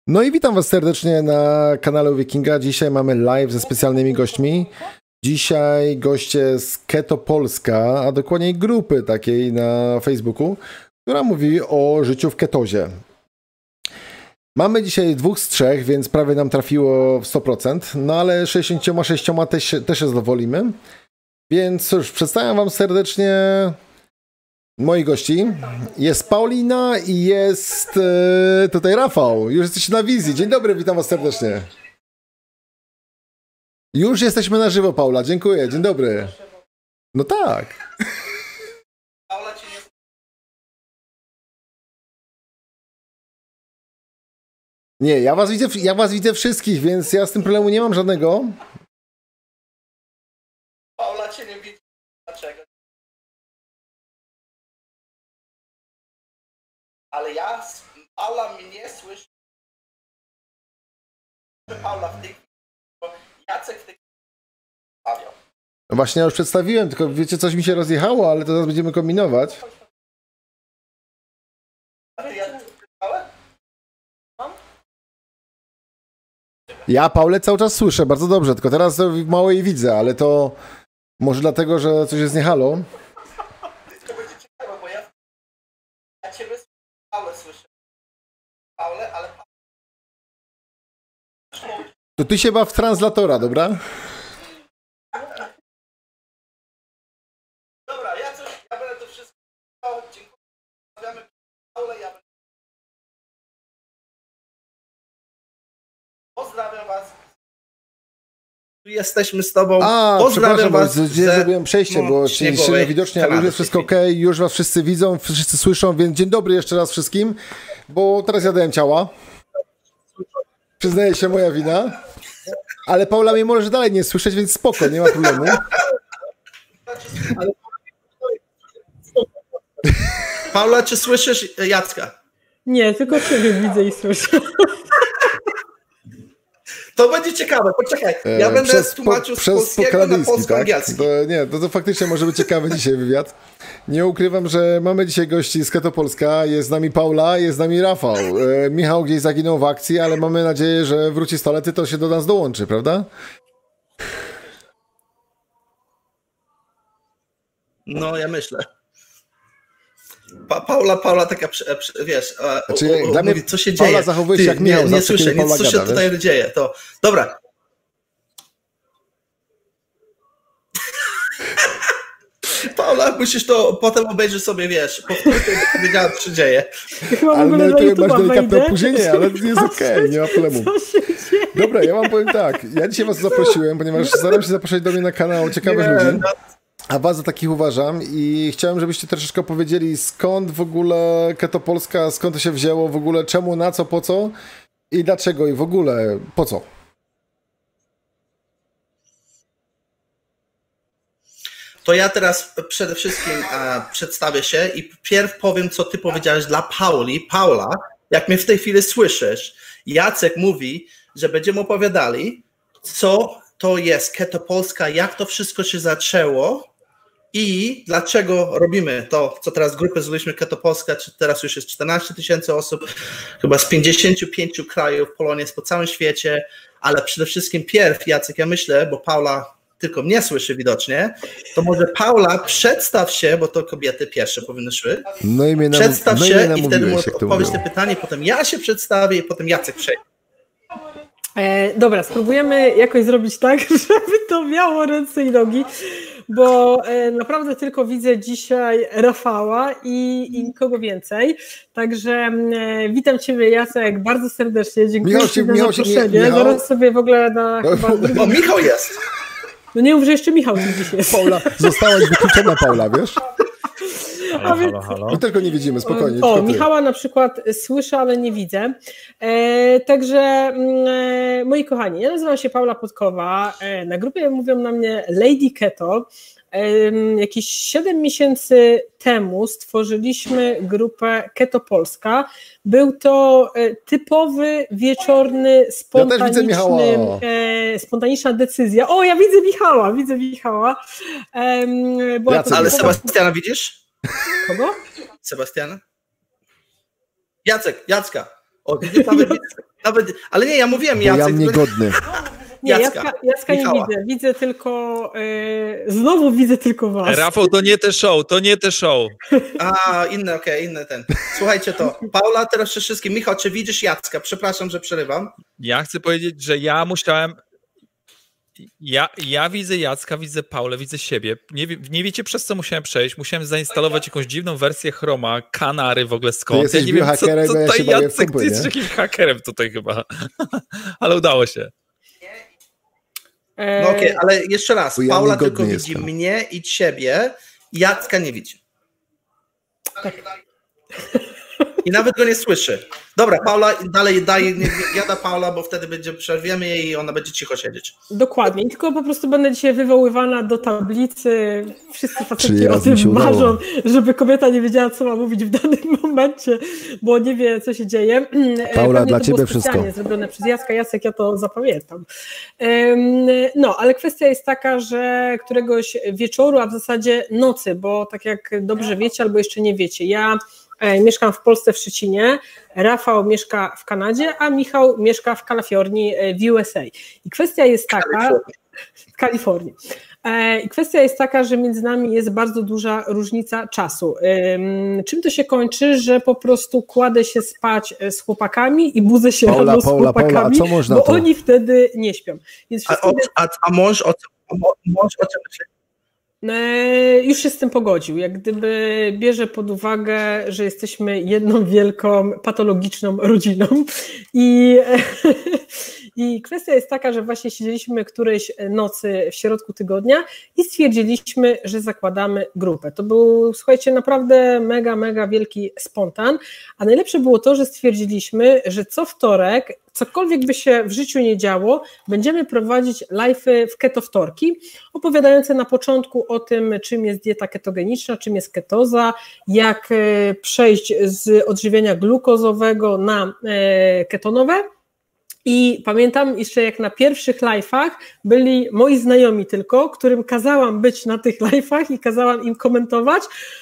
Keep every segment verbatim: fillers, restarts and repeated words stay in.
No i witam was serdecznie na kanale Wikinga. Dzisiaj mamy live ze specjalnymi gośćmi. Dzisiaj goście z Keto Polska, a dokładniej grupy takiej na Facebooku, która mówi o życiu w ketozie. Mamy dzisiaj dwóch z trzech, więc prawie nam trafiło w sto procent, no ale sześćdziesiąt sześć też, też się zadowolimy. Więc cóż, przedstawiam wam serdecznie moich gości. Jest Paulina i jest e, tutaj Rafał. Już jesteście na wizji. Dzień dobry, witam was serdecznie. Już jesteśmy na żywo, Paula. Dziękuję. Dzień dobry. No tak. Nie, ja was widzę, ja was widzę wszystkich, więc ja z tym problemu nie mam żadnego. Paula cię nie widzi. Dlaczego? Ale ja, Paula mnie słyszy. Paula w tej chwili, bo Jacek w tej chwili stawiał. No właśnie, ja już przedstawiłem, tylko wiecie, coś mi się rozjechało, ale to zaraz będziemy kombinować. A ty ja słyszałem? Ja Paulę cały czas słyszę, bardzo dobrze, tylko teraz mało jej widzę, ale to może dlatego, że coś jest nie halo. To będzie ciekawe, bo ja, ja ciebie Paulę słyszę. Paulę, ale... To ty się baw w translatora, dobra? Dobra, ja coś, ja będę to wszystko... Dziękuję. Pozdrawiamy Paulę, ja będę... Pozdrawiam was. Tu jesteśmy z tobą. A, pozdrawiam was. Gdzie zrobiłem przejście, no, bo średnio widocznie, ale już jest wszystko ok, już was wszyscy widzą, wszyscy słyszą, więc dzień dobry jeszcze raz wszystkim, bo teraz ja dałem ciała. Przyznaję się, moja wina. Ale Paula mnie może dalej nie słyszeć, więc spoko, nie ma problemu. Paula, czy słyszysz Jacka? Nie, tylko ciebie widzę i słyszę. To będzie ciekawe, poczekaj. Ja e, będę przez, tłumaczył po, z polskiego na polsko-angielski. Tak? To, nie, to, to faktycznie może być ciekawy dzisiaj wywiad. Nie ukrywam, że mamy dzisiaj gości z Keto Polska. Jest z nami Paula, jest z nami Rafał. E, Michał gdzieś zaginął w akcji, ale mamy nadzieję, że wróci z toalety, to się do nas dołączy, prawda? No, ja myślę. Pa, Paula, Paula taka, wiesz, znaczy, o, o, dla mówi, mnie co się Paula dzieje. zachowuje się jak Michał, nie, nie zawsze, słyszę, nic, co się gada, tutaj wiesz? dzieje. To, dobra. Paula, musisz to, potem obejrzysz sobie, wiesz, powtórkę, jak powiedziała, co się dzieje. Ale tu masz delikatne opóźnienie, ale jest okej, okay, nie ma problemu. Dobra, ja wam powiem tak, ja dzisiaj was zaprosiłem, ponieważ staram się zapraszać do mnie na kanał ciekawych nie, ludzi. No. A was za takich uważam i chciałem, żebyście troszeczkę powiedzieli, skąd w ogóle Keto Polska, skąd to się wzięło, w ogóle czemu, na co, po co i dlaczego i w ogóle po co. To ja teraz przede wszystkim e, przedstawię się i pierw powiem, co ty powiedziałeś dla Pauli. Paula, jak mnie w tej chwili słyszysz, Jacek mówi, że będziemy opowiadali, co to jest Keto Polska, jak to wszystko się zaczęło i dlaczego robimy to, co teraz grupę zrobiliśmy Keto Polska, czy teraz już jest czternaście tysięcy osób, chyba z pięćdziesięciu pięciu krajów, Polonia jest po całym świecie, ale przede wszystkim pierw, Jacek, ja myślę, bo Paula tylko mnie słyszy widocznie, to może Paula przedstaw się, bo to kobiety pierwsze powinny szły. No i mnie nam, przedstaw no się i i wtedy mówiłeś, odpowiedz te pytanie, potem ja się przedstawię i potem Jacek przejdzie. E, dobra, spróbujemy jakoś zrobić tak, żeby to miało ręce i nogi, bo e, naprawdę tylko widzę dzisiaj Rafała i, i nikogo więcej. Także e, witam Ciebie, Jacek, bardzo serdecznie. Dziękuję Michał, Ci za Michał, zaproszenie. Michał. Zaraz sobie w ogóle na No, chyba drugim... O, Michał jest! No nie mów, że jeszcze Michał tu dziś jest. Paula, zostałaś wykluczona, Paula, wiesz? A więc... Halo, halo. My tylko nie widzimy, spokojnie. O, Michała na przykład słyszę, ale nie widzę. E, także e, moi kochani, ja nazywam się Paula Podkowa. E, na grupie mówią na mnie Lady Keto. E, jakieś siedem miesięcy temu stworzyliśmy grupę Keto Polska. Był to e, typowy, wieczorny, spontaniczny, ja e, spontaniczna decyzja. O, ja widzę Michała, widzę Michała. E, była to Ale typowa... Sebastiana widzisz? Kogo? Sebastiana? Jacek, Jacka. O, widzisz, nawet, nawet, ale nie, ja mówiłem, Jacek. Bo ja niegodny. Nie, Jacka, Jacka, Jacka nie widzę, widzę tylko, yy, znowu widzę tylko was. Rafał, to nie te show, to nie te show. A, inne, okej, okay, inny ten. Słuchajcie to, Paula, teraz przede wszystkim, Michał, czy widzisz Jacka? Przepraszam, że przerywam. Ja chcę powiedzieć, że ja musiałem, ja, ja widzę Jacka, widzę Paulę, widzę siebie. Nie, nie wiecie, przez co musiałem przejść. Musiałem zainstalować jakąś dziwną wersję Chroma, Kanary w ogóle skąd. Ty jesteś ja nie wiem, co, co ja to się Jacek, kupy, ty jesteś jakimś hakerem tutaj chyba. Ale udało się. No okej, okay, ale jeszcze raz, ja Paula tylko widzi jestem. mnie i ciebie, Jacka nie widzi. Tak. I nawet go nie słyszy. Dobra, Paula, dalej daj, nie gada Paula, bo wtedy będzie, przerwiemy jej i ona będzie cicho siedzieć. Dokładnie, tylko po prostu będę dzisiaj wywoływana do tablicy. Wszyscy faceci o tym udało. marzą, żeby kobieta nie wiedziała, co ma mówić w danym momencie, bo nie wie, co się dzieje. Paula, Pewnie dla to ciebie było wszystko. specjalnie zrobione przez Jacka. Jacek, ja to zapamiętam. No, ale kwestia jest taka, że któregoś wieczoru, a w zasadzie nocy, bo tak jak dobrze wiecie, albo jeszcze nie wiecie, ja mieszkam w Polsce, w Szczecinie, Rafał mieszka w Kanadzie, a Michał mieszka w Kalifornii, w U S A. I kwestia jest taka, w Kalifornii. I kwestia jest taka, że między nami jest bardzo duża różnica czasu. Czym to się kończy, że po prostu kładę się spać z chłopakami i budzę się Paula, rano z Paula, chłopakami, Paula, a co można bo to? oni wtedy nie śpią. Więc a, o, a, a mąż o czym myśli? Już się z tym pogodził, jak gdyby bierze pod uwagę, że jesteśmy jedną wielką, patologiczną rodziną i, i kwestia jest taka, że właśnie siedzieliśmy którejś nocy w środku tygodnia i stwierdziliśmy, że zakładamy grupę. To był, słuchajcie, naprawdę mega, mega wielki spontan, a najlepsze było to, że stwierdziliśmy, że co wtorek, cokolwiek by się w życiu nie działo, będziemy prowadzić live'y w ketowtorki, opowiadające na początku o tym, czym jest dieta ketogeniczna, czym jest ketoza, jak przejść z odżywiania glukozowego na ketonowe. I pamiętam jeszcze, jak na pierwszych live'ach byli moi znajomi tylko, którym kazałam być na tych live'ach i kazałam im komentować,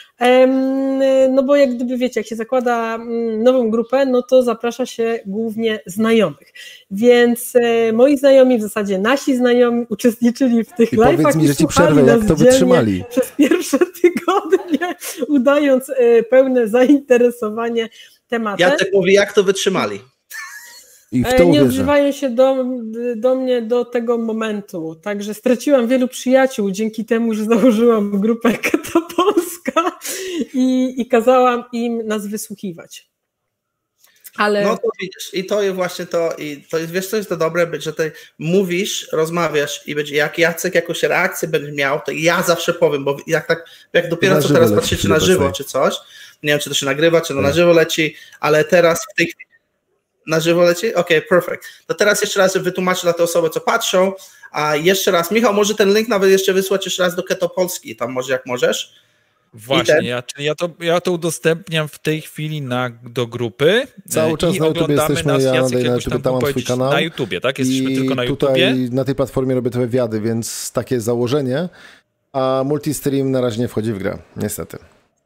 no bo jak gdyby wiecie, jak się zakłada nową grupę, no to zaprasza się głównie znajomych, więc moi znajomi, w zasadzie nasi znajomi uczestniczyli w tych I live'ach powiedz mi, i że ci przerwę, jak to wytrzymali przez pierwsze tygodnie, udając pełne zainteresowanie tematem. Jacek mówi, jak to wytrzymali. I w to nie uwierzę. odzywają się do, do mnie do tego momentu, także straciłam wielu przyjaciół dzięki temu, że założyłam grupę Keto Polska i, i kazałam im nas wysłuchiwać. Ale... No to widzisz, i to jest właśnie to, i to jest, wiesz, co jest to dobre, że ty mówisz, rozmawiasz i będzie, jak Jacek jakąś reakcję będzie miał, to ja zawsze powiem, bo jak tak, jak dopiero co teraz patrzycie na żywo czy coś, nie wiem, czy to się nagrywa, czy no na żywo leci, ale teraz w tej chwili na żywo leci? Okej, okay, perfect. To teraz jeszcze raz wytłumaczę dla te osoby, co patrzą, a jeszcze raz, Michał, może ten link nawet jeszcze wysłać jeszcze raz do Keto Polski, tam może jak możesz. Właśnie, ja, czyli ja, to, ja to udostępniam w tej chwili na, do grupy. Cały czas i na YouTube jesteśmy, nas, ja Jacek, na YouTube tam mam swój kanał. Na YouTubie, tak? Jesteśmy i tylko na YouTubie. Tutaj na tej platformie robię te wywiady, więc takie założenie, a multistream na razie nie wchodzi w grę, niestety.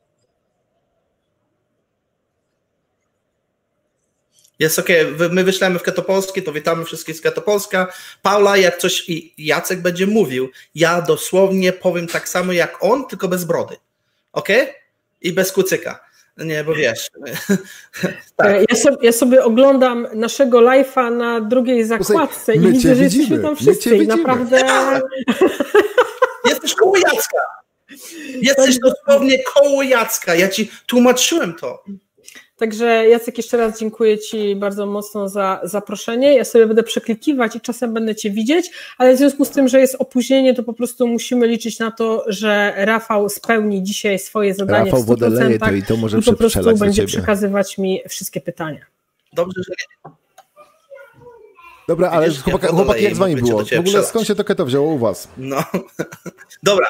Jest okej, okay. My wyślemy w Keto Polski, to witamy wszystkich z Keto Polska. Paula, jak coś i Jacek będzie mówił, ja dosłownie powiem tak samo jak on, tylko bez brody. Okej? Okay? I bez kucyka. Nie, bo wiesz. tak. ja, sobie, ja sobie oglądam naszego live'a na drugiej zakładce i widzę, że jesteśmy tam wszyscy i naprawdę... Jesteś koło Jacka. Jesteś dosłownie koło Jacka. Ja ci tłumaczyłem to. Także Jacek, jeszcze raz dziękuję Ci bardzo mocno za zaproszenie. Ja sobie będę przeklikiwać i czasem będę Cię widzieć, ale w związku z tym, że jest opóźnienie, to po prostu musimy liczyć na to, że Rafał spełni dzisiaj swoje zadanie Rafał w stu procentach to i to może i po prostu będzie do przekazywać mi wszystkie pytania. Dobrze, że nie. Dobra, ale Widzisz, chłopaki, chłopaki jak z Wami było? W ogóle skąd się to keto wzięło u Was? No, dobra.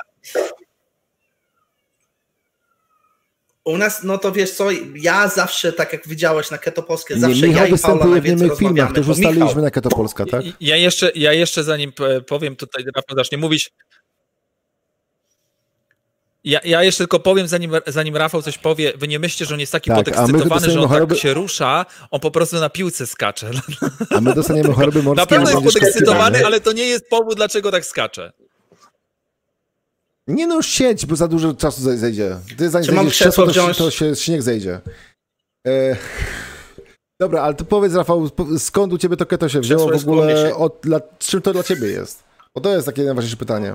U nas, no to wiesz co, ja zawsze, tak jak widziałeś na Keto Polskie, zawsze Michał ja i Paula najwięcej w niemych filmach, to już ustaliliśmy Michał. na Keto Polska, tak? Ja jeszcze, ja jeszcze zanim powiem tutaj, Rafał zacznie mówić, Ja, ja jeszcze tylko powiem, zanim, zanim Rafał coś powie, wy nie myślcie, że on jest taki tak, podekscytowany, że on choroby... tak się rusza, on po prostu na piłce skacze. A my dostaniemy choroby morskie. Na pewno jest podekscytowany, ale to nie jest powód, dlaczego tak skacze. Nie no, już siedź, bo za dużo czasu zejdzie. Ty zanim Czy mam zejdziesz krzesło, to, wziąć? to się śnieg zejdzie. E... Dobra, ale to powiedz, Rafał, skąd u ciebie to keto się wzięło w ogóle? Od, dla, czym to dla ciebie jest? Bo to jest takie najważniejsze pytanie.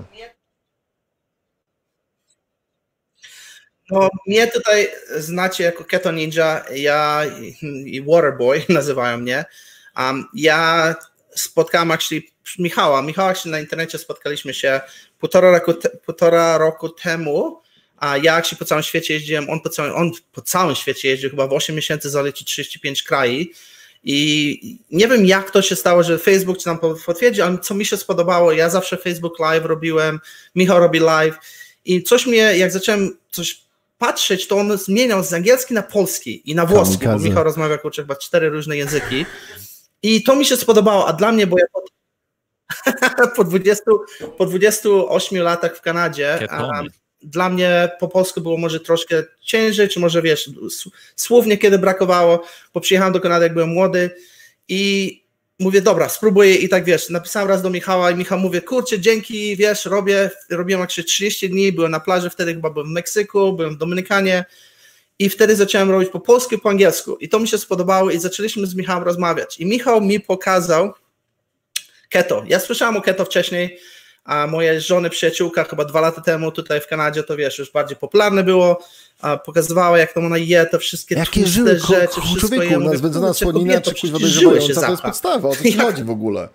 No, mnie tutaj znacie jako Keto Ninja, ja i Waterboy nazywają mnie. Um, ja spotkałem actually Michała. Michała actually na internecie spotkaliśmy się półtora roku, te, półtora roku temu, a ja actually po całym świecie jeździłem, on po całym, on po całym świecie jeździł, chyba w osiem miesięcy zalecił trzydzieści pięć krajów. I nie wiem, jak to się stało, że Facebook ci nam potwierdzi, ale co mi się spodobało, ja zawsze Facebook Live robiłem, Michał robi live i coś mnie, jak zacząłem coś patrzeć, to on zmieniał z angielski na polski i na włoski, Kamikaze. Bo Michał rozmawia kurczę chyba cztery różne języki i to mi się spodobało, a dla mnie, bo ja po, po, dwudziestu, po dwudziestu ośmiu latach w Kanadzie, a, dla mnie po polsku było może troszkę ciężej, czy może wiesz, słów niekiedy brakowało, bo przyjechałem do Kanady, jak byłem młody i mówię, dobra, spróbuję i tak wiesz, napisałem raz do Michała i Michał mówi, kurczę, dzięki, wiesz, robię, robiłem jak się trzydzieści dni, byłem na plaży, wtedy chyba byłem w Meksyku, byłem w Dominykanie i wtedy zacząłem robić po polsku i po angielsku i to mi się spodobało i zaczęliśmy z Michałem rozmawiać i Michał mi pokazał keto. Ja słyszałem o keto wcześniej, a moja żony przyjaciółka chyba dwa lata temu tutaj w Kanadzie, to wiesz, już bardziej popularne było, a pokazywała, jak tam ona je, te wszystkie jakie żyły, rzeczy, wszystko człowieku, je. Nazwedzona słonina, czy kuźwa dojrzewająca, to jest podstawa, o co ci chodzi w ogóle?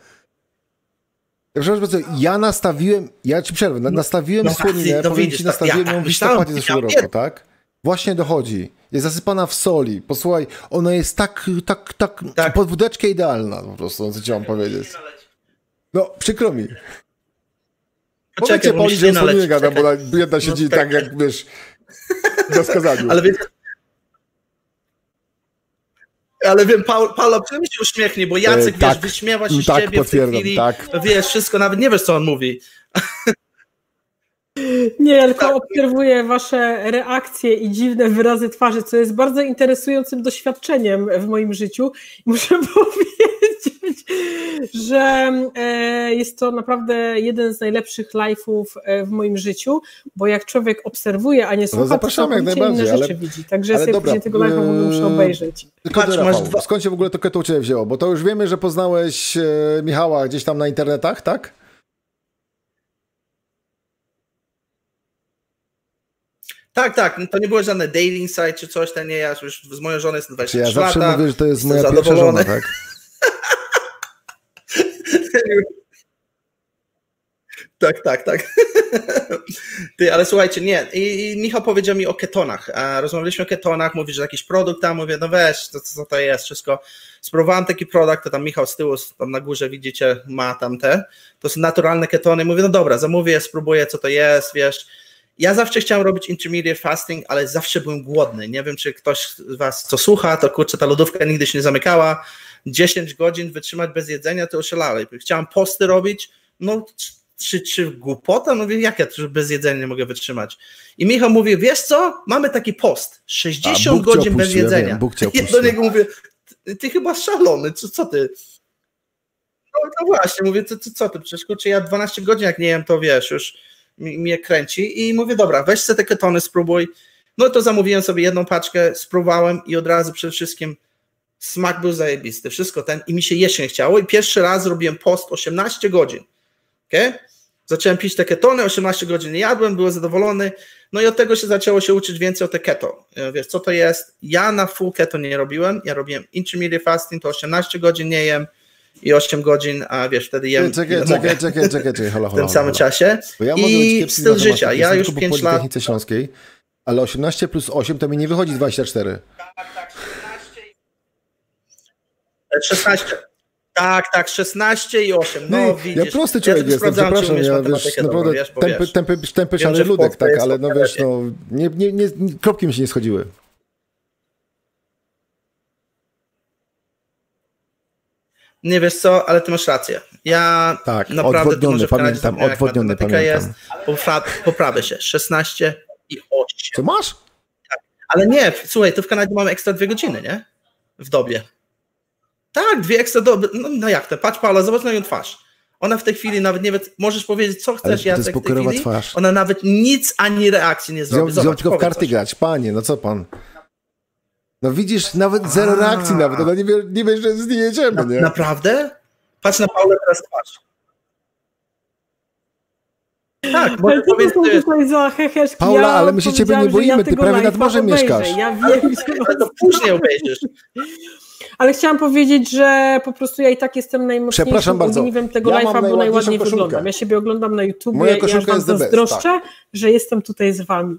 Ja nastawiłem, ja ci przerwę, nastawiłem no, słoninę, no, powiem ci, nastawiłem ja, ją w listopadzie zeszłego roku, tak? Właśnie dochodzi. Jest zasypana w soli. Posłuchaj, ona jest tak, tak, tak, tak. pod wódeczkę idealna po prostu, co ci mam powiedzieć. No, przykro mi. Powiedzcie Pauli, że o nie gada, bo jedna siedzi no, tak, tak jak, wiesz, na skazaniu. Ale wiecie, ale wiem, Paul, Paula, przynajmniej się uśmiechnie, bo Jacek, e, tak, wiesz, wyśmiewa się z tak, ciebie w tej chwili, tak. Wiesz, wszystko, nawet nie wiesz, co on mówi. Nie, ja tylko tak. obserwuję wasze reakcje i dziwne wyrazy twarzy, co jest bardzo interesującym doświadczeniem w moim życiu. Muszę powiedzieć, że jest to naprawdę jeden z najlepszych live'ów w moim życiu, bo jak człowiek obserwuje, a nie słucha, no to całkowicie inne rzeczy ale, widzi. Także ale sobie dobra, później tego live'a yy, muszę obejrzeć. Patrz, masz dwa... Skąd się w ogóle to keto u ciebie wzięło? Bo to już wiemy, że poznałeś e, Michała gdzieś tam na internetach, tak? Tak, tak, to nie było żadne dating site czy coś, to nie, ja już z moją żoną jestem dwadzieścia trzy lata. Ja zawsze mówię, że to jest moja pierwsza żona, tak? tak, tak, tak. Ty, ale słuchajcie, nie, I, i Michał powiedział mi o ketonach, a rozmawialiśmy o ketonach, mówi, że jakiś produkt tam, mówię, no weź, co to, to jest, wszystko. Spróbowałem taki produkt, to tam Michał z tyłu, tam na górze widzicie, ma tam te, to są naturalne ketony, mówię, no dobra, zamówię, spróbuję, co to jest, wiesz. Ja zawsze chciałem robić intermediate fasting, ale zawsze byłem głodny. Nie wiem, czy ktoś z was, co słucha, to kurczę, ta lodówka nigdy się nie zamykała. dziesięć godzin wytrzymać bez jedzenia, to oszalałem. Chciałem posty robić, no czy, czy głupota? No mówię, jak ja bez jedzenia nie mogę wytrzymać? I Michał mówi, wiesz co, mamy taki post, sześćdziesiąt godzin bez jedzenia. Ja, wiem, ja do niego mówię, ty, ty chyba szalony, co, co ty? No, no właśnie, mówię, co, co, co ty? Przecież kurczę, ja dwanaście godzin jak nie jem, to wiesz, już mnie kręci i mówię, dobra, weź sobie te ketony, spróbuj. No to zamówiłem sobie jedną paczkę, spróbowałem i od razu przede wszystkim smak był zajebisty, wszystko ten i mi się jeść nie chciało i pierwszy raz zrobiłem post osiemnaście godzin, okay? Zacząłem pić te ketony, osiemnaście godzin nie jadłem, byłem zadowolony, no i od tego się zaczęło się uczyć więcej o te keto. Wiesz, co to jest? Ja na full keto nie robiłem, ja robiłem intermediate fasting, to osiemnaście godzin nie jem, i osiem godzin, a wiesz, wtedy jem czekaj, czekaj, czekaj, czekaj, czekaj, hola, hola, w tym samym hola. czasie ja i styl życia, ja już pięć lat... Śląskiej, ale osiemnaście plus osiem to mi nie wychodzi dwadzieścia cztery. Tak, tak, szesnaście. Tak, tak, szesnaście i osiem, no nie, widzisz. Ja prosty człowiek ja jestem, przepraszam, ja wiesz, naprawdę wiesz, tępy, tępy, tępy szary ludek, tak, ale no wiesz, no, nie, nie, nie, kropki mi się nie schodziły. Nie wiesz co, ale ty masz rację. Ja tak, naprawdę odwodniony, pamiętam, odwodniony, pamiętam. Jest, poprawię się, szesnaście i osiem. Co masz? Tak. Ale nie, słuchaj, to w Kanadzie mamy ekstra dwie godziny, nie? W dobie. Tak, dwie ekstra doby. No, no jak to? Patrz, Paula, zobacz na ją twarz. Ona w tej chwili nawet nie wie, możesz powiedzieć, co chcesz, Jacek, w tej chwili. Twarz. Ona nawet nic ani reakcji nie zrobi. Zobacz, tylko w karty coś. grać, panie, no co pan? No widzisz, nawet zero A. reakcji nawet, ona nie wie, nie wie, że z niej jedziemy, Na, nie? Naprawdę? Patrz na Paulę teraz twarz. Tak, bo ale ty to są tutaj za heheszki. Paula, ja ale my się ciebie nie boimy, ja ty prawie nad morzem obejrzę. mieszkasz. Ja wiem, ale, ale to później obejrzysz. Ale chciałam powiedzieć, że po prostu ja i tak jestem najmocniejszym ogniwem tego ja live'a, bo najładniej wyglądam. Ja siebie oglądam na YouTubie Moja i ja wam zazdroszczę, tak. że jestem tutaj z wami.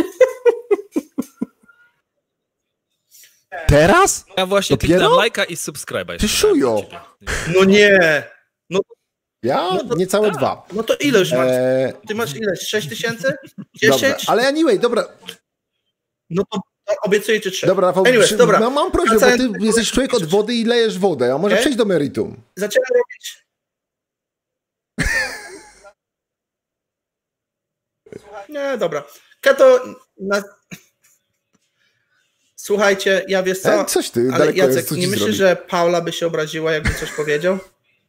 Teraz? Ja właśnie kliknę lajka i subskryba. Ty szujo. No nie. No, ja? No to, niecałe tak. dwa. No to ile już masz? Eee... Ty masz ile? sześć tysięcy? dziesięć? Dobra, ale anyway, dobra. No to obiecuję ci trzy. Dobra, Rafał, Anyways, przy, dobra. No, mam prośbę, bo ty jesteś człowiek od wody i lejesz wodę, a może okay? przejść do meritum. Zacząłem robić. Nie, dobra. Kato, na... słuchajcie, ja wiesz co, e, coś ty, ale Jacek, jest, nie myślisz, że Paula by się obraziła, jakby coś powiedział?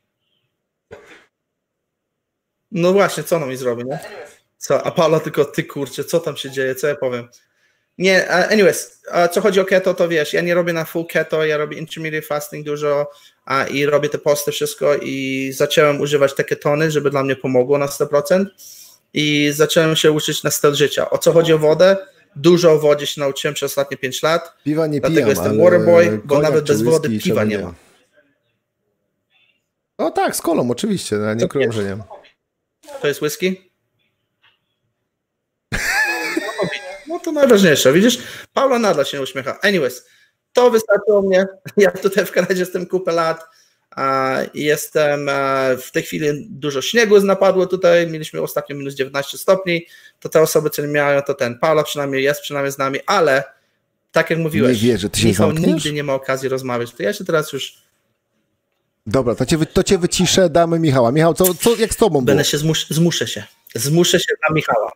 No właśnie, co ona mi zrobi, nie? Co? A Paula tylko, ty kurczę, co tam się dzieje, co ja powiem? Nie, anyways, co chodzi o keto, to wiesz, ja nie robię na full keto, ja robię intermediate fasting dużo a, i robię te posty, wszystko i zacząłem używać te ketony, żeby dla mnie pomogło na sto procent i zacząłem się uczyć na styl życia. O co chodzi o wodę? Dużo o wodzie się nauczyłem przez ostatnie pięć lat. Piwa nie dlatego pijam, jestem waterboy, bo nawet bez wody piwa nie ma. O tak, z kolą oczywiście, no, nie ukrywam, że nie. To jest whisky? No to najważniejsze, widzisz? Paula nadal się nie uśmiecha. Anyways, to wystarczyło mnie. Ja tutaj w Kanadzie jestem kupę lat. Jestem w tej chwili dużo śniegu napadło tutaj. Mieliśmy ostatnio minus dziewiętnaście stopni. To te osoby, co nie miały, to ten Paula przynajmniej jest przynajmniej z nami, ale tak jak mówiłeś, nie wierzę, ty się Michał zamkniesz? nigdy nie ma okazji rozmawiać. To ja się teraz już... Dobra, to cię, to cię wyciszę, damy Michała. Michał, co, co, jak z tobą było? Będę się zmus- zmuszę się. Zmuszę się na Michała.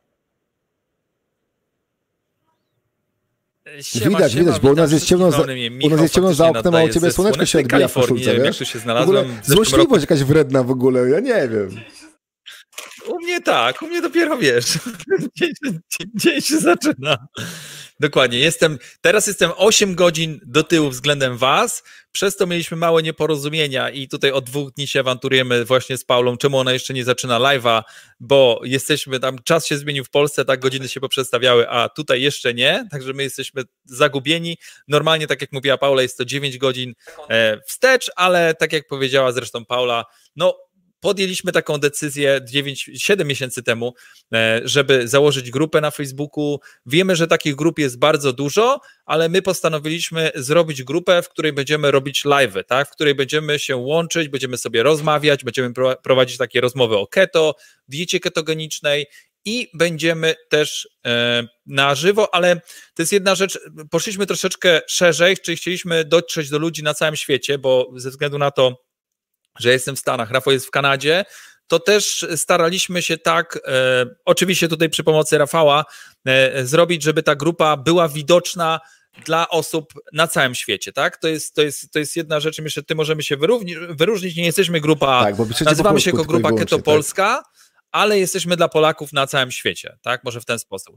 Siema, widać, siema, widać, bo u nas jest ciemno za, u nas jest ciemno za oknem, a u ciebie słoneczko się odbija w koszulce, wiesz? Jak tu się znalazłem. Złośliwość jakaś wredna w ogóle, ja nie wiem. U mnie tak, u mnie dopiero wiesz, dzień, dzień się zaczyna. Dokładnie, jestem, teraz jestem osiem godzin do tyłu względem was, przez to mieliśmy małe nieporozumienia i tutaj od dwóch dni się awanturujemy właśnie z Paulą, czemu ona jeszcze nie zaczyna live'a, bo jesteśmy tam, czas się zmienił w Polsce, tak godziny się poprzestawiały, a tutaj jeszcze nie, także my jesteśmy zagubieni. Normalnie, tak jak mówiła Paula, jest to dziewięć godzin e, wstecz, ale tak jak powiedziała zresztą Paula, no podjęliśmy taką decyzję dziewięć, siedem miesięcy temu, żeby założyć grupę na Facebooku. Wiemy, że takich grup jest bardzo dużo, ale my postanowiliśmy zrobić grupę, w której będziemy robić live'y, tak? W której będziemy się łączyć, będziemy sobie rozmawiać, będziemy prowadzić takie rozmowy o keto, diecie ketogenicznej i będziemy też e, na żywo, ale to jest jedna rzecz, poszliśmy troszeczkę szerzej, czyli chcieliśmy dotrzeć do ludzi na całym świecie, bo ze względu na to, że jestem w Stanach, Rafał jest w Kanadzie, to też staraliśmy się tak, e, oczywiście tutaj przy pomocy Rafała, e, zrobić, żeby ta grupa była widoczna dla osób na całym świecie, tak? To jest, to jest, to jest jedna rzecz, myślę, że ty możemy się wyróżnić, wyróżnić. Nie jesteśmy grupa, tak, bo nazywamy się jako grupa Keto Polska, tak? Ale jesteśmy dla Polaków na całym świecie, tak? Może w ten sposób.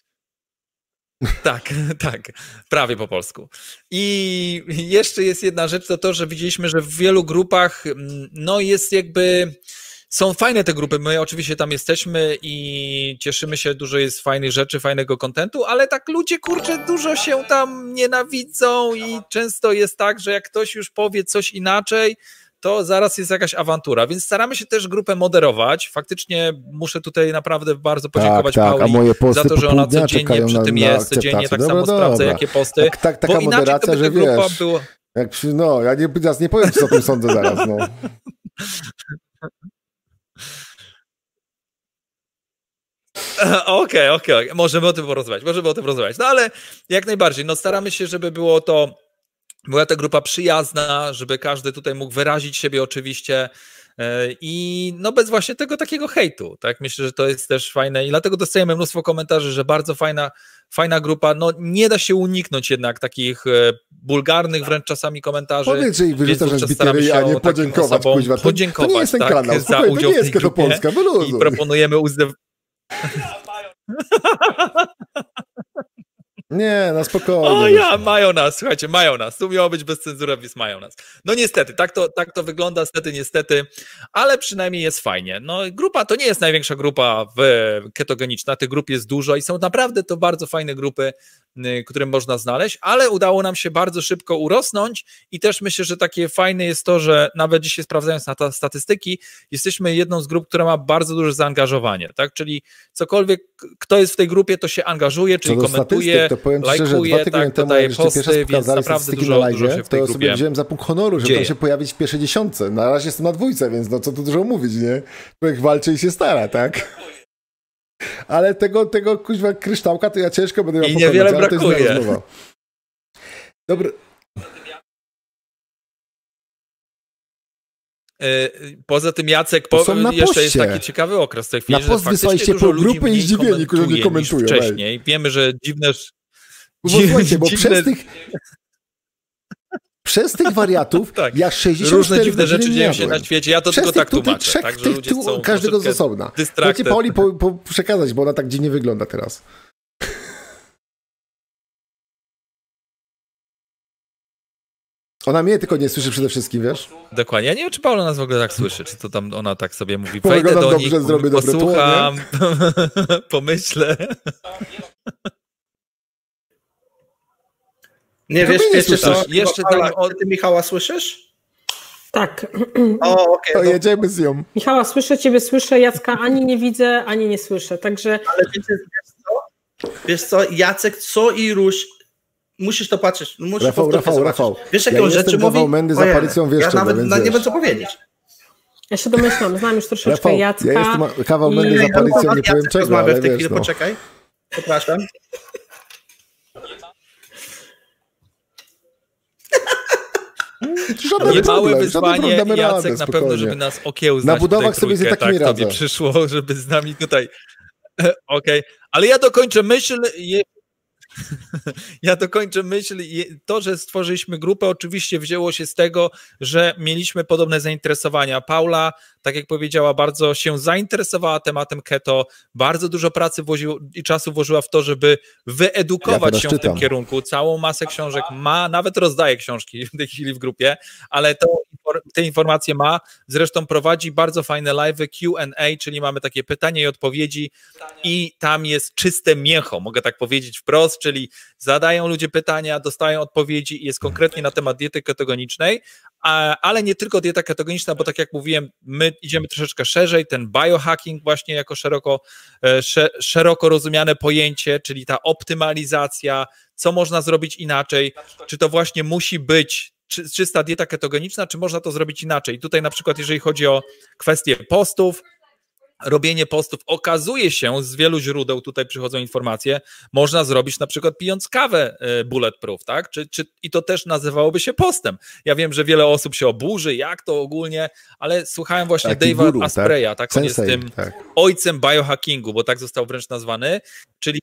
Tak, tak, prawie po polsku. I jeszcze jest jedna rzecz, to to, że widzieliśmy, że w wielu grupach no jest jakby, są fajne te grupy, my oczywiście tam jesteśmy i cieszymy się, dużo jest fajnych rzeczy, fajnego kontentu, ale tak ludzie, kurczę, dużo się tam nienawidzą i często jest tak, że jak ktoś już powie coś inaczej, to zaraz jest jakaś awantura, więc staramy się też grupę moderować. Faktycznie muszę tutaj naprawdę bardzo podziękować tak, tak, Pauli za to, że ona codziennie przy tym na, jest, na codziennie tak dobra, samo dobra. sprawdza, jakie posty, tak, tak, taka bo inaczej to by ta grupa wiesz, była... Jak, no, ja nie, teraz nie powiem, co o tym sądzę zaraz, no. Okej, okej, okay. Możemy o tym porozmawiać, możemy o tym porozmawiać, no ale jak najbardziej, no staramy się, żeby było to była ta grupa przyjazna, żeby każdy tutaj mógł wyrazić siebie oczywiście, I no bez właśnie tego takiego hejtu, tak? Myślę, że to jest też fajne i dlatego dostajemy mnóstwo komentarzy, że bardzo fajna, fajna grupa, no nie da się uniknąć jednak takich bulgarnych wręcz czasami komentarzy. Powiedz, że ich wyrzucasz na bitery, a nie podziękować, kuźwa. To, podziękować, to nie jest ten tak, kanał, za udział to nie jest w tej grupie Polska, wyluzuj. I proponujemy uzdew... Nie, na spokojnie. O ja, mają nas, słuchajcie, mają nas. Tu miało być bez cenzury, więc mają nas. No niestety, tak to, tak to wygląda, niestety, niestety, ale przynajmniej jest fajnie. No grupa to nie jest największa grupa w ketogeniczna, tych grup jest dużo i są naprawdę to bardzo fajne grupy, które można znaleźć, ale udało nam się bardzo szybko urosnąć i też myślę, że takie fajne jest to, że nawet dzisiaj sprawdzając na te statystyki, jesteśmy jedną z grup, która ma bardzo duże zaangażowanie, tak, czyli cokolwiek kto jest w tej grupie, to się angażuje, czyli komentuje, to powiem lajkuje, szczerze, dwa tygodnie tak, temu, dodaje jak posty, jeszcze więc naprawdę dużo, na dużo się w tej to grupie sobie wziąłem za punkt honoru, żeby dzieje. tam się pojawić w pierwszej dziesiątce. Na razie jestem na dwójce, więc no co tu dużo mówić, nie? Człowiek walczy i się stara, tak? Ale tego, tego kuźwa kryształka to ja ciężko będę miał I pokonać, niewiele ale to brakuje. jest rozmowa. Dobry. Poza tym Jacek, po, jeszcze jest taki ciekawy okres w tej chwili, na post że faktycznie dużo ludzi grupy i zdziwieni, którzy nie komentują. Wcześniej. Wiemy, że dziwne... Bo słuchajcie, bo dziwne... przez tych... Przez tych wariatów tak. ja sześćdziesiąt Różne dziwne rzeczy dzieją się na świecie, ja to przez tylko tak tych, tłumaczę. Trzech, tak, że tych, ludzie tu, są każdego z osobna. Chcecie Pauli po, po przekazać, bo ona tak dziwnie wygląda teraz. Ona mnie tylko nie słyszy przede wszystkim, wiesz? Dokładnie. Ja nie wiem, czy Paula nas w ogóle tak słyszy, czy to tam ona tak sobie mówi. Wejdę do dobrze, nich, zrobię posłucham, pomyślę. Nie wiesz, nie jeszcze co? Jeszcze Paula, tak, o... ty Michała słyszysz? Tak. O, okej. Okay, to jedziemy z nią. Michała słyszę, ciebie słyszę, Jacka ani nie widzę, ani nie słyszę, także... Ale wiecie, wiesz co? Wiesz co, Jacek, co i Ruś, musisz to patrzeć. Musisz Rafał, Rafał, Rafał. Wiesz, jaką ja rzeczy mówi? Kawał Mendy z aparycją wiesz ja czego, nawet więc na, wiesz. nie wiem, co powiedzieć. Ja się domyślam, znam już troszeczkę Rafał, Jacka. Ja jestem kawał i... Mendy z aparycją, nie powiem czego, ale w tej wiesz, chwili, no. Poczekaj. Przepraszam. Nie małe wyzwanie, problem, Jacek radę, na pewno, żeby nas okiełznać. Na budowach sobie z trójkę, takimi tak, tobie przyszło, żeby z nami tutaj... Okej, okay. Ale ja dokończę myśl... Je... Ja dokończę myśl. To, że stworzyliśmy grupę, oczywiście wzięło się z tego, że mieliśmy podobne zainteresowania. Paula, tak jak powiedziała, bardzo się zainteresowała tematem keto, bardzo dużo pracy włożył, i czasu włożyła w to, żeby wyedukować ja się czytam. w tym kierunku. Całą masę książek ma, nawet rozdaje książki w tej chwili w grupie, ale to, te informacje ma. Zresztą prowadzi bardzo fajne live'y Q and A, czyli mamy takie pytania i odpowiedzi i tam jest czyste mięcho, mogę tak powiedzieć wprost, czyli zadają ludzie pytania, dostają odpowiedzi i jest konkretnie na temat diety ketogenicznej, ale nie tylko dieta ketogeniczna, bo tak jak mówiłem, my idziemy troszeczkę szerzej, ten biohacking właśnie jako szeroko, szeroko rozumiane pojęcie, czyli ta optymalizacja, co można zrobić inaczej, czy to właśnie musi być czysta dieta ketogeniczna, czy można to zrobić inaczej. I tutaj na przykład jeżeli chodzi o kwestię postów, robienie postów, okazuje się z wielu źródeł, tutaj przychodzą informacje, można zrobić na przykład pijąc kawę bulletproof, tak? Czy, czy, i to też nazywałoby się postem. Ja wiem, że wiele osób się oburzy, jak to ogólnie, ale słuchałem właśnie Taki Dave'a guru, Aspreya, tak, tak on jest tym tak. ojcem biohackingu, bo tak został wręcz nazwany, czyli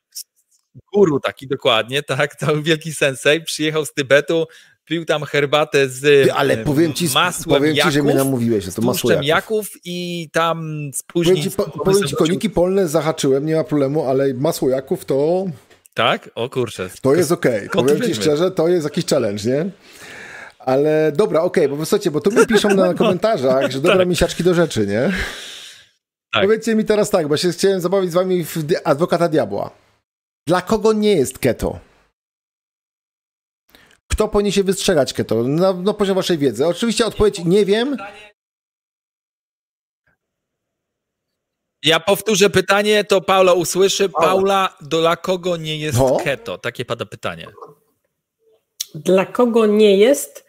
guru taki dokładnie, tak, to wielki sensei, przyjechał z Tybetu, pił tam herbatę z ale powiem ci, masłem powiem ci, jaków, że mnie namówiłeś, że to masło jaków. jaków i tam później... Powiem ci, po, powiem ci koniki polne zahaczyłem, nie ma problemu, ale masło jaków to... Tak? O kurczę. To jest okej. Okay. Powiem ci szczerze, to jest jakiś challenge, nie? Ale dobra, okej, okay, bo słuchajcie, bo tu mi piszą na komentarzach, że dobra tak. misiaczki do rzeczy, nie? Tak. Powiedzcie mi teraz tak, bo się chciałem zabawić z wami w adwokata diabła. Dla kogo nie jest keto? Kto powinien się wystrzegać keto? Na, na poziom waszej wiedzy. Oczywiście odpowiedź nie wiem. Ja powtórzę pytanie, to Paula usłyszy. Paula, dla kogo nie jest no? keto? Takie pada pytanie. Dla kogo nie jest?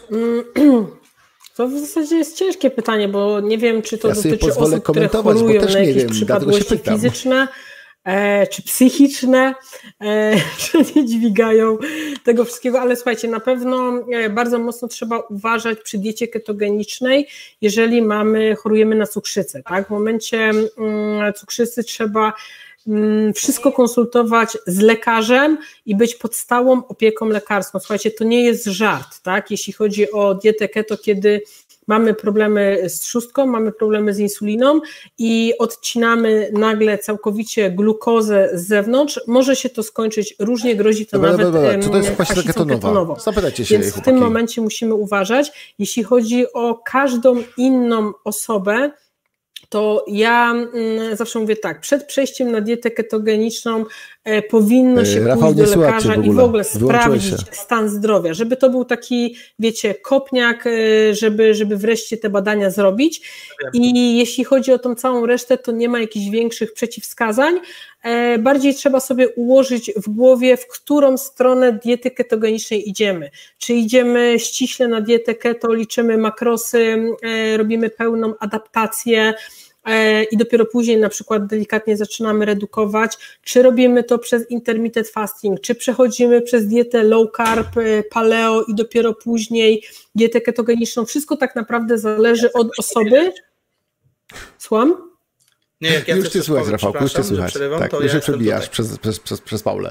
To w zasadzie jest ciężkie pytanie, bo nie wiem, czy to ja dotyczy osób, które chorują na jakieś wiem, przypadłości fizyczne, e, czy psychiczne, e, że nie dźwigają tego wszystkiego, ale słuchajcie, na pewno bardzo mocno trzeba uważać przy diecie ketogenicznej, jeżeli mamy, chorujemy na cukrzycę, tak? W momencie mm, cukrzycy trzeba wszystko konsultować z lekarzem i być pod stałą opieką lekarską. Słuchajcie, to nie jest żart, tak? Jeśli chodzi o dietę keto, kiedy mamy problemy z trzustką, mamy problemy z insuliną i odcinamy nagle całkowicie glukozę z zewnątrz, może się to skończyć różnie, grozi to dobra, nawet dobra, dobra. Co to jest kwasicą ketonowa? ketonową. Zapytajcie się, Więc w chłopaki. tym momencie musimy uważać. Jeśli chodzi o każdą inną osobę, to ja mm, zawsze mówię tak, przed przejściem na dietę ketogeniczną e, powinno się Rafał, pójść do nie słuchajcie lekarza w ogóle. i w ogóle Wyłączyłeś sprawdzić się. stan zdrowia, żeby to był taki, wiecie, kopniak, e, żeby, żeby wreszcie te badania zrobić. I jeśli chodzi o tą całą resztę, to nie ma jakichś większych przeciwwskazań. E, bardziej trzeba sobie ułożyć w głowie, w którą stronę diety ketogenicznej idziemy. Czy idziemy ściśle na dietę keto, liczymy makrosy, e, robimy pełną adaptację, i dopiero później na przykład delikatnie zaczynamy redukować, czy robimy to przez intermittent fasting, czy przechodzimy przez dietę low carb, paleo i dopiero później dietę ketogeniczną. Wszystko tak naprawdę zależy od osoby. Słucham? Nie, jak ja już cię słychać, Rafał, już cię słychać. Tak, już się przebijasz przez, przez, przez, przez Paulę.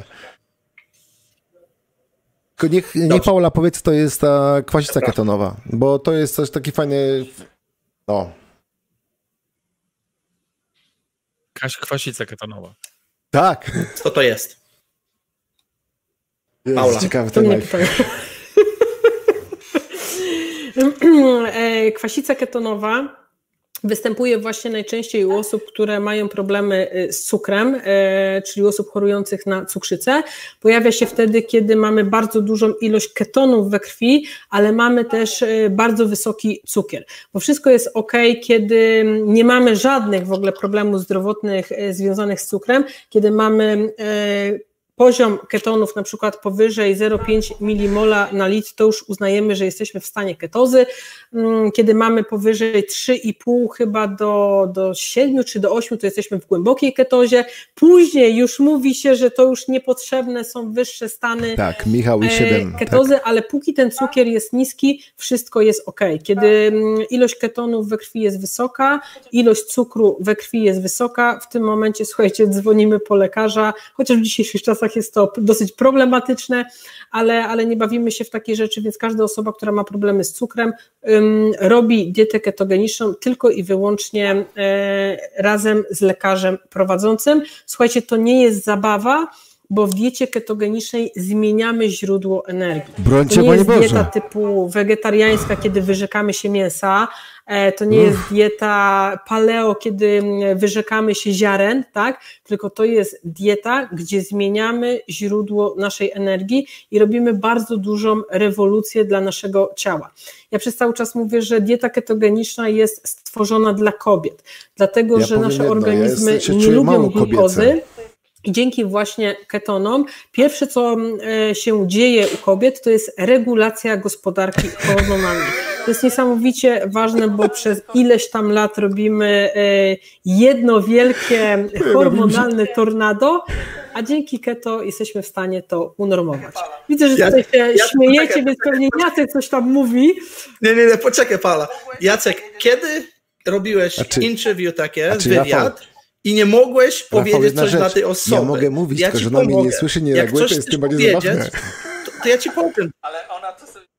Tylko niech, niech Paula powie, co to jest ta kwasica ketonowa, bo to jest coś taki fajny... No... Kwasica ketonowa. Tak. Co to jest? Jest Paula. ciekawy To ten mnie live. Kwasica ketonowa występuje właśnie najczęściej u osób, które mają problemy z cukrem, czyli osób chorujących na cukrzycę. Pojawia się wtedy, kiedy mamy bardzo dużą ilość ketonów we krwi, ale mamy też bardzo wysoki cukier. Bo wszystko jest ok, kiedy nie mamy żadnych w ogóle problemów zdrowotnych związanych z cukrem, kiedy mamy poziom ketonów na przykład powyżej zero przecinek pięć milimola na litr, to już uznajemy, że jesteśmy w stanie ketozy. Kiedy mamy powyżej trzy i pół chyba do, do siedmiu czy do ośmiu, to jesteśmy w głębokiej ketozie. Później już mówi się, że to już niepotrzebne są wyższe stany tak, Michał i siedem, ketozy, tak. Ale póki ten cukier jest niski, wszystko jest ok. Kiedy ilość ketonów we krwi jest wysoka, ilość cukru we krwi jest wysoka, w tym momencie, słuchajcie, dzwonimy po lekarza, chociaż w dzisiejszych czasach jest to dosyć problematyczne, ale, ale nie bawimy się w takie rzeczy, więc każda osoba, która ma problemy z cukrem, um, robi dietę ketogeniczną tylko i wyłącznie e, razem z lekarzem prowadzącym. Słuchajcie, to nie jest zabawa, bo w diecie ketogenicznej zmieniamy źródło energii. Brońcie, to nie jest Boże. dieta typu wegetariańska, kiedy wyrzekamy się mięsa, to nie Uff. jest dieta paleo, kiedy wyrzekamy się ziaren, tak? Tylko to jest dieta, gdzie zmieniamy źródło naszej energii i robimy bardzo dużą rewolucję dla naszego ciała. Ja przez cały czas mówię, że dieta ketogeniczna jest stworzona dla kobiet, dlatego, ja że nasze jedno, organizmy ja jest, nie lubią glukozy. Kobiece. I dzięki właśnie ketonom, pierwsze co się dzieje u kobiet, to jest regulacja gospodarki hormonalnej. To jest niesamowicie ważne, bo przez ileś tam lat robimy jedno wielkie hormonalne tornado, a dzięki keto jesteśmy w stanie to unormować. Widzę, że tutaj się ja, śmiejecie, poczekaj, więc pewnie Jacek coś tam mówi. Nie, nie, nie, poczekaj Paula. Jacek, kiedy robiłeś czy, interview takie, wywiad, Rafał, i nie mogłeś powiedzieć coś rzecz. Dla tej osoby? Ja mogę mówić, ja tylko że ona mnie nie słyszy, nie reaguje, to jest tym bardziej zabawne. To, to ja ci powiem. Ale ona to sobie...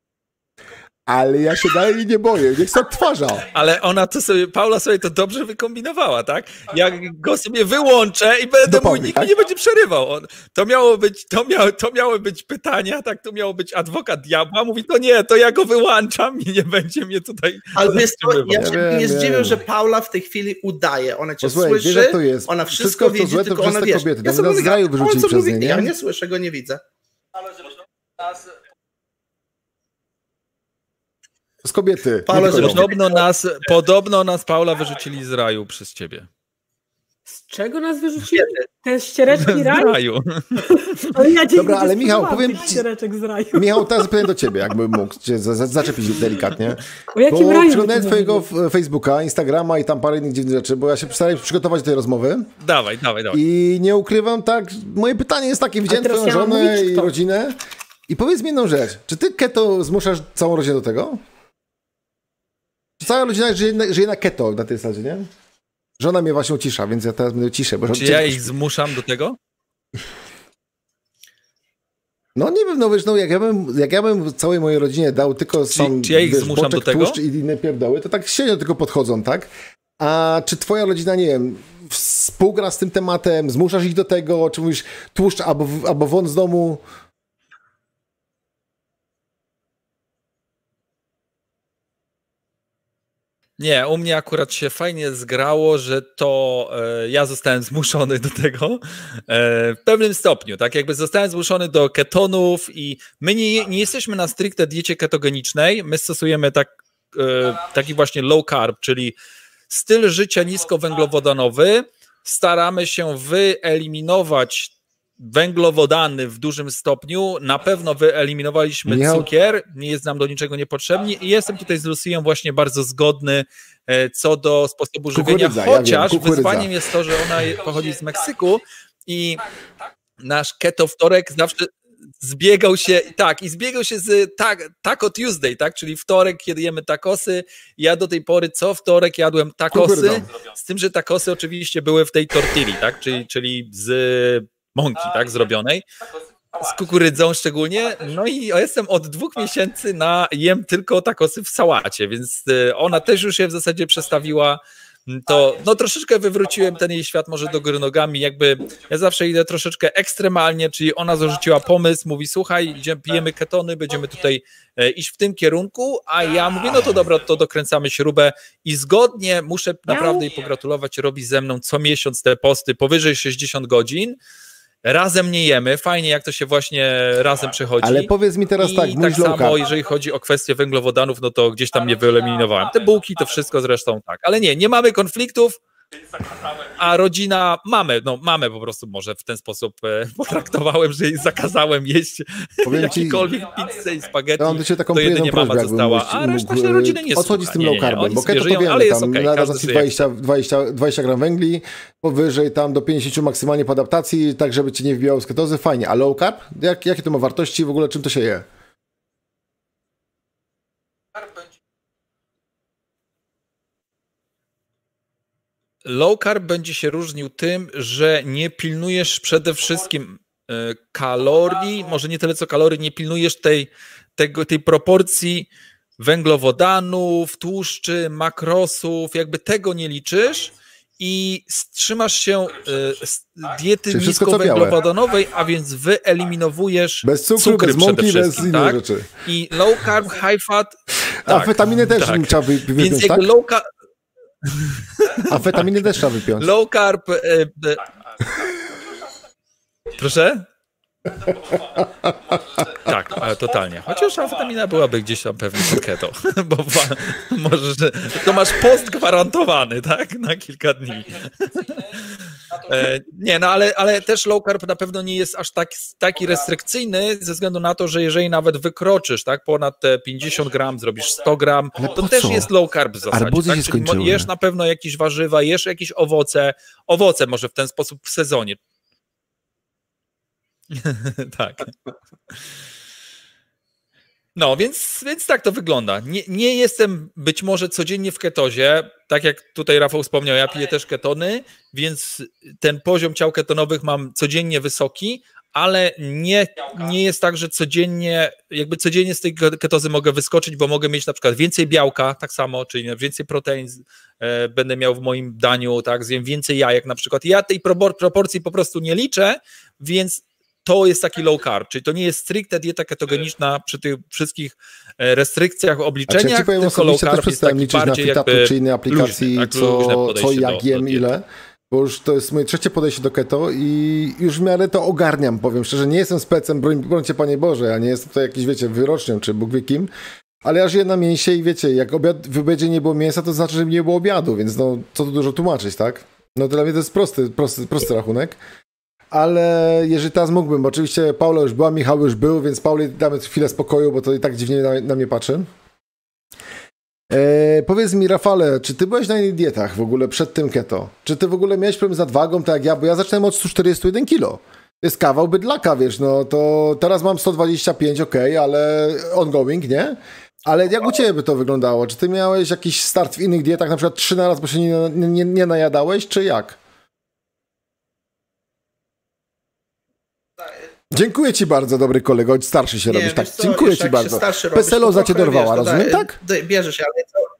Ale ja się dalej nie boję, niech się odtwarza. Ale ona to sobie, Paula sobie to dobrze wykombinowała, tak? Ja go sobie wyłączę i będę mój, nikt tak? nie będzie przerywał. On, to miało być, to miało, to miały być pytania, tak? To miało być adwokat diabła. Mówi, to nie, to ja go wyłączam i nie będzie mnie tutaj... Ale wiesz co, ja się ja nie zdziwię, że Paula w tej chwili udaje. Ona cię Posłuchaj, słyszy, wiesz, to jest. Ona wszystko, wszystko widzi, złe, tylko ona wie. Kobiety. Ja sobie mówię, wyrzucili przez nie, nie? Ja nie słyszę go, nie widzę. Z kobiety. Paula, podobno, nas, podobno nas, Paula, wyrzucili z raju przez ciebie. Z czego nas wyrzucili? Te ściereczki raju? raju. Ale ja Dobra, ale Michał, powiem ci... ściereczek z raju. Michał, teraz pytanie do ciebie, jakbym mógł cię zaczepić delikatnie. O jakim bo raju? Przeglądałem twojego Facebooka, Instagrama i tam parę innych dziwnych rzeczy, bo ja się starałem przygotować do tej rozmowy. Dawaj, dawaj, dawaj. I nie ukrywam, tak, moje pytanie jest takie, widziałem twoją ja żonę i rodzinę i powiedz mi jedną rzecz, czy ty keto zmuszasz całą rodzinę do tego? Czy cała rodzina żyje na, żyje na keto na tej zasadzie, nie? Żona mnie właśnie ucisza, więc ja teraz będę ciszę. Bo czy ja ich zmuszam do tego? No nie wiem, no wiesz, no jak ja bym, jak ja bym całej mojej rodzinie dał tylko czy, sam, czy ja ich wiesz, zmuszam boczek, do tego? tłuszcz i inne pierdoły, to tak średnio tylko podchodzą, tak? A czy twoja rodzina, nie wiem, współgra z tym tematem, zmuszasz ich do tego, czy mówisz tłuszcz albo, albo won z domu? Nie, u mnie akurat się fajnie zgrało, że to e, ja zostałem zmuszony do tego e, w pewnym stopniu, tak? Jakby zostałem zmuszony do ketonów i my nie, nie jesteśmy na stricte diecie ketogenicznej, my stosujemy tak, e, taki właśnie low carb, czyli styl życia niskowęglowodanowy, staramy się wyeliminować węglowodany w dużym stopniu, na pewno wyeliminowaliśmy Michał... cukier, nie jest nam do niczego niepotrzebny i jestem tutaj z Lucyją właśnie bardzo zgodny co do sposobu żywienia, kukurydza, chociaż ja wiem, wyzwaniem jest to, że ona pochodzi z Meksyku i nasz keto wtorek zawsze zbiegał się, tak, i zbiegał się z tak, Taco Tuesday, tak, czyli wtorek, kiedy jemy tacosy. Ja do tej pory co wtorek jadłem tacosy, kukurydza. Z tym, że tacosy oczywiście były w tej tortilli, tak, czyli, czyli z mąki, tak, zrobionej, z kukurydzą szczególnie, no i ja jestem od dwóch miesięcy na jem tylko tacosy w sałacie, więc ona też już się w zasadzie przestawiła, to no troszeczkę wywróciłem ten jej świat może do góry nogami, jakby ja zawsze idę troszeczkę ekstremalnie, czyli ona zarzuciła pomysł, mówi słuchaj, idziemy, pijemy ketony, będziemy tutaj e, iść w tym kierunku, a ja mówię, no to dobra, to dokręcamy śrubę i zgodnie, muszę naprawdę jej pogratulować, robi ze mną co miesiąc te posty powyżej sześćdziesiąt godzin, razem nie jemy, fajnie jak to się właśnie razem przechodzi. Ale powiedz mi teraz i tak, tak samo carb. jeżeli chodzi o kwestię węglowodanów, no to gdzieś tam nie wyeliminowałem. Te bułki, to wszystko zresztą tak. Ale nie, nie mamy konfliktów, a rodzina mamy, no mamy po prostu może w ten sposób e, potraktowałem, że jej zakazałem jeść Powiem jakikolwiek pizzę i spaghetti, ja mam do ciebie taką to jedynie mama prośbę, została, a reszta się rodziny nie o co chodzi z tym low carbem? Bo keto to wiemy, ale jest tam okej, na każdy racji sobie dwadzieścia, dwadzieścia, dwadzieścia gram węgli, powyżej tam do pięćdziesiąt maksymalnie po adaptacji, tak żeby cię nie wbijało z ketozy, fajnie, a low carb? Jak, jakie to ma wartości, w ogóle czym to się je? Low carb będzie się różnił tym, że nie pilnujesz przede wszystkim kalorii, może nie tyle co kalorii, nie pilnujesz tej, tego, tej proporcji węglowodanów, tłuszczy, makrosów, jakby tego nie liczysz i trzymasz się diety niskowęglowodanowej, a więc wyeliminowujesz bez cukru, cukry bez mąki, bez innych tak? rzeczy. I low carb, high fat. Tak, amfetaminę też tak. trzeba wy, wypiąć, więc tak? Low carb... Amfetaminę też trzeba wypiąć. Low carb... E, e... Proszę? Tak, totalnie. Chociaż amfetamina byłaby gdzieś tam pewnie pod keto, bo może, to masz post gwarantowany, tak? Na kilka dni. E, nie, no ale, ale też low carb na pewno nie jest aż tak, taki restrykcyjny ze względu na to, że jeżeli nawet wykroczysz, tak, ponad te pięćdziesiąt gram, zrobisz sto gram, ale to też co? Jest low carb w zasadzie. Arbuzy tak? się skończyły. Jesz na pewno jakieś warzywa, jesz jakieś owoce, owoce może w ten sposób w sezonie. Tak. No, więc, więc tak to wygląda. Nie, nie jestem być może codziennie w ketozie, tak jak tutaj Rafał wspomniał, ja piję też ketony, więc ten poziom ciał ketonowych mam codziennie wysoki, ale nie, nie jest tak, że codziennie, jakby codziennie z tej ketozy mogę wyskoczyć, bo mogę mieć na przykład więcej białka, tak samo, czyli więcej protein e, będę miał w moim daniu, tak, zjem więcej jajek na przykład. Ja tej proporcji po prostu nie liczę, więc to jest taki low carb, czyli to nie jest stricte dieta ketogeniczna przy tych wszystkich restrykcjach, obliczeniach, ja powiem, tylko low carb jest taki bardziej na jakby czy innej aplikacji, luźny, tak, co, co jak jem, do ile, bo już to jest moje trzecie podejście do keto i już w miarę to ogarniam, powiem szczerze, nie jestem specem, broń, brońcie Panie Boże, ja nie jestem tutaj jakiś, wiecie, wyrocznią, czy Bóg wie kim, ale ja żyję na mięsie i wiecie, jak obiad, w obiedzie nie było mięsa, to znaczy, że nie było obiadu, więc no, co tu dużo tłumaczyć, tak? No dla mnie to jest prosty, prosty, prosty rachunek. Ale jeżeli teraz mógłbym, bo oczywiście Paula już była, Michał już był, więc Pauli damy chwilę spokoju, bo to i tak dziwnie na, na mnie patrzy. Eee, powiedz mi, Rafale, czy ty byłeś na innych dietach w ogóle przed tym keto? Czy ty w ogóle miałeś problem z nadwagą, tak jak ja? Bo ja zacząłem od sto czterdzieści jeden kilo. To jest kawał bydlaka, wiesz, no to teraz mam sto dwadzieścia pięć, okej, okay, ale ongoing, nie? Ale jak u ciebie by to wyglądało? Czy ty miałeś jakiś start w innych dietach, na przykład trzy na raz, bo się nie, nie, nie najadałeś, czy jak? Dziękuję ci bardzo, dobry kolego, starszy się nie, robisz, tak, co, dziękuję ci bardzo. Peselo za cię dorwała, rozumiem, wiesz, tak? Da, bierzesz się, ale co?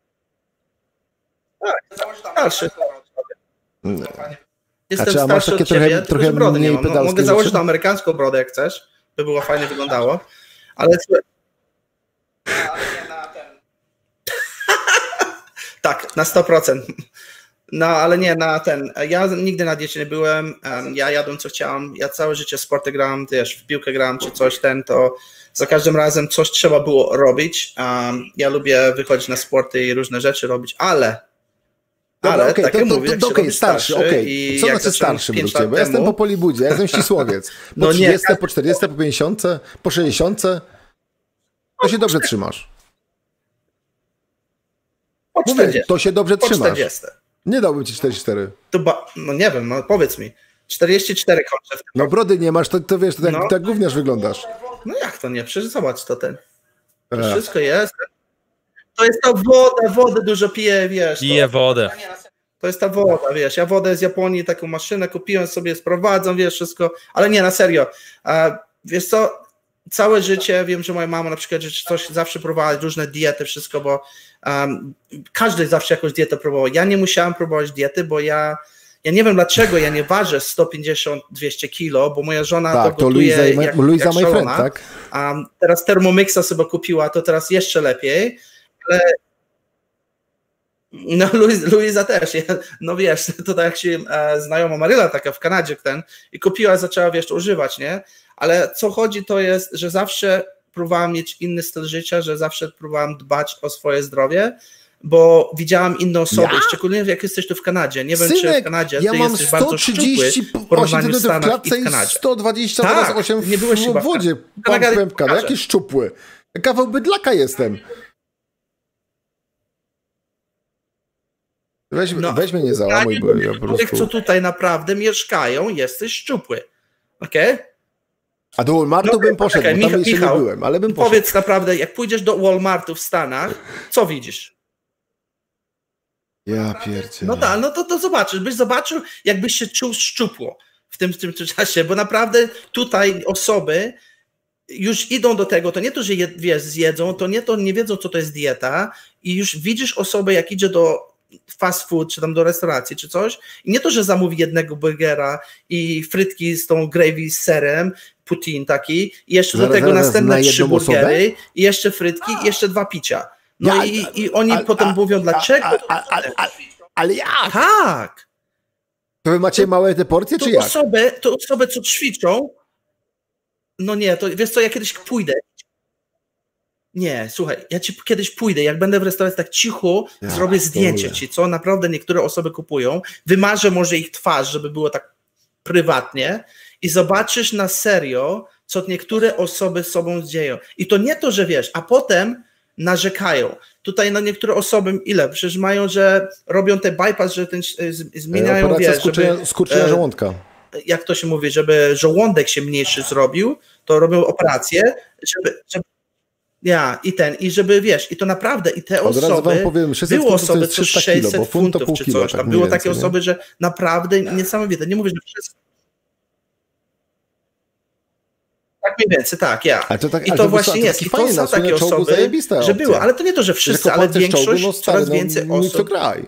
Tak, starszy. Hmm. Jestem a czy, a masz takie trochę, ciebie, trochę brody mniej nie mam. Mogę założyć tą amerykańską brodę, jak chcesz, by było fajnie wyglądało, ale... Tak, na sto procent. No, ale nie, na ten, ja nigdy na diecie nie byłem, um, ja jadłem co chciałem, ja całe życie w sporty grałem, wiesz, w piłkę grałem czy coś, ten, to za każdym razem coś trzeba było robić, um, ja lubię wychodzić na sporty i różne rzeczy robić, ale, Dobra, ale, okay, tak to, jak to, mówię, to, jak to, się okay, robi starszy, starszy okay. i Co jak znaczy starszy według ciebie? Bo ja jestem po polibudzie, ja jestem ścisłowiec, po no trzydziestce, nie, po czterdziestce, po pięćdziesiątce, po sześćdziesiątce, to się dobrze trzymasz. Po Mówię, to się dobrze po trzymasz. czterdzieści. Nie dałbym ci czterdzieści cztery. To ba... No nie wiem, no powiedz mi. czterdzieści cztery kończę. W tym no brody nie masz, to, to wiesz, to tak, no. tak gówniarz wyglądasz. No jak to nie? Przecież zobacz to ten. To Ech. Wszystko jest. To jest ta woda, wodę dużo piję, wiesz. Piję wodę. To jest ta woda, wiesz. Ja wodę z Japonii, taką maszynę kupiłem sobie, sprowadzam, wiesz, wszystko. Ale nie, na serio. A, wiesz co, całe życie, wiem, że moja mama na przykład, że coś zawsze próbowała, różne diety, wszystko, bo um, każdy zawsze jakąś dietę próbował. Ja nie musiałem próbować diety, bo ja Ja nie wiem dlaczego, ja nie ważę sto pięćdziesiąt do dwustu kilo, bo moja żona tak, to gotuje to Luisa, jak, Luisa jak szalona. Friend, tak? Um, teraz Thermomixa sobie kupiła, to teraz jeszcze lepiej. Ale... No Luisa też. Ja, no wiesz, to tak jak się e, znajoma Maryla taka w Kanadzie ten i kupiła, zaczęła wiesz używać, nie? Ale co chodzi to jest, że zawsze próbowałam mieć inny styl życia, że zawsze próbowałam dbać o swoje zdrowie, bo widziałam inne osoby, ja? szczególnie jak jesteś tu w Kanadzie. Nie wiem, Synek, czy w Kanadzie ja ty mam jesteś bardzo szczupły w porównaniu z Stanach i w Kanadzie. sto dwadzieścia tak, osiem w, nie byłeś w, chyba w wodzie. Pan Pępka, no jaki szczupły. Kawał bydlaka jestem. Weź, no, weź mnie nie załamuj, bo ja po prostu... Tych, co tutaj naprawdę mieszkają, jesteś szczupły. Okej? Okay? A do Walmartu no, bym poszedł, okay, bo tam Michał, jeszcze nie byłem, ale bym poszedł. Powiedz naprawdę, jak pójdziesz do Walmartu w Stanach, co widzisz? Ja pierdzie. No tak, no to, to zobaczysz, byś zobaczył, jakbyś się czuł szczupło w tym, w tym czasie, bo naprawdę tutaj osoby już idą do tego, to nie to, że je, wiesz, zjedzą, to nie to, nie wiedzą, co to jest dieta i już widzisz osobę, jak idzie do fast food, czy tam do restauracji, czy coś i nie to, że zamówi jednego burgera i frytki z tą gravy z serem, poutine taki i jeszcze zaraz, do tego zaraz, następne na trzy burgery osobę? I jeszcze frytki i jeszcze dwa picia. No ja, i, i oni a, potem a, mówią, dlaczego? A, a, a, a, a, ale jak? Tak. To wy macie to, małe te porcje, to czy jak? Osoby, to osoby, co ćwiczą, no nie, to wiesz co, ja kiedyś pójdę. Nie, słuchaj, ja ci kiedyś pójdę, jak będę w restauracji tak cicho, ja, zrobię zdjęcie ci, co naprawdę niektóre osoby kupują, wymarzę może ich twarz, żeby było tak prywatnie i zobaczysz na serio, co niektóre osoby z sobą dzieją. I to nie to, że wiesz, a potem narzekają. Tutaj na niektóre osoby, ile? Przecież mają, że robią te bypass, że ten, zmieniają, operacja wiesz, skurczenia, żeby, skurczenia żołądka. Jak to się mówi, żeby żołądek się mniejszy zrobił, to robią operację, żeby, żeby ja, i ten, i żeby, wiesz, i to naprawdę, i te Od osoby, wam powiem, było osoby, co sześćset kilo, funtów czy coś, tam tak było więcej, takie nie? osoby, że naprawdę niesamowite, nie mówię, że wszystko. Tak mniej więcej, tak, ja. To tak, I to właśnie to jest, i to są takie osoby, że było, ale to nie to, że wszyscy, ale większość, czołgu, no stary, coraz no, więcej no, osób. To kraj.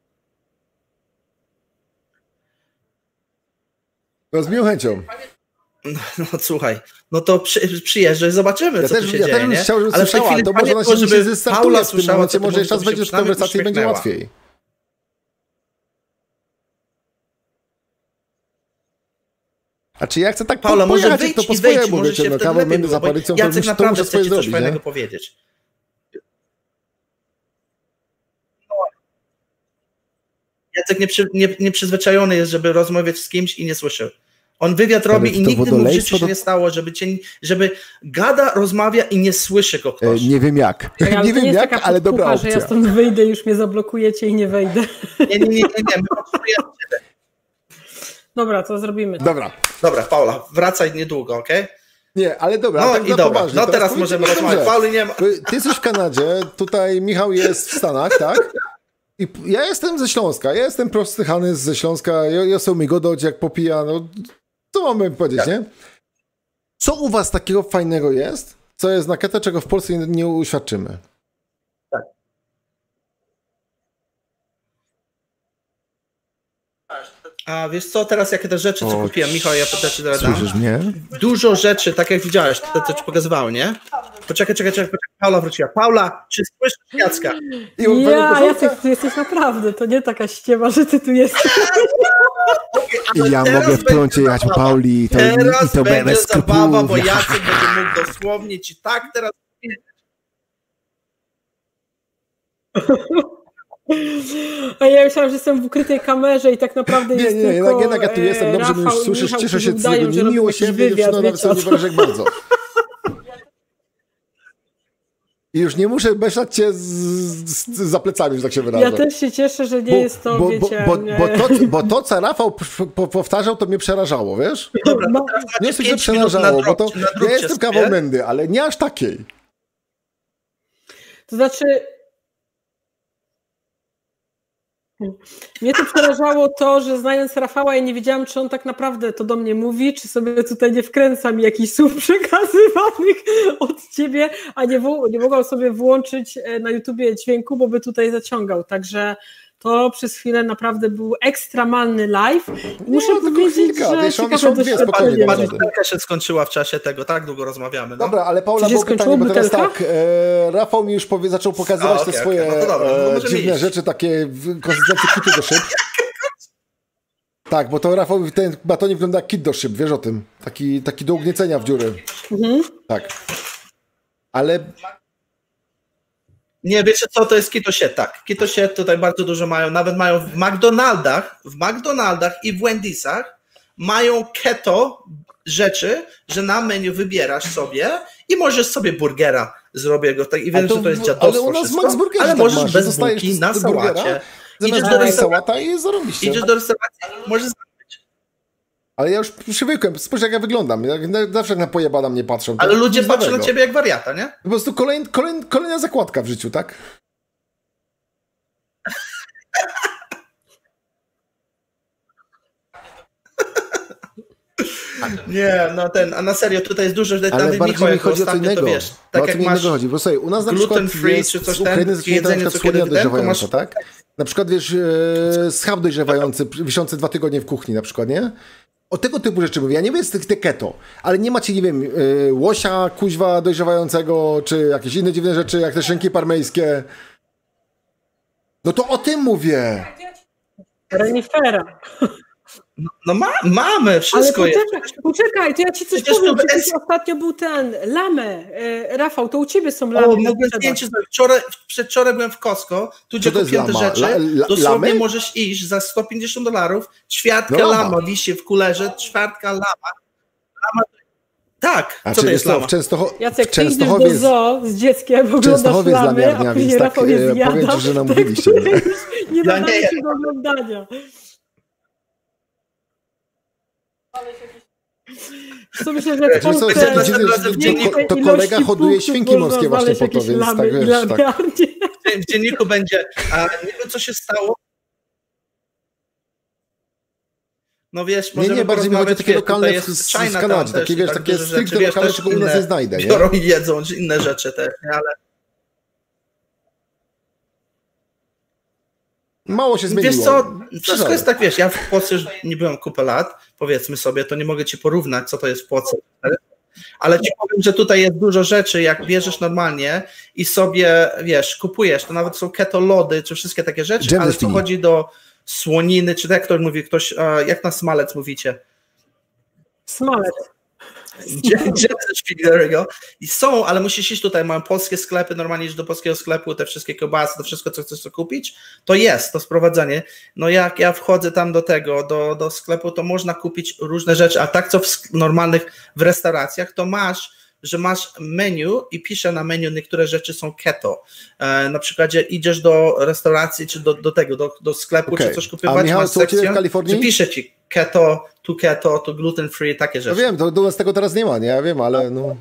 No z miłą chęcią. No, no słuchaj, no to przy, przyjeżdżaj, zobaczymy, ja co też, tu się ja dzieje, też bym nie? chciał, żeby ale słyszała, to może ona się, się zestartuje w tym momencie, może jeszcze raz wejdziesz w konwersację i będzie łatwiej. A czy ja chcę tak Paula, pojechać, może wyjdź to po i wejdź, może wiecie, się no wtedy kawę lepiej będę było, za palicją, to, Jacek to naprawdę muszę swoje chce ci coś zrobić, fajnego nie? powiedzieć. Jacek nieprzy, nie, nieprzyzwyczajony jest, żeby rozmawiać z kimś i nie słyszy. On wywiad robi i nigdy mu w życiu się to... nie stało, żeby, cię, żeby gada, rozmawia i nie słyszy go ktoś. E, nie wiem jak. Ja, nie wiem jak, ale dobra pucha, opcja. że ja stąd wyjdę, już mnie zablokujecie i nie wejdę. Nie, nie, nie, nie, nie. My potrzebujemy ciebie. Dobra, to zrobimy. Dobra. Dobra, Paula, wracaj niedługo, okej? Okay? Nie, ale dobra. No tak i dobra, poważnie. no teraz, teraz możemy rozmawiać. Pauli nie ma. Ty jesteś w Kanadzie, tutaj Michał jest w Stanach, tak? I ja jestem ze Śląska, ja jestem prostychany ze Śląska, ja, ja sobie mi go dodać jak popija, no co mamy powiedzieć, tak. Nie? Co u was takiego fajnego jest, co jest na keto, czego w Polsce nie, nie uświadczymy? Tak. A wiesz co, teraz jakie te rzeczy, co o, kupiłem, Michał, ja też ci teraz dam. Słyszysz mnie? Dużo rzeczy, tak jak widziałeś, to, to ci pokazywało, nie? Poczekaj, czekaj, czekaj, poczekaj, Paula wróciła. Paula, czy słyszysz Jacka? Ja, Jacek, ty jesteś naprawdę, to nie taka ściema, że ty tu jesteś. I ja mogę wtrącić jechać po Pauli i to, teraz i to będzie zabawa, bo ja. Jacek będzie mógł dosłownie ci tak teraz... A ja myślałam, że jestem w ukrytej kamerze i tak naprawdę nie, jest nie, nie, tylko jednak ja tu jestem, dobrze mnie już słyszysz, cieszę się z tego niemiło siebie, dziewczyno, nawet sobie nie wyobrażę jak bardzo. I już nie muszę beszać cię z, z, za plecami, że tak się wyrażę. Ja też się cieszę, że nie bo, jest to, bo, wiecie... Bo, bo, bo, to, bo to, co Rafał powtarzał, to mnie przerażało, wiesz? Dobra, no, nie jest, że przerażało, bo to ja jestem kawał mędy, ale nie aż takiej. To znaczy... Mnie to przerażało to, że znając Rafała, ja nie wiedziałam, czy on tak naprawdę to do mnie mówi, czy sobie tutaj nie wkręca mi jakichś słów przekazywanych od ciebie, a nie, w, nie mogłam sobie włączyć na YouTubie dźwięku, bo by tutaj zaciągał. Także to przez chwilę naprawdę był ekstremalny live. I muszę no, powiedzieć, chwilka, że wiesz, ciekawe doświadczenie. Butelka się skończyła w czasie tego, tak długo rozmawiamy. No? Dobra, ale Paula, było pytanie, bo teraz tak, e, Rafał mi już powie, zaczął pokazywać a, okay, te swoje okay. no dobra, no e, dziwne iść. rzeczy, takie konsystencji kitu do szyb. Tak, bo to Rafał, ten batonik wygląda jak kit do szyb, wiesz o tym. Taki, taki do ugniecenia w dziury. Mhm. Tak. Ale... Nie, wiecie co, to jest keto shit, tak. Keto shit tutaj bardzo dużo mają, nawet mają w McDonaldach, w McDonaldach i w Wendysach mają keto rzeczy, że na menu wybierasz sobie i możesz sobie burgera zrobić go, tak, i wiem, to, że to jest dziadostwo ale u nas wszystko, Max Burgerze ale tak możesz masz, bez bułki na sałacie. Idziesz do restauracji, i zarobiście. Idziesz do restauracji, możesz ale ja już przywykłem, spójrz jak ja wyglądam, jak zawsze jak na pojebana mnie patrzą. Ale ludzie patrzą na ciebie jak wariata, nie? Po prostu kolejn, kolejn, kolejna zakładka w życiu, tak? Nie, no ten, a na serio, tutaj jest dużo, że ale bardziej mi chodzi o co innego. To wiesz, tak no, jak masz chodzi, bo słuchaj, u nas na przykład free, czy coś z Ukrainy zaczyna na przykład słonia dojrzewająca, masz... tak? Na przykład, wiesz, e, schab dojrzewający, wiszący dwa tygodnie w kuchni na przykład, nie? O tego typu rzeczy mówię. Ja nie wiem, jest te keto, ale nie macie, nie wiem, e, łosia, kuźwa dojrzewającego, czy jakieś inne dziwne rzeczy, jak te szynki parmejskie. No to o tym mówię. Renifera. No, no ma, mamy, wszystko ale poczekaj, jest. Poczekaj, to ja ci coś Przecież powiem. jest... Ostatnio był ten, lamę. E, Rafał, to u ciebie są lamy. O, mogę zdjęcie zrobić. Wczoraj, przedwczoraj byłem w Costco, tu gdzie kupiłem te rzeczy. La, la, dosłownie lamy? Możesz iść za sto pięćdziesiąt dolarów, ćwiartka no, lama wisi w kulerze, ćwiartka lama. lama. Tak, a co to jest lama? W Częstocho... Jacek, w Częstochowie ty idziesz do zoo z dzieckiem, oglądasz lamy, a później tak, Rafał je zjada. Powiem ci, że nam mówiliście. Nie nadaje się do oglądania. To myślę, że w Polsce to kolega hoduje świnki morskie właśnie po to, więc tak wiesz. Tak. W dzienniku będzie, a nie wiem co się stało. No wiesz, nie, nie, bardziej mi chodzi o takie lokalne z, z Kanady, takie wiesz, takie stricte lokalne, czego u nas nie znajdę. Biorą i jedzą, czy inne rzeczy też, ale... Mało się zmieniło. Wiesz co, wszystko jest tak, wiesz, ja w Polsce już nie byłem kupę lat, powiedzmy sobie, to nie mogę ci porównać, co to jest w Polsce, ale ci powiem, że tutaj jest dużo rzeczy, jak bierzesz normalnie i sobie, wiesz, kupujesz, to nawet są keto lody, czy wszystkie takie rzeczy, Gender ale co chodzi do słoniny, czy jak ktoś mówi, ktoś, jak na smalec mówicie? Smalec. there we go. I są, ale musisz iść tutaj, mam polskie sklepy, normalnie iść do polskiego sklepu, te wszystkie kiełbasy, to wszystko, co chcesz kupić, to jest, to sprowadzenie. No jak ja wchodzę tam do tego, do, do sklepu, to można kupić różne rzeczy, a tak co w normalnych, w restauracjach, to masz że masz menu i pisze na menu, niektóre rzeczy są keto. E, na przykład idziesz do restauracji, czy do, do tego, do, do sklepu, okay. czy coś kupować, a Michał, masz sekcję, w Kalifornii? że pisze ci keto, tu keto, tu gluten free, takie rzeczy. No wiem, to, to u nas tego teraz nie ma, nie? Ja wiem, ale no...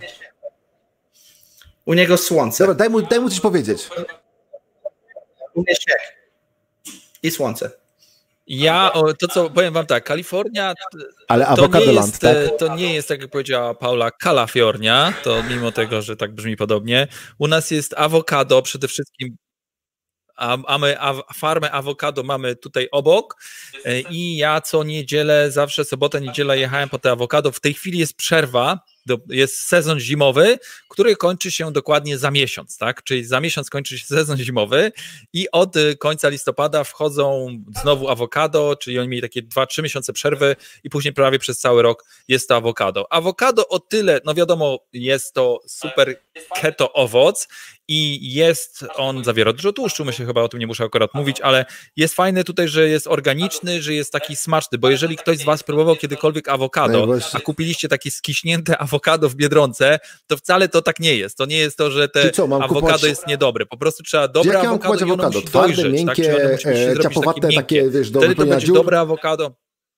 U niego słońce. Dobra, daj mu, daj mu coś powiedzieć. U mnie śnieg i słońce. Ja, to co powiem wam tak, Kalifornia ale to, nie land, jest, tak? to nie jest, tak jak powiedziała Paula, Kalafiornia, to mimo tego, że tak brzmi podobnie. U nas jest awokado przede wszystkim, a, a my a, farmę awokado mamy tutaj obok i ja co niedzielę, zawsze sobotę, niedzielę jechałem po te awokado. W tej chwili jest przerwa, jest sezon zimowy, który kończy się dokładnie za miesiąc, tak? Czyli za miesiąc kończy się sezon zimowy i od końca listopada wchodzą znowu awokado, czyli oni mieli takie dwa trzy miesiące przerwy i później prawie przez cały rok jest to awokado. Awokado o tyle, no wiadomo, jest to super keto owoc i jest on, zawiera dużo tłuszczu, myślę, chyba o tym nie muszę akurat mówić, ale jest fajne tutaj, że jest organiczny, że jest taki smaczny, bo jeżeli ktoś z was próbował kiedykolwiek awokado, a kupiliście takie skiśnięte awokado w Biedronce, to wcale to tak nie jest. To nie jest to, że te co, awokado kupować... jest niedobre. Po prostu trzeba dobre awokado i ono musi twarde, dojrzeć. miękkie, tak? Musi się e, ciapowate, takie, takie, wiesz, do Wtedy to będzie dziur. dobre awokado.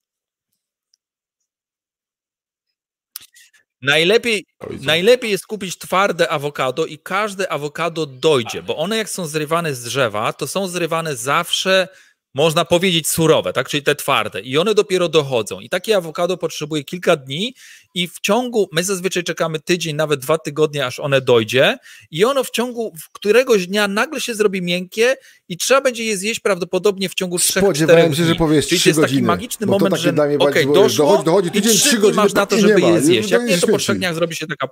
Najlepiej, najlepiej jest kupić twarde awokado i każde awokado dojdzie, bo one jak są zrywane z drzewa, to są zrywane zawsze, można powiedzieć, surowe, tak, czyli te twarde i one dopiero dochodzą i takie awokado potrzebuje kilka dni i w ciągu, my zazwyczaj czekamy tydzień, nawet dwa tygodnie, aż one dojdzie i ono w ciągu któregoś dnia nagle się zrobi miękkie i trzeba będzie je zjeść prawdopodobnie w ciągu trzech czterech dni. Spodziewałem się, że powiesz czyli trzy to jest taki godziny, magiczny moment, że okej, okay, doszło doszło dochodzi tydzień, i trzy trzy dni godziny masz na to, żeby nie je zjeść. Jak nie, to po śmieci. trzech dniach zrobi się taka...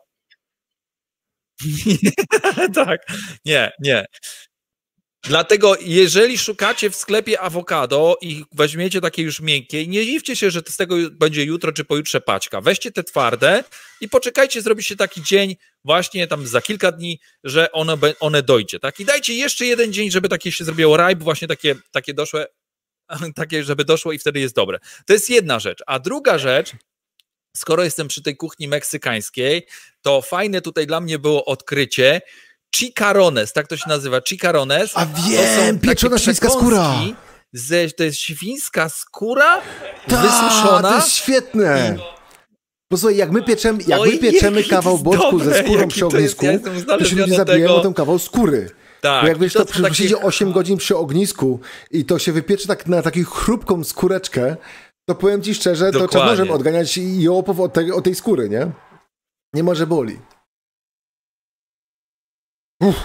tak, nie, nie. Dlatego jeżeli szukacie w sklepie awokado i weźmiecie takie już miękkie, nie dziwcie się, że z tego będzie jutro czy pojutrze paczka. Weźcie te twarde i poczekajcie, zrobi się taki dzień właśnie tam za kilka dni, że one, one dojdzie. Tak? I dajcie jeszcze jeden dzień, żeby takie się zrobiło rajb, właśnie takie, takie doszłe, takie, żeby doszło i wtedy jest dobre. To jest jedna rzecz. A druga rzecz, skoro jestem przy tej kuchni meksykańskiej, to fajne tutaj dla mnie było odkrycie chicharrones, tak to się nazywa, chicharrones. A wiem, pieczona świńska skóra. Ze, to jest świńska skóra Ta, wysuszona. To jest świetne. Posłuchaj, jak my pieczemy, jak my pieczemy kawał boczku ze skórą przy ognisku, to, jest, ja to się ludzie zabijają o ten kawał skóry. Tak, bo jak wiesz, to, to przy, takie... osiem godzin przy ognisku i to się wypieczy tak na taką chrupką skóreczkę, to powiem ci szczerze, Dokładnie. to trzeba nożem odganiać jołopów od tej, od tej skóry, nie? Nie może boli. Uff.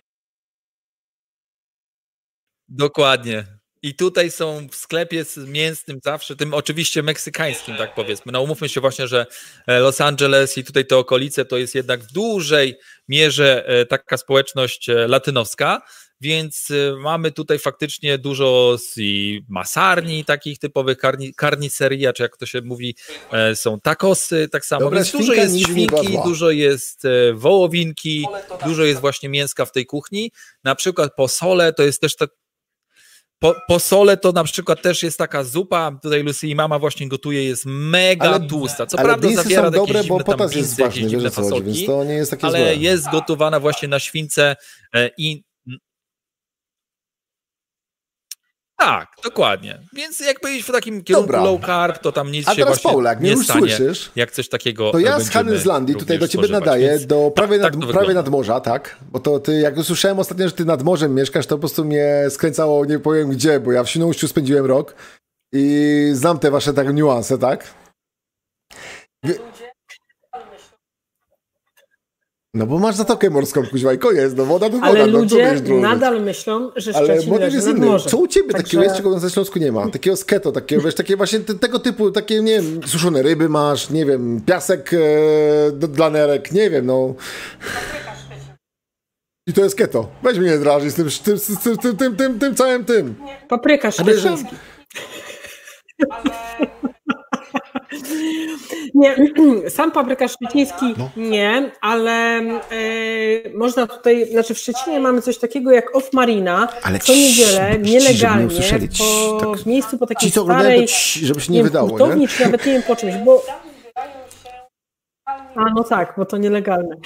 Dokładnie. I tutaj są w sklepie mięsnym zawsze, tym oczywiście meksykańskim, tak powiedzmy. No umówmy się właśnie, że Los Angeles i tutaj te okolice to jest jednak w dużej mierze taka społeczność latynowska, więc mamy tutaj faktycznie dużo i masarni, takich typowych karni, karniceria, czy jak to się mówi, są tacosy, tak samo. Dobra, więc dużo jest świnki, dużo jest wołowinki, dużo jest właśnie mięska w tej kuchni. Na przykład posole to jest też ta Po, posole to na przykład też jest taka zupa, tutaj Lucy i mama właśnie gotuje, jest mega ale, tłusta. Co ale prawda zawiera są takie dobre, dziwne bo potas tam jest binsy, ważny, dziwne wiesz, fasolki, więc to nie jest takie ale złe. jest gotowana właśnie na śwince i tak, dokładnie. Więc jakby iść w takim kierunku Dobra. low carb, to tam nic A się właśnie Paula, jak nie już stanie, słyszysz, jak coś takiego to ja z Handelslandii tutaj do ciebie spożywać. nadaję, Więc do prawie, tak, nad, tak prawie nad morza, tak? Bo to ty, jak usłyszałem ostatnio, że ty nad morzem mieszkasz, to po prostu mnie skręcało, nie powiem gdzie, bo ja w Świnoujściu spędziłem rok i znam te wasze tak niuanse, tak? Wie... No bo masz Zatokę Morską, kuźwa, i koniec, no woda to woda. Ale no, ludzie nadal myślą, że Szczecin Ale leży jest nad inny. morzem. Co u ciebie Także... takiego jest, czego na Śląsku nie ma? Takiego sketo, takiego, wiesz, takie właśnie te, tego typu, takie, nie wiem, suszone ryby masz, nie wiem, piasek e, dla nerek, nie wiem, no. I to jest keto. Weź mnie nie drażni z tym, tym, tym, tym, tym, tym, tym całym tym. Papryka szczeciński. Nie, sam paprykarz szczeciński no. nie, ale e, można tutaj, znaczy w Szczecinie mamy coś takiego jak off marina, ale co niedzielę nielegalnie nie po, tak, w miejscu po takiej starej, ci, żeby się nie, nie wydało, hurtowni, nie? czy nawet nie wiem po czymś, bo a no tak, bo to nielegalne.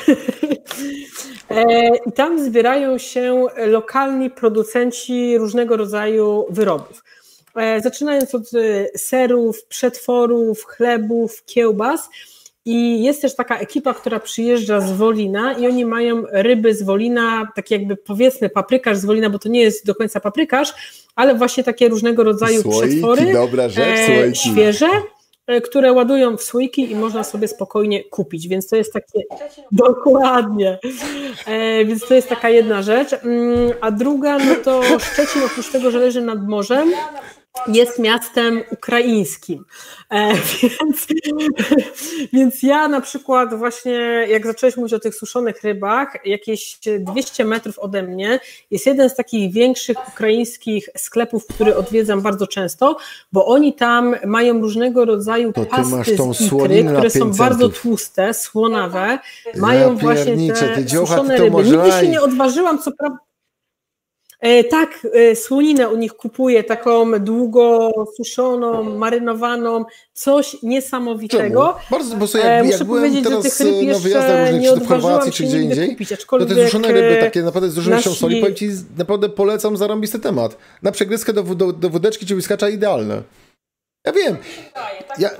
I tam zbierają się lokalni producenci różnego rodzaju wyrobów. Zaczynając od serów, przetworów, chlebów, kiełbas. I jest też taka ekipa, która przyjeżdża z Wolina i oni mają ryby z Wolina, tak jakby powiedzmy paprykarz z Wolina, bo to nie jest do końca paprykarz, ale właśnie takie różnego rodzaju słoiki, przetwory, dobra rzecz, e, świeże, które ładują w słoiki i można sobie spokojnie kupić, więc to jest takie, dokładnie, e, więc to jest taka jedna rzecz, a druga, no to Szczecin oprócz tego, że leży nad morzem, jest miastem ukraińskim, e, więc, więc ja na przykład właśnie jak zacząłeś mówić o tych suszonych rybach, jakieś dwieście metrów ode mnie jest jeden z takich większych ukraińskich sklepów, który odwiedzam bardzo często, bo oni tam mają różnego rodzaju to pasty z ikry, które są bardzo tłuste, słonawe, mają ja właśnie te suszone ryby. Nigdy się nie odważyłam, co prawda. E, tak, e, słoninę u nich kupuję, taką długo suszoną, marynowaną, coś niesamowitego. Czemu? Bardzo, bo sobie, jak, e, jak byłem powiedzieć, teraz że tych ryb na wyjazdach różnych, czy to w Chorwacji, czy gdzie indziej, kupić, to te suszone ryby takie naprawdę z dużą nasi... soli, powiem ci, naprawdę polecam zarąbisty temat. Na przegryzkę do, do, do wódeczki czy whiskacza idealne. Ja wiem. Ja...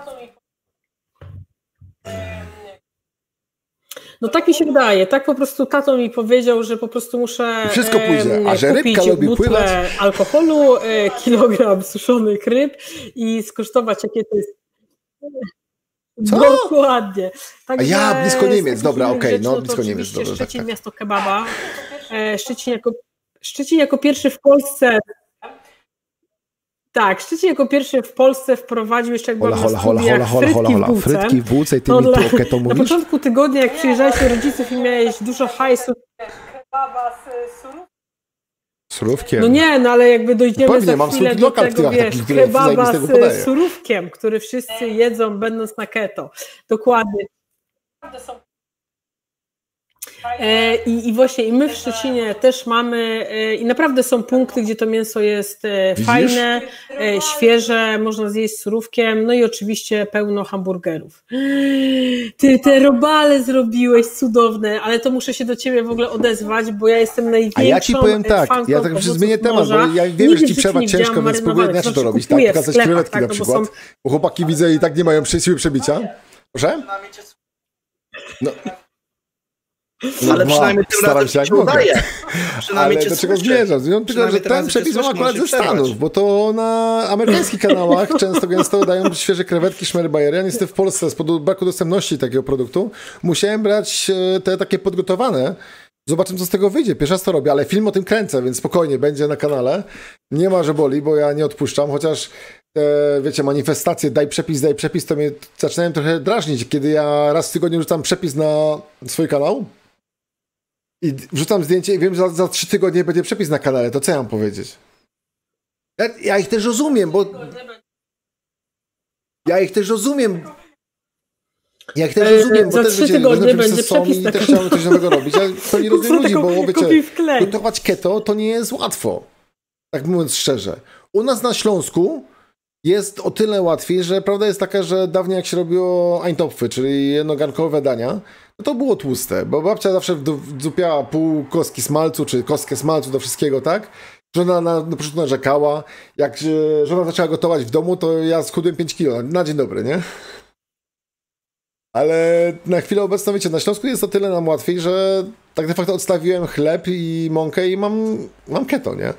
No tak mi się wydaje, tak po prostu tato mi powiedział, że po prostu muszę I wszystko pójdzie, a że kupić rybka lubi butlę pływać? alkoholu, kilogram suszonych ryb i skosztować jakie to jest... Co? Dokładnie. Także a ja blisko Niemiec, dobra, okej, okay, no blisko Niemiec. Dobra, Szczecin, tak, tak. Miasto kebaba. Szczecin jako, Szczecin jako pierwszy w Polsce... Tak, Szczecin jako pierwszy w Polsce wprowadził jeszcze jak byłam na studiach frytki w bułce. Frytki w bułce i ty mi tu okej to mówisz? Na początku tygodnia, jak przyjeżdżałeś do rodziców i miałeś dużo hajsu. Kebaba z surówkiem. Surówkiem? No nie, no ale jakby dojdziemy no pewnie, za chwilę do tego, wiesz, takich, kebaba z surówkiem, który wszyscy jedzą będąc na keto. Dokładnie. I, I właśnie i my w Szczecinie też mamy i naprawdę są punkty, gdzie to mięso jest Widzisz? fajne, świeże, można zjeść z surówkiem, no i oczywiście pełno hamburgerów. Ty te robale zrobiłeś cudowne, ale to muszę się do ciebie w ogóle odezwać, bo ja jestem największą A ja ci powiem tak, ja tak zmienię temat, bo ja wiem, że ci przerwać ciężko, więc spróbuję inaczej to robić, tak? Pokazać krewetki tak, na przykład, no bo, są... bo chłopaki widzę i tak nie mają siły przebicia. Proszę? No. No, ale przynajmniej tym staram się jak mogę. Ale do czego zmierzam? Zmierzam tylko, że ten przepis mam akurat ze Stanów, bo to na amerykańskich kanałach często gęsto dają świeże krewetki Schmerbayery. Ja niestety w Polsce z powodu braku dostępności takiego produktu musiałem brać te takie podgotowane. Zobaczymy, co z tego wyjdzie. Pierwszy raz to robię, ale film o tym kręcę, więc spokojnie, będzie na kanale. Nie ma, że boli, bo ja nie odpuszczam, chociaż te, wiecie, manifestacje, daj przepis, daj przepis, to mnie zaczynają trochę drażnić, kiedy ja raz w tygodniu rzucam przepis na swój kanał i wrzucam zdjęcie i wiem, że za, za trzy tygodnie będzie przepis na kanale, to co ja mam powiedzieć? Ja, ja ich też rozumiem, bo... Ja ich też rozumiem. Ja ich też rozumiem, bo za też trzy wiecie, tygodnie będzie są przepis i na też chciałem coś nowego robić. Ja to nie rozumiem ludzi, bo wiecie, gotować keto to nie jest łatwo. Tak mówiąc szczerze. U nas na Śląsku jest o tyle łatwiej, że prawda jest taka, że dawniej jak się robiło eintopfy, czyli jednogarnkowe dania, no to było tłuste, bo babcia zawsze wdupiała pół kostki smalcu, czy kostkę smalcu do wszystkiego, tak? Żona na, na początku narzekała. Jak żona zaczęła gotować w domu, to ja schudłem pięć kilo. Na dzień dobry, nie? Ale na chwilę obecną, wiecie, na Śląsku jest o tyle nam łatwiej, że tak de facto odstawiłem chleb i mąkę i mam, mam keto, nie?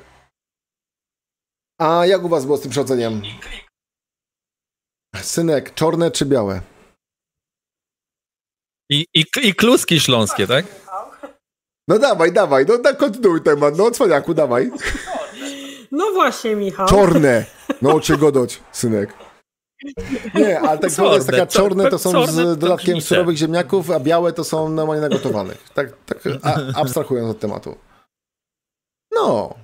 A jak u was było z tym przechodzeniem? Synek, czarne czy białe? I, i, i kluski śląskie, tak? No dawaj, dawaj, no, no kontynuuj temat, no cwaniaku, dawaj. No właśnie, Michał. Czarne, no czy godać, synek. Nie, ale tak naprawdę jest taka czarne to są z dodatkiem surowych ziemniaków, a białe to są normalnie nagotowanych. Tak, tak a, abstrahując od tematu. No.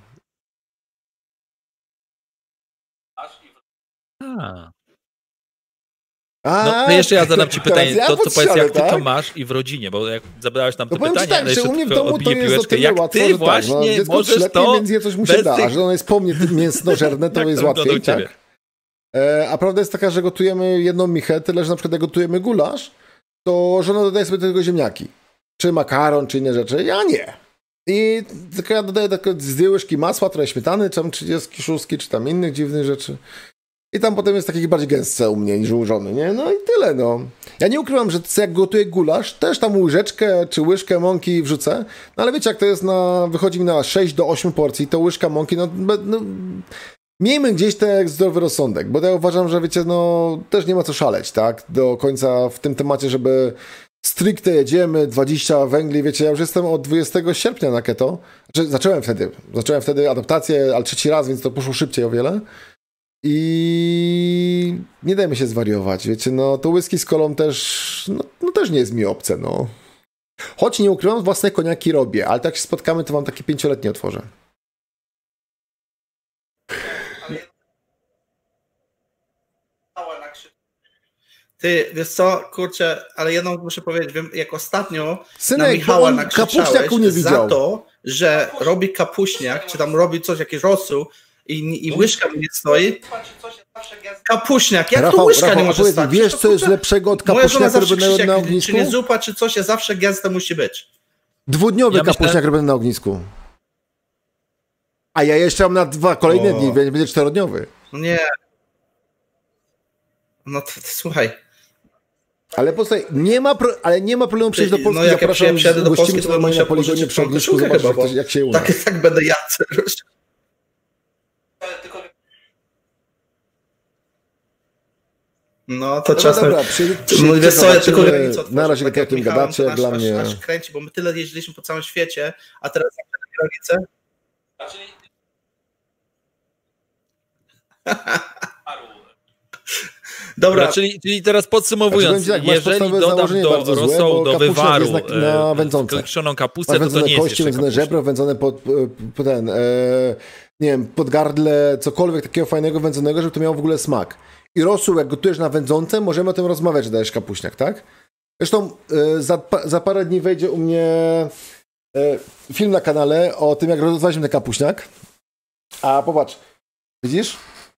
A. A, No to jeszcze ja zadam ci pytanie, ja to, to powiedz, jak ty tak? to masz i w rodzinie, bo jak zadałeś nam No to powiem pytanie, ci tak, ale że jeszcze u mnie w tylko domu to odbiję jest o piłeczkę, tyle jak łatwo, ty że tak, właśnie no, dziecko możesz trzyletnie, to więc je coś mu się bez da, tych- że ono jest po mnie mięsnożerne, to Jak jest to łatwiej, wygląda u ciebie? tak? E, a prawda jest taka, że gotujemy jedną michę, tyle, że na przykład jak gotujemy gulasz, to żona dodaje sobie do tego ziemniaki. Czy makaron, czy inne rzeczy. Ja nie. I tylko ja dodaję tylko z dwie łyżki masła, trochę śmietany, czy tam trzydzieści szóstki, czy tam innych dziwnych rzeczy. I tam potem jest taki bardziej gęstce u mnie niż ułożony, nie? No i tyle, no. Ja nie ukrywam, że jak gotuję gulasz, też tam łyżeczkę czy łyżkę mąki wrzucę, no ale wiecie, jak to jest na... wychodzi mi na sześć do ośmiu porcji, to łyżka mąki, no... no miejmy gdzieś ten zdrowy rozsądek, bo ja uważam, że wiecie, no też nie ma co szaleć, tak? Do końca w tym temacie, żeby stricte jedziemy, dwadzieścia węgli, wiecie, ja już jestem od dwudziestego sierpnia na keto. Znaczy, zacząłem wtedy, zacząłem wtedy adaptację, ale trzeci raz, więc to poszło szybciej o wiele. I nie dajmy się zwariować, wiecie, no to whisky z kolą też, no, no też nie jest mi obce, no. Choć nie ukrywam, własne koniaki robię, ale tak jak się spotkamy, to wam takie pięcioletnie otworzę. Ty, wiesz co, kurczę, ale jedną muszę powiedzieć, wiem, jak ostatnio Synek, na Michała on nakrzyczałeś kapuśniaku nie za widział. to, że robi kapuśniak, czy tam robi coś, jakiś rosół i, i łyżka mi nie stoi. Kapuśniak, jak Rafał, tu łyżka Rafał, nie może powiedz mi, stać? wiesz, Przecież co to, jest kurczę, lepszego od moja żona kapuśniaka zawsze robionego krzyczy, na jak, ognisku? czy nie zupa, czy coś, a zawsze gęste musi być. Dwudniowy Ja myślę- kapuśniak robiony na ognisku. A ja jeszcze mam na dwa kolejne O. dni, więc będzie czterodniowy. No nie. No to, to, słuchaj. Ale posłuchaj, nie ma, pro, ale nie ma problemu przejść do No Polski. jak ja Zapraszam, przyjadę do gościmy Polski, to sobie będę na musiał poligonie pożyczyć przy tą ognisku, koszulkę zobaczyć, chyba, jak, to- jak się u nas. Tak, tak będę jadł. No to Dobra, czasem... dobra, przy, przy, Mówię, co, ja tylko zobaczymy. granicę Na razie tak o jak tym Michałem, gadacie, to jak dla aż, mnie... aż, aż kręci, bo my tyle jeździliśmy po całym świecie, a teraz granice. Dobra, Dobra, czyli, czyli teraz podsumowując, Znaczy, będzie tak, masz jeżeli podstawowe dodam założenie do bardzo złe, rosołu, bo do kapuśniak wywaru jest na- na wędzące. kruszoną kapustę, Masz to to wędzone nie jest kości, jeszcze wędzone kapuśniak. żebro, wędzone pod, pod ten, e, nie wiem, pod gardle, cokolwiek takiego fajnego wędzonego, żeby to miało w ogóle smak. I rosół, jak gotujesz na wędzące, możemy o tym rozmawiać, że dajesz kapuśniak, tak? Zresztą e, za, za parę dni wejdzie u mnie e, film na kanale o tym, jak rozwaliśmy ten kapuśniak. A popatrz, widzisz?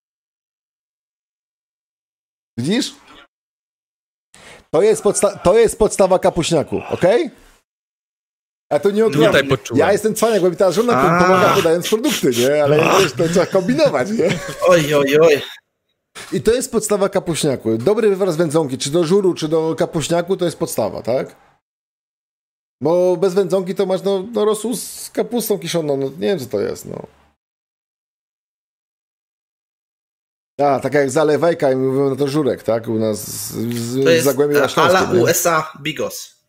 Widzisz? To jest, podsta- to jest podstawa kapuśniaku, okej? A to nie ukrywam. Tutaj poczułem. Ja jestem cwaniak, bo mi ta żona A. pomaga podając produkty, nie? Ale też to trzeba kombinować, nie? oj, oj, oj. I to jest podstawa kapuśniaku. Dobry wywar z wędzonki, czy do żuru, czy do kapuśniaku, to jest podstawa, tak? Bo bez wędzonki to masz no, no rosół z kapustą kiszoną, no nie wiem co to jest, no. A, taka jak zalewajka i mówimy na to żurek, tak? U nas z, z, To jest Zagłębia e, Śląskie, ala nie? U S A Bigos.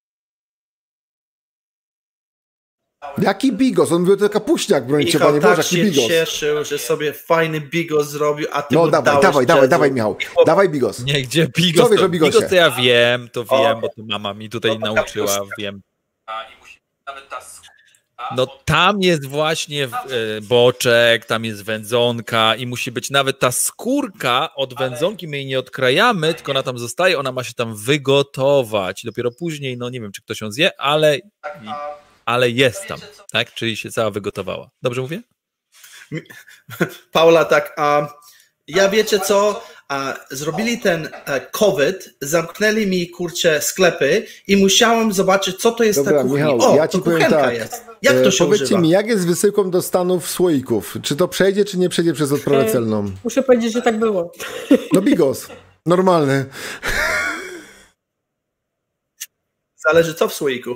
Jaki bigos? On mówił to kapuśniak, broń cię, Michał panie Boże, tak jaki się bigos. cieszył, że sobie fajny bigos zrobił, a ty No mu dawaj, dałeś dawaj, dawaj, jazzu. dawaj, Michał. Dawaj bigos. Nie, gdzie Bigos? Co wiesz to, o Bigosie? Bigos to ja wiem, to O. wiem, bo to mama mi tutaj No to nauczyła, kapusta. wiem. No tam jest właśnie e, boczek, tam jest wędzonka i musi być nawet ta skórka od wędzonki, my jej nie odkrajamy, tylko ona tam zostaje, ona ma się tam wygotować. Dopiero później, no nie wiem, czy ktoś ją zje, ale, ale jest tam, tak? Czyli się cała wygotowała. Dobrze mówię? Paula tak, a ja wiecie co, a, zrobili ten a, COVID, zamknęli mi kurczę sklepy i musiałem zobaczyć, co to jest Dobra, ta kuchnia. Michał, O, ja to ci powiem kuchenka tak. jest. Jak to E, się Powiedzcie używa? mi, jak jest z wysyłką do Stanów słoików? Czy to przejdzie, czy nie przejdzie przez odprawę E, celną? Muszę powiedzieć, że tak było. No bigos. Normalny. Zależy co w słoiku.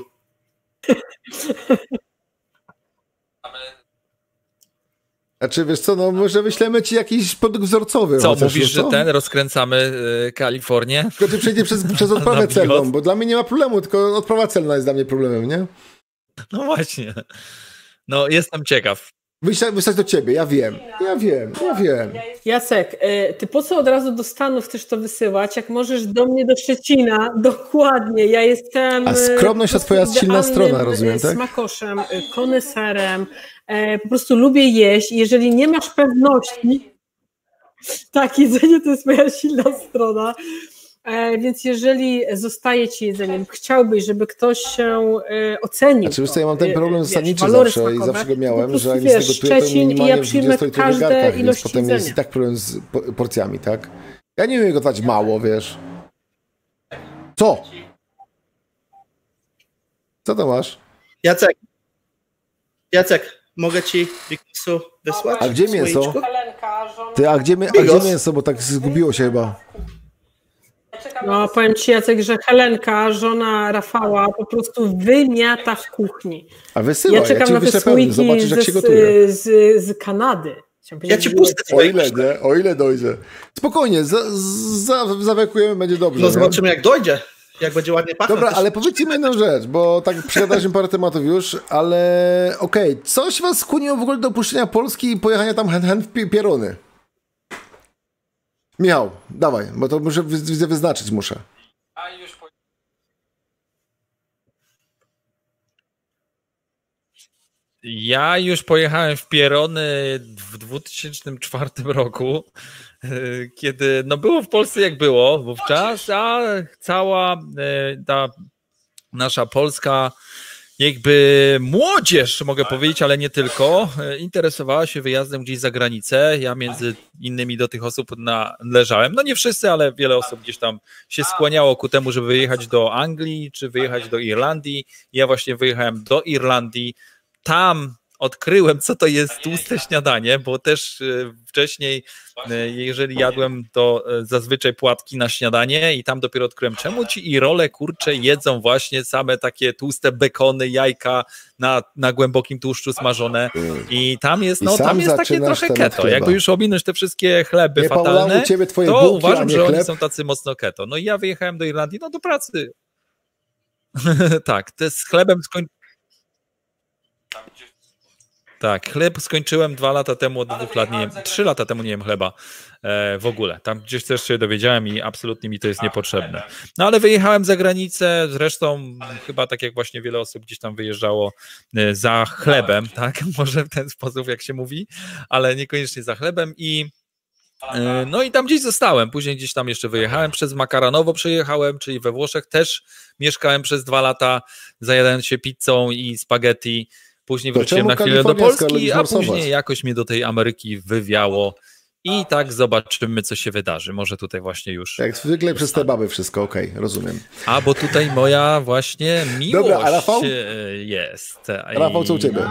Znaczy, wiesz co, no może wyślemy ci jakiś produkt wzorcowy. Co, chociaż, mówisz, no że co? ten, rozkręcamy y, Kalifornię? Tylko czy przejdzie przez, przez odprawę Na bigos? celną, bo dla mnie nie ma problemu, tylko odprawa celna jest dla mnie problemem, nie? No właśnie. No jestem ciekaw. Wysłać, wysłać do ciebie, ja wiem, ja wiem, ja wiem. Jacek, e, ty po co od razu do Stanów chcesz to wysyłać, jak możesz do mnie do Szczecina? Dokładnie, ja jestem... A e, skromność po to twoja prostu silna idealnym, strona, rozumiem, e, tak? Smakoszem, e, koneserem, e, po prostu lubię jeść. Jeżeli nie masz pewności... Tak, jedzenie to jest moja silna strona. Więc jeżeli zostaje ci jedzeniem, chciałbyś, żeby ktoś się ocenił. Znaczy, wiesz, ja mam ten problem zasadniczy zawsze smakowe, i zawsze go miałem, prostu, że jak wiesz, z tego czuję, to minimalnie ja w przyjmę dwudziestolitrowych każde garkach, więc ilości potem jest i jedzenia. tak problem z porcjami, tak? Ja nie umiem gotować mało, wiesz. Co? Co to masz? Jacek, Jacek, mogę ci bigosy wysłać? A gdzie mięso? Słoiczku? Ty, a gdzie, mi- a gdzie Bigos. mięso, bo tak zgubiło się chyba. No powiem ci, Jacek, że Helenka, żona Rafała, po prostu wymiata w kuchni. A wysyłaj, Ja ja czekam ci na te wyślę pełny, słoiki zobaczysz jak z, się gotuje. z, z Kanady. Chciałem Ja ci powiedzieć, pustę O ile, wyślę. nie? O ile dojdzie. Spokojnie, za, za, zawekujemy, będzie dobrze. No nie? zobaczymy jak dojdzie, jak będzie ładnie pachnąć. Dobra, ale powiedzcie mi jedną rzecz, bo tak przegadaliśmy parę tematów już, ale okej, okay. Coś was skłoniło w ogóle do opuszczenia Polski i pojechania tam hen, hen w pi- pieruny? Michał, dawaj, bo to muszę wy- wyznaczyć muszę. Ja już pojechałem w pierony w dwa tysiące czwartym roku, kiedy no było w Polsce jak było wówczas, a cała ta nasza polska jakby młodzież, mogę powiedzieć, ale nie tylko, interesowała się wyjazdem gdzieś za granicę. Ja między innymi do tych osób należałem. No nie wszyscy, ale wiele osób gdzieś tam się skłaniało ku temu, żeby wyjechać do Anglii czy wyjechać do Irlandii. Ja właśnie wyjechałem do Irlandii. Tam odkryłem, co to jest tłuste śniadanie, bo też wcześniej, jeżeli jadłem, to zazwyczaj płatki na śniadanie i tam dopiero odkryłem, czemu ci Irole, kurcze, jedzą właśnie same takie tłuste bekony, jajka na, na głębokim tłuszczu smażone i tam jest, no, tam jest takie trochę keto. Jakby już ominąć te wszystkie chleby Nie, fatalne, Paula, u ciebie twoje to bułki, uważam, że chleb. oni są tacy mocno keto. No i ja wyjechałem do Irlandii, no do pracy. Tak, to z chlebem skończyłem. Tak, chleb skończyłem dwa lata temu, od dwóch lat, nie jem, trzy lata temu nie jem chleba e, w ogóle. Tam gdzieś też się dowiedziałem i absolutnie mi to jest niepotrzebne. No ale wyjechałem za granicę, zresztą chyba tak jak właśnie wiele osób gdzieś tam wyjeżdżało e, za chlebem, tak, może w ten sposób jak się mówi, ale niekoniecznie za chlebem i e, no i tam gdzieś zostałem. Później gdzieś tam jeszcze wyjechałem, przez Makaranowo przyjechałem, czyli we Włoszech też mieszkałem przez dwa lata, zajadając się pizzą i spaghetti. Później To wróciłem na czemu chwilę do Kalifornia, skoro Polski, lubisz a morsować? później jakoś mnie do tej Ameryki wywiało i tak zobaczymy, co się wydarzy. Może tutaj właśnie już... Jak zwykle przez te baby wszystko, okej, okay, rozumiem. A, bo tutaj moja właśnie miłość Dobra, a Rafał? jest. I... Rafał, co u ciebie?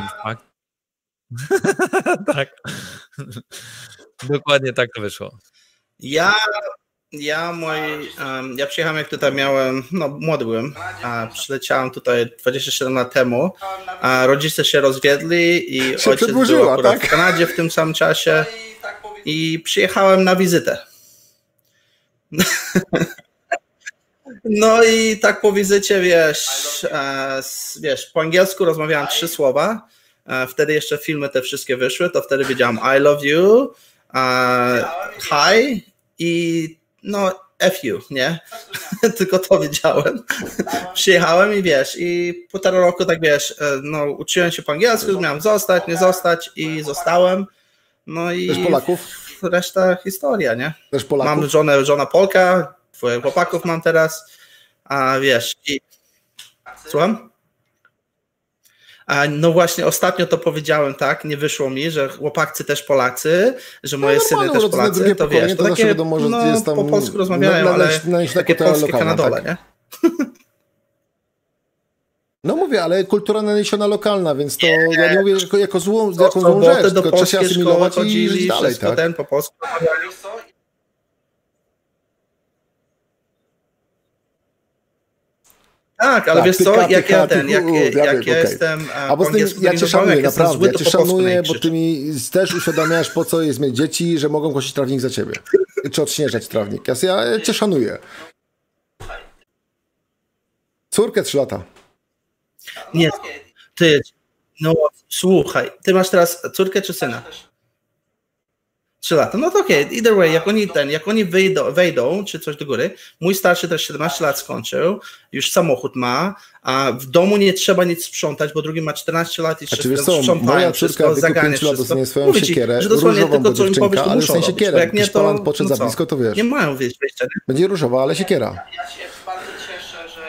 Tak. Dokładnie tak to wyszło. Ja... Ja, moi, um, ja przyjechałem jak tutaj miałem, no młody byłem, a przyleciałem tutaj dwadzieścia siedem lat temu, a rodzice się rozwiedli i się ojciec był akurat tak? w Kanadzie w tym samym czasie i przyjechałem na wizytę. No i tak po wizycie, wiesz, e, wiesz, po angielsku rozmawiałem trzy słowa, e, wtedy jeszcze filmy te wszystkie wyszły, to wtedy wiedziałem I love you, e, hi i no F you, nie? Tylko to wiedziałem. Przyjechałem i wiesz, i półtora roku tak wiesz, no uczyłem się po angielsku, miałem zostać, nie zostać i zostałem. No i Też Polaków? Reszta historia, nie? Też Polaków? Mam żonę, żona Polka, twoich chłopaków mam teraz, a wiesz, i słucham? A no właśnie, ostatnio to powiedziałem, tak, nie wyszło mi, że chłopacy też Polacy, że moje no, syny no, też Polacy, to wiesz, to, to takie, wiadomo, że no, jest tam po polsku rozmawiają, na, na, na, ale takie polskie lokalna, Kanadole, tak? Nie? No mówię, ale kultura naniesiona lokalna, więc to nie, ja nie mówię jako, jako złą, to, jako złą to, rzecz, do tylko trzeba się asymilować i żyć dalej, tak? Ten po polsku rozmawiali. Tak, ale tak, wiesz co, jak ja ten, jak, u, jak ja, ja okay. jestem a bo tym, ja cię szanuję, naprawdę, zły, ja cię szanuję, bo ty mi też uświadamiasz, po co jest mieć dzieci, że mogą kosić trawnik za ciebie, czy odśnieżać trawnik. Ja, ja cię szanuję. Córkę trzy lata. Nie, ty, no słuchaj, ty masz teraz córkę czy syna? Trzy lata, no to okej, okay. Either way, jak oni ten, jak oni wejdą, wejdą, czy coś do góry, mój starszy też siedemnaście lat skończył, już samochód ma, a w domu nie trzeba nic sprzątać, bo drugi ma czternaście lat i znaczy, wszystko sprzątają, moja wszystko, zagania wszystko. Dostanie swoją siekierę, że dosłownie różową tylko co im powiesz, to ale muszą w sensie robić, siekierę, jak nie, to palant podszedł no za blisko, to wiesz. Nie mają wyjścia. Będzie różowa, ale siekiera. Ja się bardzo cieszę, że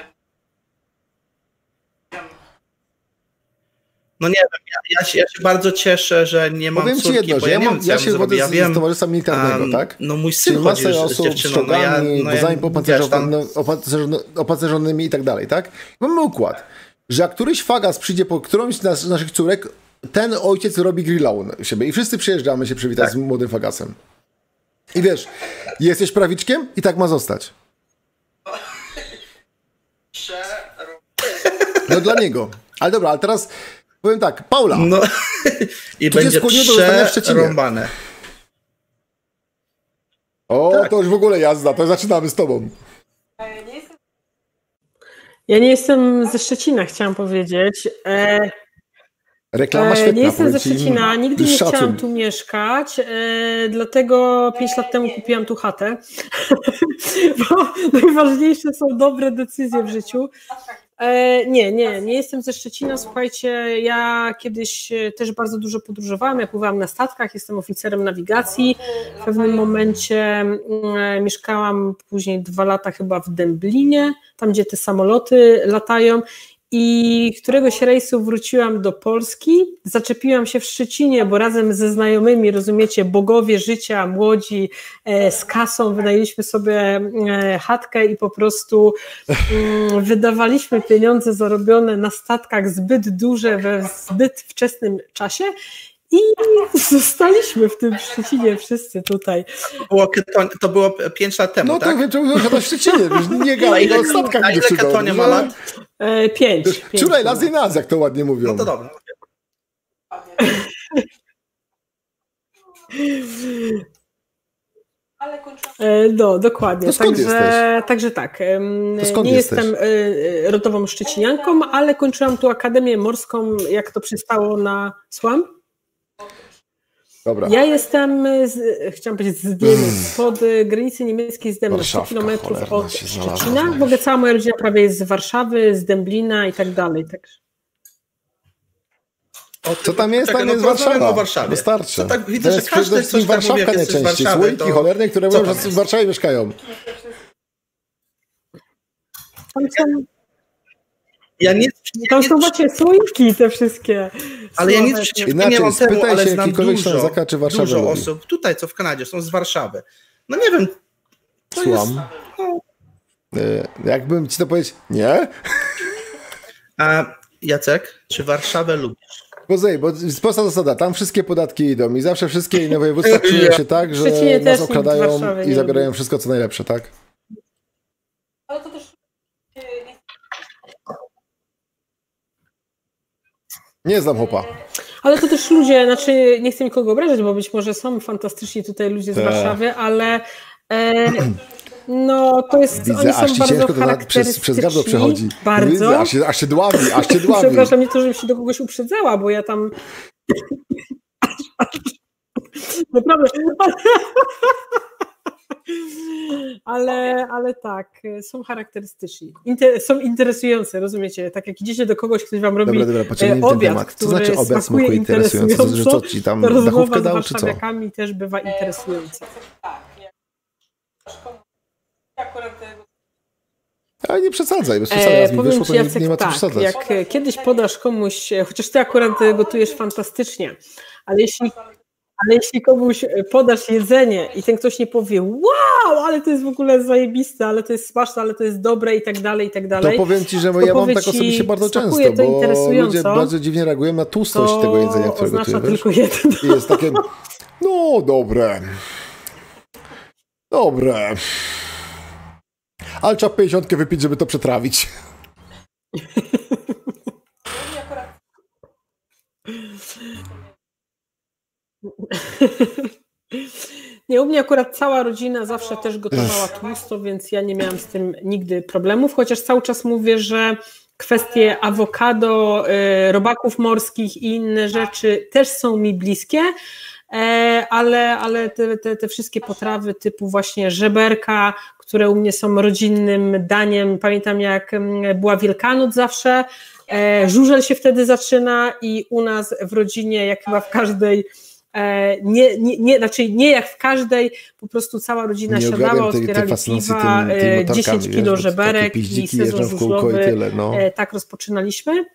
No nie wiem, ja, ja, się, ja się bardzo cieszę, że nie mam Powiem córki, ci jedno, bo że ja, ja, nie mam, wiem, co ja ja się zrobię. wodzę Ja z, wiem, z towarzystwa militarnego, um, tak? No mój syn czyli chodzi masę już z osób z dziewczyną, no ja, czołgami, no ja, wozami wiesz, tam... opancerzonymi, opancerzonymi i tak dalej, tak? Mamy układ, że jak któryś fagas przyjdzie po którąś z naszych córek, ten ojciec robi grilla u siebie i wszyscy przyjeżdżamy się przywitać tak. z młodym fagasem. I wiesz, jesteś prawiczkiem i tak ma zostać. No dla niego. Ale dobra, ale teraz powiem tak, Paula. No i tu będzie przerąbane. O, tak. to już w ogóle jazda, to zaczynamy z tobą. Ja nie jestem ze Szczecina, chciałam powiedzieć. E, Reklama świetna. Nie jestem ze Szczecina, nigdy nie szacun. chciałam tu mieszkać, e, dlatego pięć lat temu kupiłam tu chatę, bo najważniejsze są dobre decyzje w życiu. E, nie, nie, nie jestem ze Szczecina, słuchajcie, ja kiedyś też bardzo dużo podróżowałam, ja pływałam na statkach, jestem oficerem nawigacji, w pewnym momencie e, mieszkałam później dwa lata chyba w Dęblinie, tam gdzie te samoloty latają i któregoś rejsu wróciłam do Polski, zaczepiłam się w Szczecinie, bo razem ze znajomymi, rozumiecie, bogowie życia, młodzi, e, z kasą wynajęliśmy sobie e, chatkę i po prostu e, wydawaliśmy pieniądze zarobione na statkach zbyt duże we zbyt wczesnym czasie i zostaliśmy w tym Szczecinie wszyscy tutaj. To było, to było pięć lat temu, no tak? No to wiem, czemu że to w Szczecinie, nie gadaj, o statkach nie decydowali. A ile Ketonia ma lat? E, pięć. Czulaj nas i nas, jak to ładnie mówią. No to dobra. E, no, dokładnie. To skąd także, jesteś? także tak. To skąd nie jesteś? jestem e, rodową szczecinianką, ale kończyłam tu Akademię Morską, jak to przystało na Słucham? Dobra. Ja jestem, z, chciałam powiedzieć, z Wiemy, spod granicy niemieckiej, z Dęblina, sto kilometrów od Szczecina. W ogóle cała moja rodzina prawie jest z Warszawy, z Dęblina i tak dalej. Także. O, co tam jest? Czekaj, tam no jest Warszawa. O Warszawie. Wystarczy. To tak, widzę, to że każdy coś tak Warszawka mówi, jak jesteś z najczęściej. Warszawy, Słoiki to... cholerne, które mówią, że w Warszawie mieszkają. Tam są, ja nie, tam ja są nie, właśnie słoiki te wszystkie. ale ja nic przeciwko Inaczej, nie mam temu, ale się znam dużo, Ślązaka, czy Warszawy dużo lubi. osób tutaj, co w Kanadzie, są z Warszawy. No nie wiem. Słucham. No. Jakbym ci to powiedzieć, nie? A Jacek, czy Warszawę lubisz? Bo zej, bo jest prosta zasada, tam wszystkie podatki idą i zawsze wszystkie inne województwa czują się tak, że nas okradają i zabierają wszystko, co najlepsze, tak? Ale to też... Nie znam chłopa. Ale to też ludzie, znaczy nie chcę nikogo obrażać, bo być może są fantastyczni tutaj ludzie z Te. Warszawy, ale e, no to jest, Widzę, oni są aż ci bardzo ciężko to charakterystyczni. przez, przez gardło przechodzi. Bardzo. Widzę, aż się, aż się dławi, aż się dławi. Przepraszam, nie to, żebym się do kogoś uprzedzała, bo ja tam... Naprawdę. Ale, ale tak, są charakterystyczni. Inter, są interesujące, rozumiecie? Tak jak idziecie do kogoś, ktoś wam robi dobra, dobra, e, obiad, temat. który Co znaczy obiad smakuje interesująco, że co ci tam to dachówkę rozmowa dał, z czy co? warszawiakami też bywa interesująca. Ale nie przesadzaj, bez przesady, raz mi powiem wyszło, ci, to Jacek, nie, nie ma co tak, przesadzać. jak kiedyś podasz komuś, chociaż ty akurat gotujesz fantastycznie, ale jeśli, ale jeśli komuś podasz jedzenie i ten ktoś nie powie, wow, ale to jest w ogóle zajebiste, ale to jest smaczne, ale to jest dobre i tak dalej, i tak dalej. To powiem ci, że to ja mam powie tak osobiście ci, bardzo często, to bo ludzie bardzo dziwnie reagują na tłustość to tego jedzenia, które oznacza gotuję. tylko jedno. I jest takie, no dobre, dobre. Ale trzeba pięćdziesiątkę wypić, żeby to przetrawić. Nie, u mnie akurat cała rodzina zawsze też gotowała tłusto, więc ja nie miałam z tym nigdy problemów, chociaż cały czas mówię, że kwestie awokado, robaków morskich i inne rzeczy też są mi bliskie, ale, ale te, te, te wszystkie potrawy typu właśnie żeberka, które u mnie są rodzinnym daniem, pamiętam jak była Wielkanoc zawsze, żużel się wtedy zaczyna i u nas w rodzinie, jak chyba w każdej, nie, nie, nie, znaczy nie jak w każdej, po prostu cała rodzina nie siadała, otwierali piwa, dziesięć kilo żeberek i sezon żużlowy, i tyle, no. Tak rozpoczynaliśmy.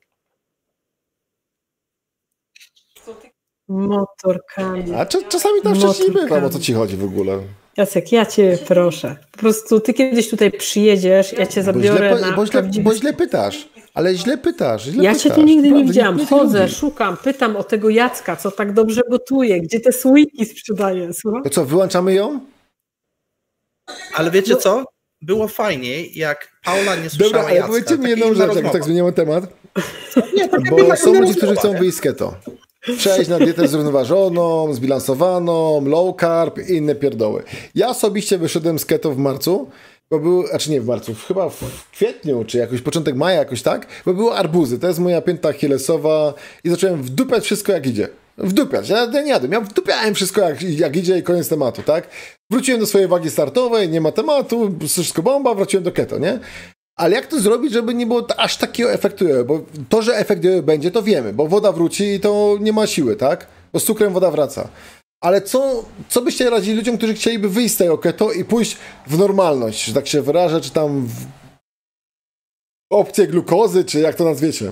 Motorkami. A czasami tam wcześniej bywam, o co ci chodzi w ogóle? Jacek, ja cię proszę. Po prostu ty kiedyś tutaj przyjedziesz, ja cię zabiorę bo źle, na... Bo źle, bo źle pytasz, ale źle pytasz. Źle ja pytasz. cię tu nigdy Prawda, nie widziałam. nie Chodzę, lubi. szukam, pytam o tego Jacka, co tak dobrze gotuje, gdzie te słoiki sprzedaje. Słucham? To co, wyłączamy ją? Ale wiecie no. co? Było fajnie, jak Paula nie słyszała Dobra, ale Jacka. powiedzcie mi jedną rzecz, jak tak zmieniamy temat. Nie, tak bo są ludzie, którzy rozmowa, chcą wyjść z keto. Przejść na dietę zrównoważoną, zbilansowaną, low carb i inne pierdoły. Ja osobiście wyszedłem z keto w marcu, bo był, znaczy nie w marcu, chyba w kwietniu, czy jakoś początek maja, jakoś tak, bo były arbuzy. To jest moja pięta achillesowa i zacząłem wdupiać wszystko jak idzie. Wdupiać. Ja, ja nie jadłem. Ja wdupiałem wszystko jak, jak idzie i koniec tematu, tak? Wróciłem do swojej wagi startowej, nie ma tematu, wszystko bomba, wróciłem do keto, nie? Ale jak to zrobić, żeby nie było aż takiego efektu jojo? Bo to, że efekt jojo będzie, to wiemy, bo woda wróci i to nie ma siły, tak? Bo z cukrem woda wraca. Ale co, co byście radzili ludziom, którzy chcieliby wyjść z tego keto i pójść w normalność, że tak się wyrażę, czy tam w opcję glukozy, czy jak to nazwiecie?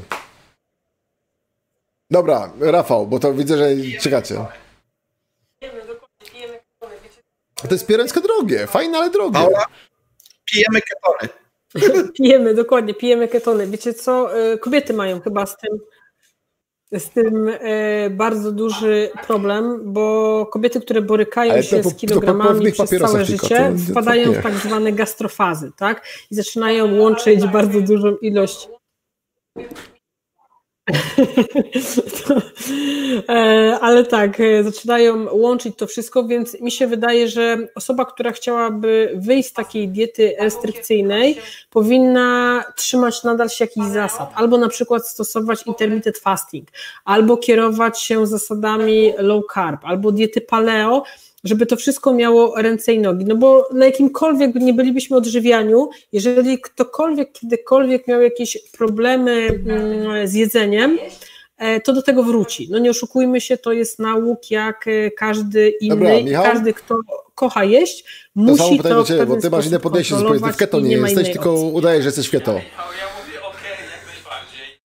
Dobra, Rafał, bo to widzę, że czekacie. To jest pierońsko drogie, fajne, ale drogie. Paula, pijemy ketony. Pijemy, dokładnie, pijemy ketony. Wiecie co, kobiety mają chyba z tym z tym bardzo duży problem, bo kobiety, które borykają Ale się po, z kilogramami przez całe życie, to, wpadają w tak zwane gastrofazy, tak? I zaczynają łączyć bardzo dużą ilość To, ale tak, zaczynają łączyć to wszystko, więc mi się wydaje, że osoba, która chciałaby wyjść z takiej diety restrykcyjnej, powinna trzymać nadal się jakichś zasad, albo na przykład stosować intermittent fasting, albo kierować się zasadami low carb, albo diety paleo, żeby to wszystko miało ręce i nogi, no bo na jakimkolwiek nie bylibyśmy odżywianiu, jeżeli ktokolwiek kiedykolwiek miał jakieś problemy z jedzeniem, to do tego wróci. No nie oszukujmy się, to jest nauk jak każdy inny. Dobra, każdy, kto kocha jeść, musi to, to do ciebie, bo ty masz inne podejście, zupełnie ty w keto nie, nie jesteś, tylko opcji. Udajesz, że jesteś w keto. Ja mówię okej, okay, jak najbardziej.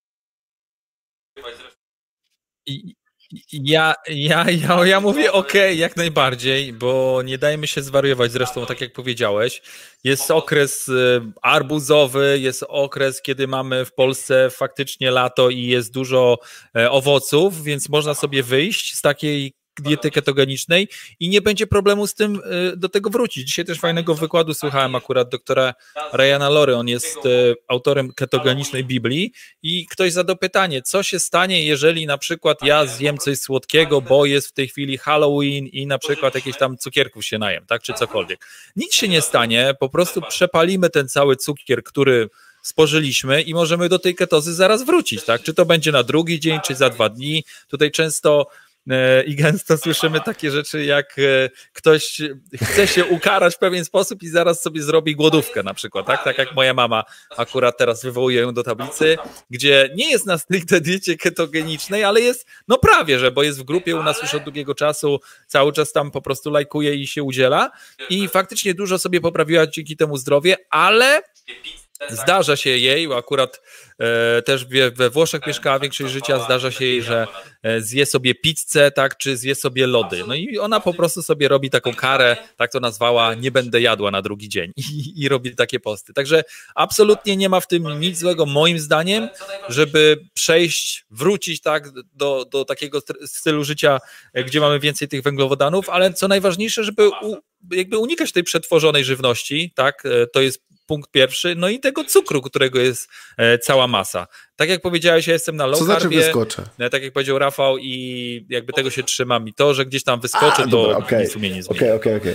I Ja, ja, ja, ja mówię okej, okay, jak najbardziej, bo nie dajmy się zwariować, zresztą tak jak powiedziałeś, jest okres arbuzowy, jest okres, kiedy mamy w Polsce faktycznie lato i jest dużo owoców, więc można sobie wyjść z takiej diety ketogenicznej i nie będzie problemu z tym do tego wrócić. Dzisiaj też fajnego wykładu słuchałem akurat doktora Ryana Lory, on jest autorem ketogenicznej Biblii i ktoś zadał pytanie, co się stanie, jeżeli na przykład ja zjem coś słodkiego, bo jest w tej chwili Halloween i na przykład jakieś tam cukierków się najem, tak, czy cokolwiek. Nic się nie stanie, po prostu przepalimy ten cały cukier, który spożyliśmy i możemy do tej ketozy zaraz wrócić, tak, czy to będzie na drugi dzień, czy za dwa dni. Tutaj często i gęsto słyszymy takie rzeczy, jak ktoś chce się ukarać w pewien sposób i zaraz sobie zrobi głodówkę na przykład, tak? Tak jak moja mama akurat teraz wywołuje ją do tablicy, gdzie nie jest na stricte diecie ketogenicznej, ale jest, no prawie, że, bo jest w grupie u nas już od długiego czasu, cały czas tam po prostu lajkuje i się udziela i faktycznie dużo sobie poprawiła dzięki temu zdrowie, ale zdarza się jej, bo akurat e, też we, we Włoszech mieszkała większość życia, zdarza się jej, że e, zje sobie pizzę, tak, czy zje sobie lody. No i ona po prostu sobie robi taką karę, tak to nazwała, nie będę jadła na drugi dzień i, i robi takie posty. Także absolutnie nie ma w tym nic złego, moim zdaniem, żeby przejść, wrócić tak do, do takiego stylu życia, gdzie mamy więcej tych węglowodanów, ale co najważniejsze, żeby u, jakby unikać tej przetworzonej żywności, tak, to jest punkt pierwszy, no i tego cukru, którego jest e, cała masa. Tak jak powiedziałeś, ja jestem na low carbie. Co znaczy wyskoczę? E, tak jak powiedział Rafał i jakby tego się trzymam i to, że gdzieś tam wyskoczę, A, to dobra, okay. nic mnie nie zmieni. Okej, okej, okej.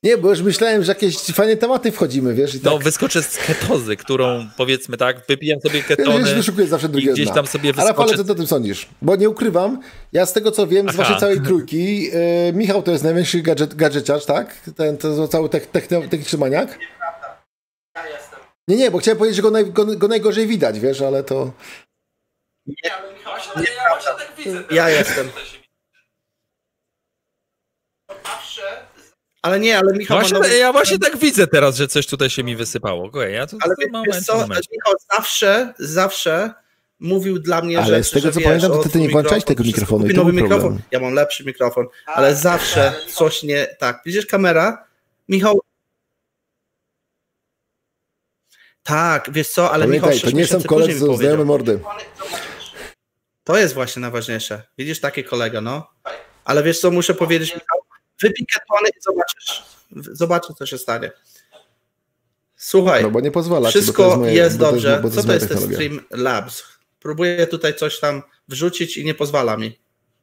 Nie, bo już myślałem, że jakieś fajne tematy wchodzimy, wiesz? I tak... No, wyskoczę z ketozy, którą powiedzmy tak, wypijam sobie ketony ja wyszukuję zawsze drugiego i gdzieś dna. tam sobie Ale wyskoczę. Rafale, co ty o tym sądzisz? Bo nie ukrywam, ja z tego co wiem, z Aha. waszej całej trójki, yy, Michał to jest największy gadżet, gadżeciarz, tak? Ten, ten cały techniczny maniak? Ja jestem. Nie, nie, bo chciałem powiedzieć, że go, naj, go, go najgorzej widać, wiesz, ale to... Nie, ale Michał, nie, ja właśnie tak widzę. Ja jestem. Ale nie, ale Michał Właśnie, ma nowy... ja właśnie tak widzę teraz, że coś tutaj się mi wysypało. Okay, ja tu Ale tu wiesz, moment, co, moment. Michał zawsze, zawsze mówił dla mnie, ale że... Ale z tego że, co wiesz, pamiętam, to o, ty, ty nie włączałeś tego wszystko, mikrofonu kupi i to nowy był mikrofon. problem. Ja mam lepszy mikrofon, ale zawsze coś nie... Tak, widzisz kamera? Michał... Tak, wiesz co, ale Pamiętaj, Michał to nie są koledzy, są znajome mordy. To jest właśnie najważniejsze. Widzisz, taki kolega, no. Ale wiesz co, muszę powiedzieć, Michał, wypij ketony i zobaczysz. Zobaczysz, co się stanie. Słuchaj, No bo nie pozwala. wszystko bo to jest, moje, jest bo to dobrze. bo to Co to moja jest ten technologia. Stream Labs? Próbuję tutaj coś tam wrzucić i nie pozwala mi.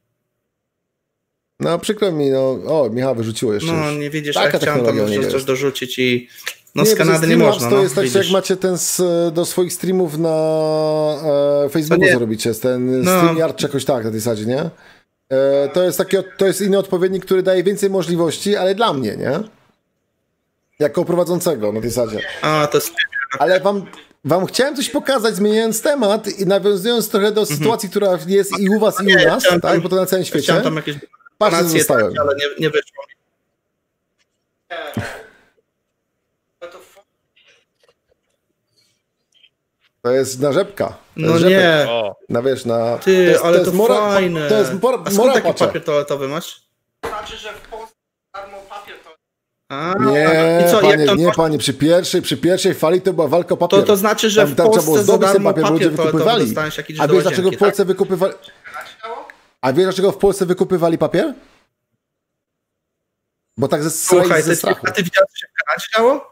No przykro mi, no. O, Michał wyrzuciło jeszcze. No już. nie widzisz, Taka ja chciałem tam technologia coś, nie coś jest. dorzucić i no nie, z Kanady nie Streamlabs można. To no, jest tak, że jak widzisz. macie ten z, do swoich streamów na e, Facebooku, nie. co robicie, jest ten No. StreamYard czy jakoś tak na tej zasadzie, nie? E, to jest taki, to jest inny odpowiednik, który daje więcej możliwości, ale dla mnie, nie? Jako prowadzącego na tej zasadzie. A, to jest... Ale wam, wam chciałem coś pokazać, zmieniając temat i nawiązując trochę do sytuacji, która jest i u was, i u nas, chciałem tak? tam- Bo to na całym świecie. Chciałem tam jakieś Patrz, co donacje zostałem. dać, ale nie, nie wyszło mi. To jest narzepka. To No jest rzepek. nie. O, Na wiesz, na... Ty, to jest, ale to to, jest mora, fajne. To jest mora, A skąd mora taki pacze. papier toaletowy masz? Znaczy, że w Polsce darmo papier to... A, Nie, i co, panie, jak to, nie, panie, przy pierwszej, przy pierwszej fali to była walka o papier. to, to znaczy, że Tam- w tam trzeba było Polsce za zdobyć ten darmo papier, bo ludzie papier toaletowy wykupywali. dostaniesz, jak idziesz A do wiesz, dlaczego w łazienki, Polsce wykupywali... A wiesz, dlaczego w Polsce wykupywali papier? Bo tak ze, Słuchaj, ze ty, strachu. a ty widziałeś, co się w Kanadzie działo?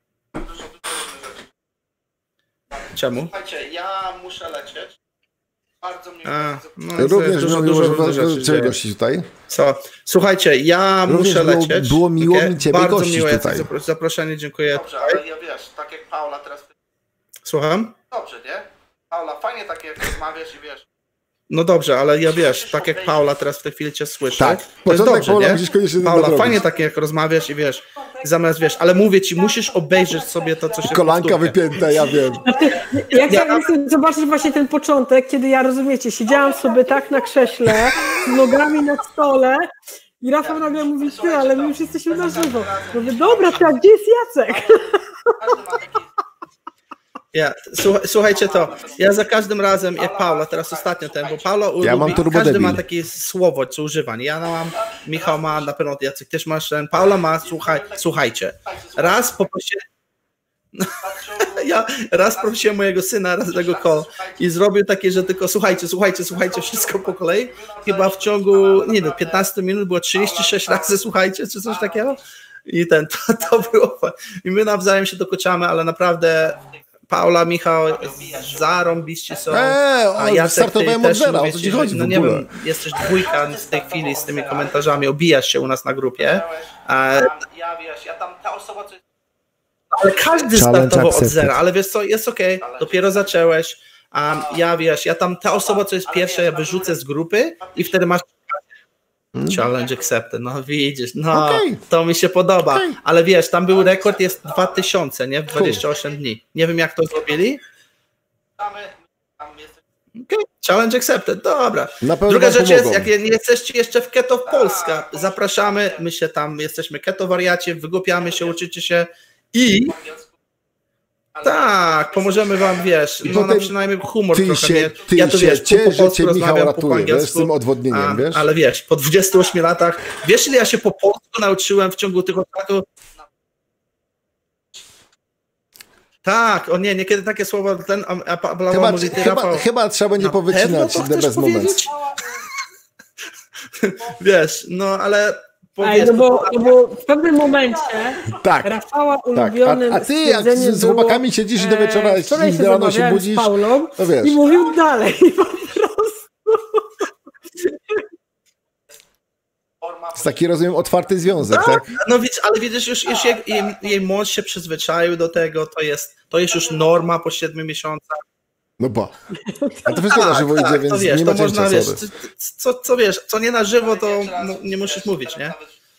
Czemu? Słuchajcie, ja muszę lecieć. Bardzo mnie A, no, Również dużo, miło, dużo że różnych rzeczy was dzieje. gościć tutaj. Co? Słuchajcie, ja Również muszę było- lecieć. było miło Okej? mi ciebie Bardzo gościć miło, Jacek, tutaj. zapro- zaproszenie, dziękuję. Dobrze, ale ja wiesz, tak jak Paula teraz... Słucham? Dobrze, nie? Paula, fajnie tak jak rozmawiasz i wiesz... No dobrze, ale ja wiesz, tak jak Paula teraz w tej chwili cię słyszę, Tak. to jest Początek dobrze, Paula nie? musisz koniecznie Paula, nadrobić. fajnie tak jak rozmawiasz i wiesz, zamiast wiesz, ale mówię ci, musisz obejrzeć sobie to, co się Kolanka powtórka. wypięta, ja wiem. Ja chciałabym zobaczyć właśnie ten początek, kiedy ja, rozumiecie, siedziałam sobie tak na krześle, z nogami na stole i Rafał nagle mówi, ty, ale my już jesteśmy na żywo. Mówię, dobra, ty, a gdzie jest Jacek? Każdy ma taki... Ja, słuchaj, słuchajcie to, ja za każdym razem, jak Paula, teraz ostatnio ten, bo Paula Ja mam lubi, turbo każdy debil. ma takie słowo, co używa, nie? Ja mam, Michał ma, na pewno Jacek też masz ten, Paula ma, słuchaj, słuchajcie, raz poprosiłem, ja raz prosiłem mojego syna, raz tego call i zrobił takie, że tylko słuchajcie, słuchajcie, słuchajcie, wszystko po kolei, chyba w ciągu, nie wiem, piętnaście minut było trzydzieści sześć razy słuchajcie, czy coś takiego i ten, to, to było, i my nawzajem się dokuczamy, ale naprawdę Paula, Michał, zarąbiście są. Eee, A o, Jacek, startowałem ty od też zera, o mówię co ci, ci że, chodzi no w nie ogóle? wiem, jesteś dwójka w tej chwili z tymi komentarzami, obijasz się u nas na grupie, a, Ja wiesz, ja tam ta osoba, co... ale każdy Challenge startował od accepted. zera, ale wiesz co, jest okej, dopiero zacząłeś, a ja wiesz, ja tam, ta osoba, co jest pierwsza, ja wyrzucę z grupy i wtedy masz challenge accepted, no widzisz, no Okej. to mi się podoba, Okej. ale wiesz, tam był rekord, jest dwa tysiące, nie, w dwadzieścia osiem dni, nie wiem jak to zrobili, Tam, tam jest... okay. Challenge accepted, dobra. Na pewno Druga wam rzecz jest, pomogą. jak nie jesteście jeszcze w Keto Polska, zapraszamy, my się tam, jesteśmy Keto Wariacie, wygłupiamy się, uczycie się i tak, pomożemy wam, wiesz, I no, no potem przynajmniej humor ty trochę, się- nie? ty ja to się wiesz, ciesz, pół po że polsku cię Michał rozmawiam, pół po ratuje, wiesz, angielsku, z tym odwodnieniem, a, wiesz? ale wiesz, po dwudziestu ośmiu latach, wiesz ile ja się po polsku nauczyłem w ciągu tych ostatnich. Tak, o nie, niekiedy takie słowa, ten, a, a Paweł Chyba, mówi, ty chyba, Rafał, chyba trzeba będzie na pewno powycinać to the chcesz best moment. powiedzieć? Wiesz, no ale Ej, powiedz, no bo, no bo w pewnym momencie Tak. Rafała Tak, ulubionym a, a ty jak stwierdzeniem z było, chłopakami siedzisz i do wieczora e, wczoraj i się rano się zamawiałem budzisz, z Paulą to wiesz. i mówił dalej po prostu. Forma jest taki, rozumiem, otwarty związek, tak? tak? No widzisz, ale widzisz, już, już jej, jej, jej mąż się przyzwyczaił do tego, to jest, to jest już norma po siedmiu miesiącach. No ba. A to wszystko tak, na żywo tak, idzie, więc to wiesz, nie ma to można, wiesz, czasowy. co, co wiesz, co nie na żywo, to no, nie musisz mówić, nie?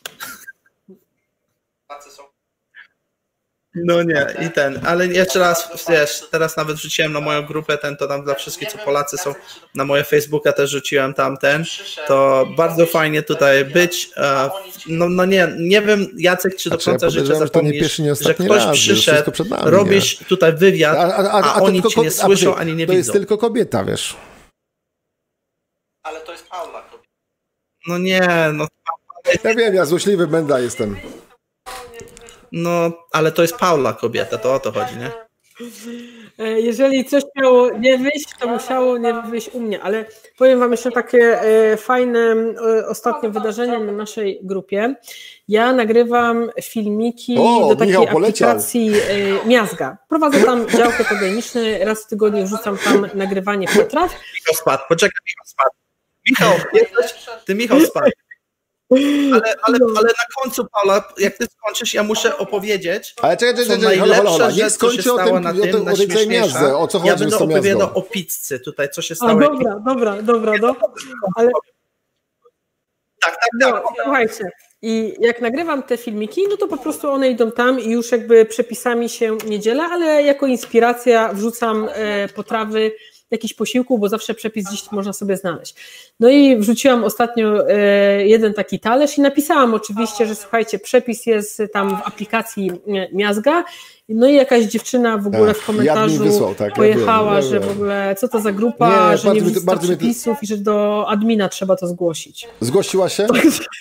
No nie, i ten, ale jeszcze raz, wiesz, teraz nawet wrzuciłem na moją grupę ten, to tam dla wszystkich, co Polacy są, na moje Facebooka też rzuciłem tam ten, to bardzo fajnie tutaj być, no, no nie, nie wiem Jacek, czy do znaczy, końca ja życia zapomnisz, że, że ktoś raz, przyszedł, nami, robisz nie? tutaj wywiad, a, a, a, a oni cię nie słyszą, a, ani nie to widzą. To jest tylko kobieta, wiesz. Ale to jest Paula. No nie, no. Ja wiem, ja złośliwy będę jestem. No, ale to jest Paula kobieta, to o to chodzi, nie? Jeżeli coś miało nie wyjść, to musiało nie wyjść u mnie, ale powiem wam jeszcze takie fajne ostatnie wydarzenie na naszej grupie. Ja nagrywam filmiki o, do takiej Michał aplikacji Miazga. Prowadzę tam działkę podajniczny, raz w tygodniu wrzucam tam nagrywanie potraw. Michał spadł, poczekaj, Michał spadł. Michał, jesteś, ty Michał spadł. Ale, ale, ale na końcu, Paula, jak ty skończysz, ja muszę opowiedzieć, ale czekaj, czekaj, co najlepsza rzecz, co się stało tym, na tym, o, o, najśmieszniejsza. O co chodzi ja będę z tą opowiadał miazgą? o pizzy tutaj, co się stało. A, dobra, dobra, dobra, dobra. Ale... Tak, tak, no, tak. Słuchajcie, i jak nagrywam te filmiki, no to po prostu one idą tam i już jakby przepisami się nie dzielę, ale jako inspiracja wrzucam e, potrawy, jakiś posiłku, bo zawsze przepis gdzieś można sobie znaleźć. No i wrzuciłam ostatnio e, jeden taki talerz i napisałam oczywiście, że słuchajcie, przepis jest tam w aplikacji Miazga. No i jakaś dziewczyna w ogóle w komentarzu wysłał, tak, pojechała, ja wiem, ja że w ogóle co to za grupa, nie, że nie wrzuca przepisów to... i że do admina trzeba to zgłosić. Zgłosiła się?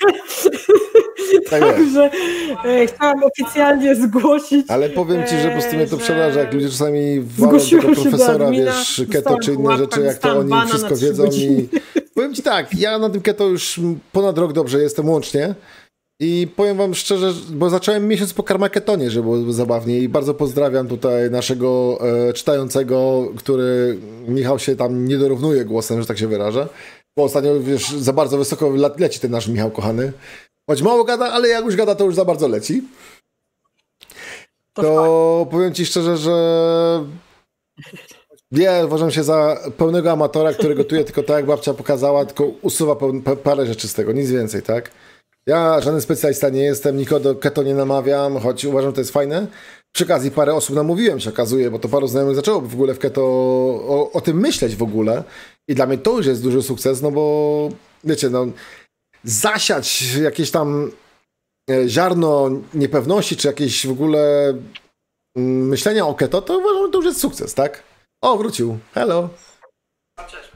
Tak, Także e, chciałam oficjalnie zgłosić. Ale powiem ci, że po prostu mnie to przeraża, jak ludzie czasami walą tego profesora, admina, wiesz, keto czy inne rzeczy, jak to oni wszystko wiedzą i powiem ci tak, ja na tym keto już ponad rok dobrze jestem łącznie i powiem wam szczerze, bo zacząłem miesiąc po karmaketonie, żeby było zabawnie i bardzo pozdrawiam tutaj naszego e, czytającego, który Michał się tam nie dorównuje głosem, że tak się wyrażę, bo ostatnio wiesz, za bardzo wysoko leci ten nasz Michał kochany. Choć mało gada, ale jak już gada, to już za bardzo leci. To, to powiem ci szczerze, że ja uważam się za pełnego amatora, który gotuje tylko tak, jak babcia pokazała, tylko usuwa parę rzeczy z tego, nic więcej, tak? Ja żaden specjalista nie jestem, nikogo do keto nie namawiam, choć uważam, że to jest fajne. Przy okazji parę osób namówiłem, się okazuje, bo to paru znajomych zaczęło w ogóle w keto o, o tym myśleć w ogóle. I dla mnie to już jest duży sukces, no bo wiecie, no zasiać jakieś tam ziarno niepewności, czy jakieś w ogóle myślenia o keto, to uważam, że to już jest sukces, tak? O, wrócił. Hello. Cześć.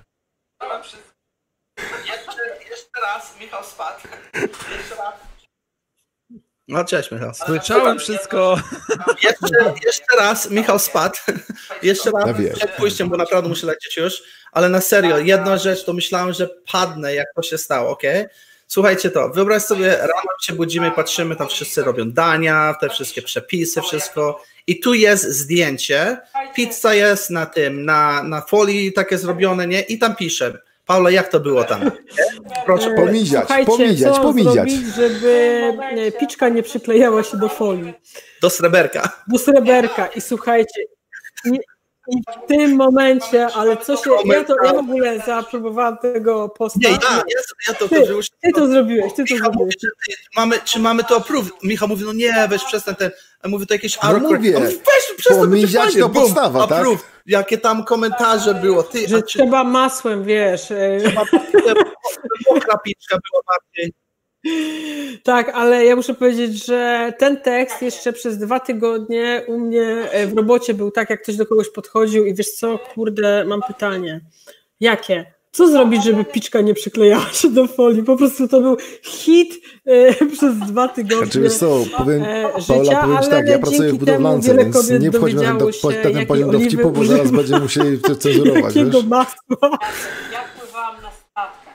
Jeszcze, jeszcze raz Michał spadł. Jeszcze raz. No cześć Michał. Słyszałem wszystko. Jeszcze, jeszcze raz Michał spadł. Jeszcze raz ja przed pójściem, bo naprawdę muszę lecieć już. Ale na serio, jedna rzecz, to myślałem, że padnę, jak to się stało, ok? Słuchajcie to, wyobraź sobie, rano się budzimy, patrzymy, tam wszyscy robią dania, te wszystkie przepisy, wszystko. I tu jest zdjęcie, pizza jest na tym, na, na folii takie zrobione, nie? I tam pisze, Paula, jak to było tam? Proszę pomiziać, pomiziać, co pomiziać. zrobić, żeby piczka nie przyklejała się do folii? Do sreberka. Do sreberka i słuchajcie, i, i w tym momencie, ale co się, ja, to, ja w ogóle zapróbowałam tego posta. Nie, ja, ja, ja to, ty, to już, ty to zrobiłeś, ty to Michał zrobiłeś. mówi, że ty, mamy, czy mamy to approve? Michał mówi, no nie, weź przestań ten, a mówi to jakieś no mówię, mówi, weź przestań, pomiziać to podstawa, tak? Approve. Jakie tam komentarze było, ty, że a czy, trzeba masłem, wiesz. Trzeba, mokra piczka była bardziej. Tak, ale ja muszę powiedzieć, że ten tekst jeszcze przez dwa tygodnie u mnie w robocie był tak, jak ktoś do kogoś podchodził i wiesz co, kurde, mam pytanie. Jakie? Co zrobić, żeby piczka nie przyklejała się do folii? Po prostu to był hit e, przez dwa tygodnie znaczy, wiesz co, powiem, e, Paula, życia, powiem ci tak, ja pracuję w budowlance, więc nie wchodźmy na, do, na ten poziom dowcipu, bo zaraz będziemy musieli to cenzurować. Jakiego wiesz? masła? Ja pływałam na statkach.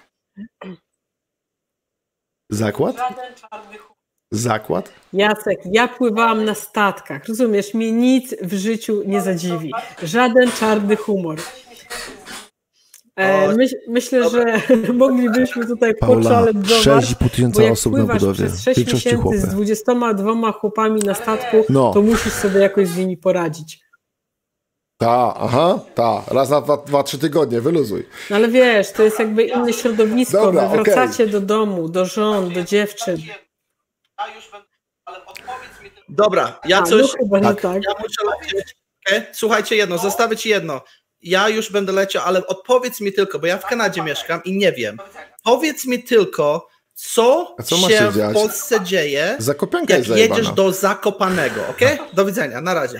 Zakład? Żaden czarny humor. Zakład? Jacek, ja pływałam na statkach, rozumiesz, mnie nic w życiu nie zadziwi. Żaden czarny humor. E, myśl, myślę, że moglibyśmy tutaj Paula, pochallenge'ować, sześć i pół tysiąca bo jak osób na pływasz budowie. przez sześć Większości miesięcy chłopy. z dwudziestoma dwoma chłopami na statku, No. to musisz sobie jakoś z nimi poradzić. Ta, aha, ta. Raz na dwa, dwa, trzy tygodnie, wyluzuj. No ale wiesz, to jest jakby inne środowisko, Dobra, wy wracacie okej. do domu, do żon, do dziewczyn. Ja już będę, ale odpowiedz mi tylko. Dobra, ja A, coś... no chyba, że tak. Ja muszę lecieć. Okay? Słuchajcie jedno, zostawię ci jedno. Ja już będę leciał, ale odpowiedz mi tylko, bo ja w Kanadzie mieszkam i nie wiem. Powiedz mi tylko, co, A co ma się się w dziać? Polsce dzieje, Zakopianka jak jest zajebana. jedziesz do Zakopanego, okej? Do widzenia, na razie.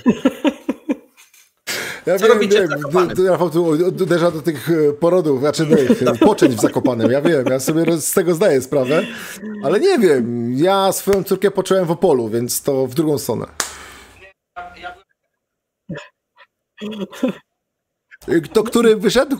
Ja Co wiem, robicie wiem, w Zakopanem? tu- tu Rafał tu uderza do tych e, porodów, znaczy do tych e, poczęć w Zakopanem, ja wiem, ja sobie roz- z tego zdaję sprawę, ale nie wiem, ja swoją córkę począłem w Opolu, więc to w drugą stronę. E, To który wyszedł?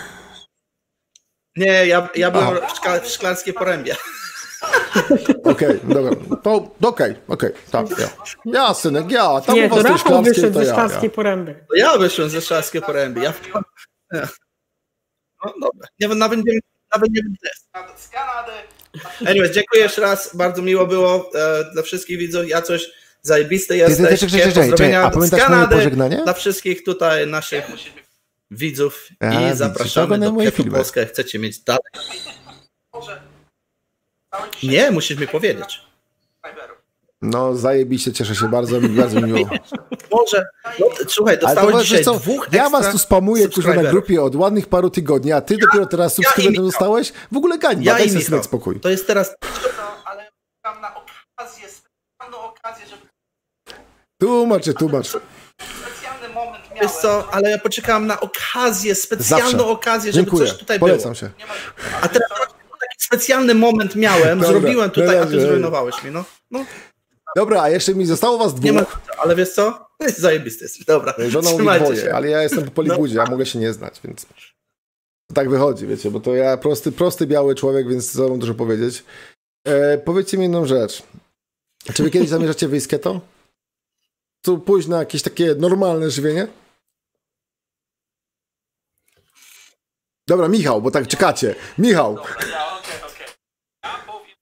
Nie, ja, ja byłem Aha. w, szkla, w Szklarskie Porębie. Okej, dobra, to okej, okej, tak, ja. Ja, synek, ja, tam Nie, u to was tej Rafał Szklarskiej, wyszedł to ze ja, Szklarskiej ja. Poręby. To ja wyszłem ze Szklarskie Porębie. Ja... Ja. No dobra, nie, nawet nie nawet nie wiem, gdzie jest. Z Kanady. Anyways, dziękuję jeszcze raz, bardzo miło było e, dla wszystkich widzów. Ja coś zajebisty Ty, ty, jesteś. ty, czekaj, czekaj, czekaj, Pozdrowienia a z pamiętasz moje Kanady pożegnanie? dla wszystkich tutaj naszych widzów A, i widzicie, zapraszamy oglądaj do moje Keto filmy. Polskę, jak chcecie mieć dalej. Może cały dzisiaj Nie, musisz mi powiedzieć. Cyberu. No zajebiście, cieszę się bardzo, mi bardzo miło. Może, no, t- słuchaj, Ale to dostałem wiesz dzisiaj co, dwóch ja ekstra was tu spamuję kurwa, na subscriberów. grupie od ładnych paru tygodni, a ty dopiero teraz subskrybentem Michał. zostałeś? W ogóle gańba, Ja daj i sobie Michał. synek spokój. To jest teraz, No, ale mam na okazję, specjalną okazję, żeby Tłumaczę, tłumacz. specjalny moment miałem. wiesz co, ale ja poczekałam na okazję, specjalną Zawsze. okazję, żeby Dziękuję, coś tutaj polecam było. się. Nie ma... A teraz taki specjalny moment miałem, Dobra, zrobiłem tutaj, a na ty razie. zrujnowałeś mi, no. no. Dobra, a jeszcze mi zostało was Nie ma, dwóch. ale wiesz co? Jest zajebisty jesteś, dobra. Żona mówi Trzymajcie dwoje, się. No. ale ja jestem po Polibudzie, ja mogę się nie znać, więc tak wychodzi, wiecie, bo to ja prosty, prosty biały człowiek, więc co mam dużo powiedzieć. E, powiedzcie mi jedną rzecz. Czy wy kiedyś zamierzacie wyjść z keto? Tu pójść na jakieś takie normalne żywienie? Dobra, Michał, bo tak czekacie. Michał, Dobra, ja, okej, okej. Ja powiem...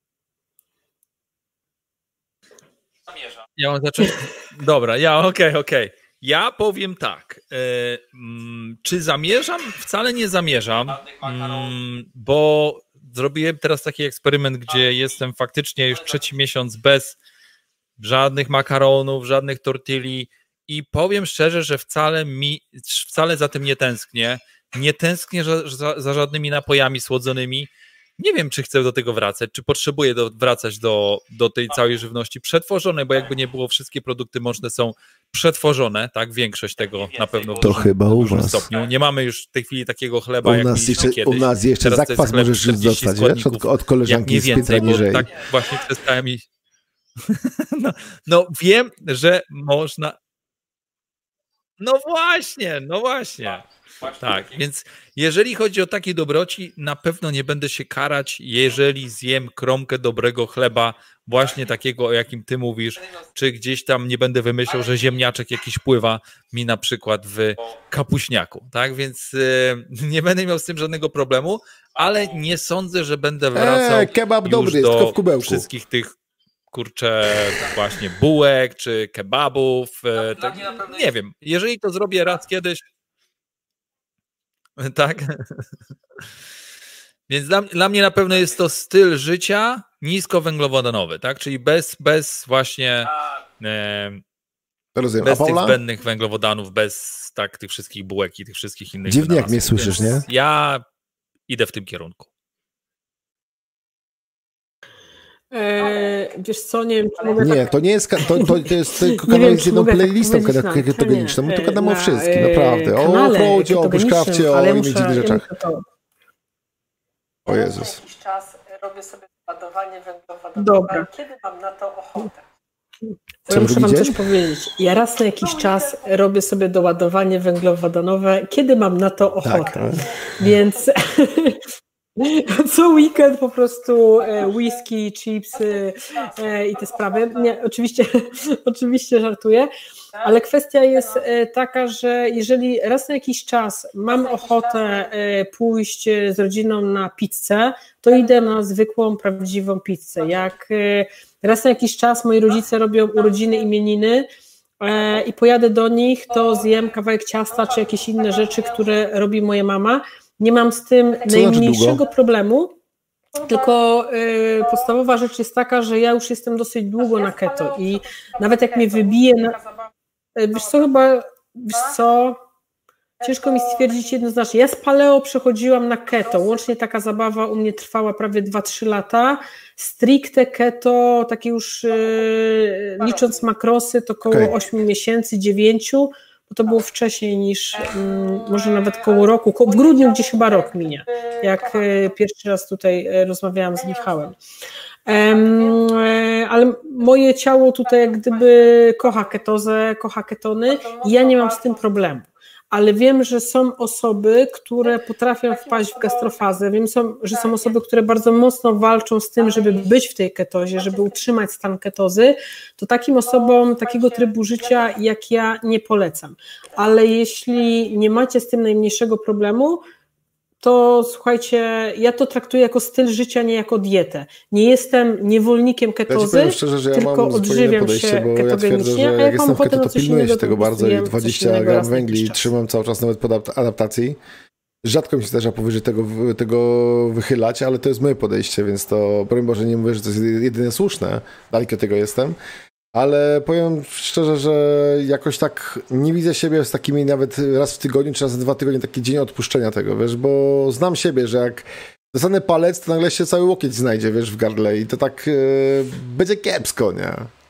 Zamierzam. Ja mam zacząć. Dobra, ja okej, okej. Ja powiem tak. E, mm, czy zamierzam? Wcale nie zamierzam, mm, bo zrobiłem teraz taki eksperyment, gdzie jestem faktycznie już trzeci miesiąc bez żadnych makaronów, żadnych tortilli i powiem szczerze, że wcale mi, wcale za tym nie tęsknię. Nie tęsknię za, za, za żadnymi napojami słodzonymi. Nie wiem, czy chcę do tego wracać, czy potrzebuję do, wracać do, do tej całej żywności przetworzonej, bo jakby nie było, wszystkie produkty mączne są przetworzone, tak? Większość tego na pewno w To dużym, chyba w u dużym was. stopniu. Nie mamy już w tej chwili takiego chleba, u jak nas, mieliśmy jeszcze, kiedyś. u nas jeszcze Teraz to jest zakwas chleb możesz już czterdzieści dostać, wiesz? Od, składników, od jak koleżanki nie z piętra więcej, bo niżej. tak właśnie przestałem iść. No, no wiem, że można... No właśnie, no właśnie. Tak, więc jeżeli chodzi o takie dobroci, na pewno nie będę się karać, jeżeli zjem kromkę dobrego chleba, właśnie takiego, o jakim ty mówisz, czy gdzieś tam nie będę wymyślał, że ziemniaczek jakiś pływa mi na przykład w kapuśniaku, tak, więc y, nie będę miał z tym żadnego problemu, ale nie sądzę, że będę wracał Eee, kebab już dobry, do tylko w kubełku. wszystkich tych kurczę, właśnie bułek, czy kebabów, e, tak, nie wiem, jeżeli to zrobię raz kiedyś, tak, więc dla, dla mnie na pewno jest to styl życia niskowęglowodanowy, tak, czyli bez, bez właśnie e, Rozumiem. A bez tych Paula? zbędnych węglowodanów, bez tak tych wszystkich bułek i tych wszystkich innych Dziwnie jak wynalazków. mnie słyszysz, nie? Więc ja idę w tym kierunku. Eee, wiesz co, nie wiem, czy mogę Nie, tak... to nie jest, ka- to, to, to jest tylko Nie kanał wiem, z czy jedną mogę tak playlistą powiedzieć na ketogeniczną, my tu antenie, gadamy o na, wszystkim, e, naprawdę. O kanale chodzie, o ketogenicznym, bushcrafcie, o ale ja innych muszę- dziwnych ja rzeczach. muszę to- O Jezus. Jakiś czas robię sobie ładowanie węglowodanowe. Dobra. Kiedy mam na to ochotę? Co Ja muszę wam drugi coś dzień? powiedzieć. Ja raz na jakiś czas robię sobie doładowanie węglowodanowe, kiedy mam na to ochotę. Tak, tak. Więc Co weekend po prostu e, whisky, chipsy e, i te sprawy. Nie, oczywiście, oczywiście żartuję, ale kwestia jest e, taka, że jeżeli raz na jakiś czas mam ochotę e, pójść z rodziną na pizzę, to idę na zwykłą, prawdziwą pizzę. Jak e, raz na jakiś czas moi rodzice robią urodziny, imieniny e, i pojadę do nich, to zjem kawałek ciasta czy jakieś inne rzeczy, które robi moja mama. Nie mam z tym Co najmniejszego znaczy problemu, tylko y, podstawowa rzecz jest taka, że ja już jestem dosyć długo na keto i nawet jak mnie wybije, na, y, wiesz co, chyba, wiesz co, ciężko mi stwierdzić jednoznacznie. Ja z paleo przechodziłam na keto, łącznie taka zabawa u mnie trwała prawie dwa trzy lata, stricte keto, takie już y, licząc makrosy, to około Okay. osiem miesięcy, dziewięć, bo to było wcześniej niż um, może nawet koło roku, ko- w grudniu gdzieś chyba rok minie, jak e, pierwszy raz tutaj e, rozmawiałam z Michałem. Um, e, ale moje ciało tutaj jak gdyby kocha ketozę, kocha ketony i ja nie mam z tym problemu. Ale wiem, że są osoby, które potrafią wpaść w gastrofazę, wiem, są, że są osoby, które bardzo mocno walczą z tym, żeby być w tej ketozie, żeby utrzymać stan ketozy, to takim osobom takiego trybu życia jak ja nie polecam. Ale jeśli nie macie z tym najmniejszego problemu, to słuchajcie, ja to traktuję jako styl życia, nie jako dietę. Nie jestem niewolnikiem ketozy, ja ci powiem szczerze, że ja tylko mam zupełnie inne odżywiam podejście, się bo ja twierdzę, ketogenicznie, że a jak jak jestem mam w keto, ochotę to na coś pilnuję się innego, tego to bardzo i jem coś dwadzieścia innego gram raz na węgli jakiś czas. trzymam cały czas nawet pod adaptacji. Rzadko mi się zdarza powyżej tego, tego wychylać, ale to jest moje podejście, więc to, broń Boże, nie mówię, że to jest jedyne słuszne, daleki od tego jestem, ale powiem szczerze, że jakoś tak nie widzę siebie z takimi nawet raz w tygodniu, czy raz w dwa tygodnie, taki dzień odpuszczenia tego, wiesz, bo znam siebie, że jak dostanę palec, to nagle się cały łokieć znajdzie, wiesz, w gardle i to tak yy, będzie kiepsko, nie?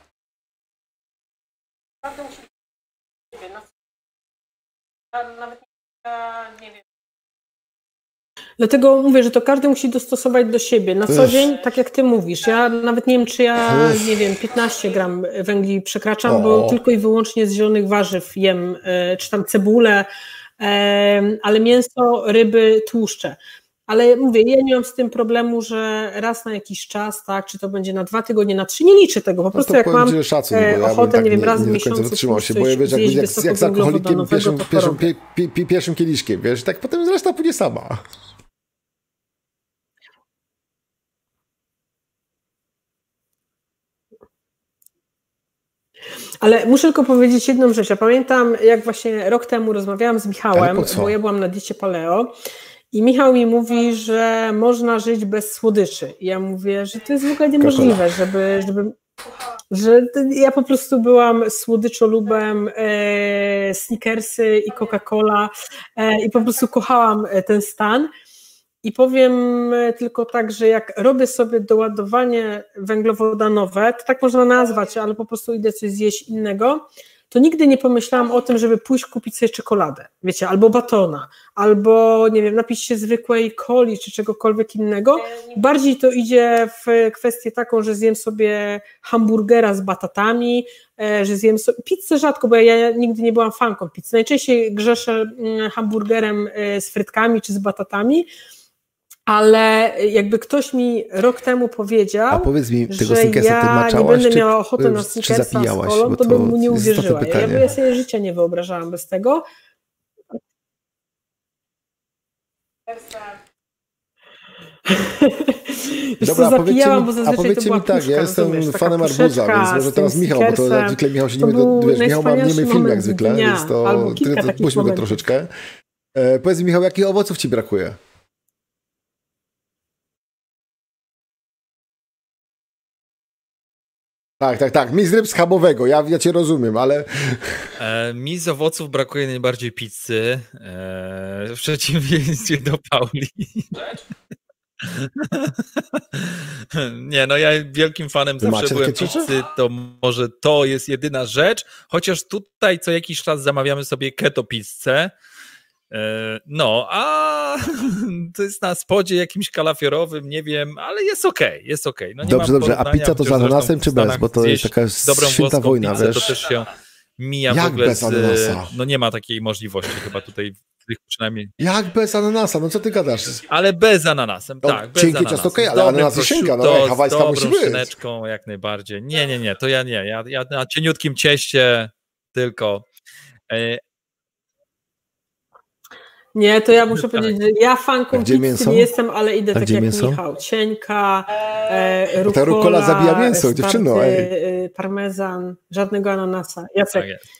Nawet nie wiem. Dlatego mówię, że to każdy musi dostosować do siebie. Na co Ech. dzień, tak jak ty mówisz, ja nawet nie wiem, czy ja, Ech. nie wiem, piętnaście gram węgli przekraczam, O. bo tylko i wyłącznie z zielonych warzyw jem, e, czy tam cebulę, e, ale mięso, ryby, tłuszcze. Ale mówię, ja nie mam z tym problemu, że raz na jakiś czas, tak, czy to będzie na dwa tygodnie, na trzy, nie liczę tego, po No prostu to jak powiem mam ci, że szacun, e, bo ja bym ochotę, tak nie wiem, nie, raz w nie do końca miesiącu wytrzymał pójść się, coś bo ja wiesz, jak, zjeść jak, jak z alkoholikiem pierwszym, to pierwszym, porobię. pie, pie, pierwszym kieliszkiem, wiesz, tak potem zresztą pójdzie sama. Ale muszę tylko powiedzieć jedną rzecz. Ja pamiętam, jak właśnie rok temu rozmawiałam z Ale Michałem, po co? bo ja byłam na diecie paleo i Michał mi mówi, że można żyć bez słodyczy. I ja mówię, że to jest w ogóle niemożliwe, żeby, żeby że ja po prostu byłam słodyczolubem, e, Snickersy i Coca-Cola e, i po prostu kochałam ten stan. I powiem tylko tak, że jak robię sobie doładowanie węglowodanowe, to tak można nazwać, ale po prostu idę coś zjeść innego, to nigdy nie pomyślałam o tym, żeby pójść kupić sobie czekoladę, wiecie, albo batona, albo, nie wiem, napić się zwykłej coli, czy czegokolwiek innego. Bardziej to idzie w kwestię taką, że zjem sobie hamburgera z batatami, że zjem sobie, pizzę rzadko, bo ja nigdy nie byłam fanką pizzy. Najczęściej grzeszę hamburgerem z frytkami, czy z batatami, ale jakby ktoś mi rok temu powiedział, A powiedz mi, tego że Snickersa ty ja maczałaś, nie będę czy, miała ochoty na czy Snickersa z zapijałaś? kolą, Bo to bym mu nie jest istotne uwierzyła. Ja, pytanie. ja sobie życia nie wyobrażałam bez tego. Wiesz Dobra, co, a powiedzcie zapijałam, mi, bo a zazwyczaj to powiedzcie była mi tak, puszka, ja jestem rozumiesz, taka fanem arbuza, puszeczka więc może z teraz tym Michał, bo to Snickersem. zwykle Michał się To nie był wiesz, Michał ma najwspanialszy niemy film jak moment zwykle, dnia, więc to albo kilka ty, takich puśćmy go momentów. troszeczkę. E, powiedz mi, Michał, jakich owoców ci brakuje? Tak, tak, tak. Mi z ryb schabowego, ja, ja cię rozumiem, ale... E, mi z owoców brakuje najbardziej pizzy, e, w przeciwieństwie do Pauli. Nie, no ja wielkim fanem Wy macie zawsze byłem takie rzeczy? pizzy, to może to jest jedyna rzecz, chociaż tutaj co jakiś czas zamawiamy sobie keto pizzę. E, no, a to jest na spodzie jakimś kalafiorowym, nie wiem, ale jest okej, okay, jest okej. Okay. No, nie Dobrze, mam dobrze, a porównania, pizza to z chociaż zresztą ananasem w czy bez? Stanach Bo to jest zjeść taka dobrą święta włoską wojna, pizzę, wiesz? to też się mija Jak w ogóle bez z... ananasa? No nie ma takiej możliwości chyba tutaj niektórych przynajmniej. Jak bez ananasa? No co ty gadasz? Ale bez ananasem, No, tak, bez cienkie ananasem. ciasto okej, Z ale dobrym ananas i szynka, no, prosciutto, hawajska z dobrą musi być. szyneczką, jak najbardziej. Nie, nie, nie, to ja nie. Ja, ja na cieniutkim cieście tylko. E, Nie, to ja muszę Tak. powiedzieć, że ja fanką gdzie pizzy mięso? nie jestem, ale idę A tak gdzie jak mięso? Michał. Cienka, e, rukola, rukola zabija mięso, sparty, dziewczyno, ej. e, parmezan, żadnego ananasa. Jacek. tak jest.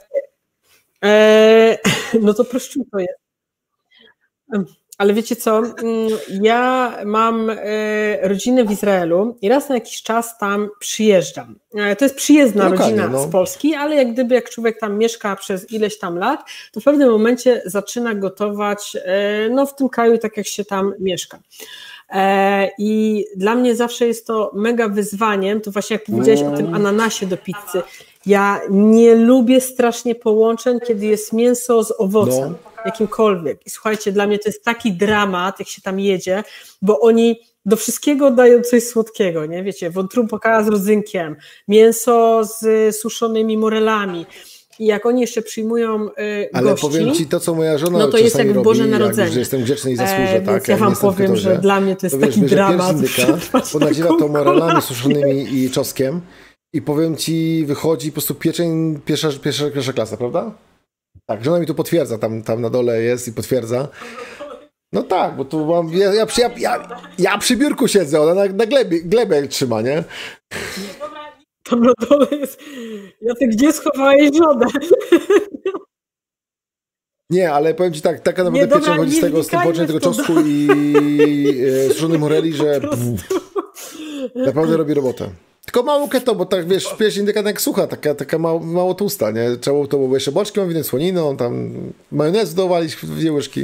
E, no to prosciutto jest. Ale wiecie co, mm, ja mam e, rodzinę w Izraelu i raz na jakiś czas tam przyjeżdżam. E, to jest przyjezdna Lokalnie, rodzina no. z Polski, ale jak gdyby jak człowiek tam mieszka przez ileś tam lat, to w pewnym momencie zaczyna gotować e, no, w tym kraju tak jak się tam mieszka. E, I dla mnie zawsze jest to mega wyzwaniem, to właśnie jak powiedziałeś o tym ananasie do pizzy. Ja nie lubię strasznie połączeń, kiedy jest mięso z owocem, No. jakimkolwiek. I słuchajcie, dla mnie to jest taki dramat, jak się tam jedzie, bo oni do wszystkiego dają coś słodkiego, nie? Wiecie, wątróbka z rodzynkiem, mięso z suszonymi morelami. I jak oni jeszcze przyjmują y, Ale gości, powiem ci to, co moja żona no to jest czasami jak w robi, Boże jak, Narodzenie. że jestem grzeczny i zasłużę, E, tak? więc ja jak wam nie jestem w powiem, Katorze, że dla mnie to jest to wiesz, taki bierze dramat. pierś z indyka, przetrwać ponadziwa taką to morelami kolę. suszonymi i czosnkiem i powiem ci, wychodzi po prostu pieczeń pierwsza, pierwsza, pierwsza klasa, prawda? Tak, żona mi tu potwierdza, tam, tam na dole jest i potwierdza. No tak, bo tu mam, ja, ja, ja, ja, ja przy biurku siedzę, ona na, na glebie, glebę trzyma, nie? Tam na dole jest. Ja ty gdzie schowałeś żonę? Nie, ale powiem ci tak, taka naprawdę Nie, dobra, pieczeń chodzi z nie tego, z tym wnikajmy poczyniem w tego to czosnku i e, suszonych moreli, że Po prostu. naprawdę robi robotę. Tylko mało keto, bo tak wiesz, pieśń indyka jak sucha, taka, taka mało, mało tłusta, nie? Trzeba to było jeszcze boczkiem, winę słoniną, tam majonez dowalić w dwie łyżki.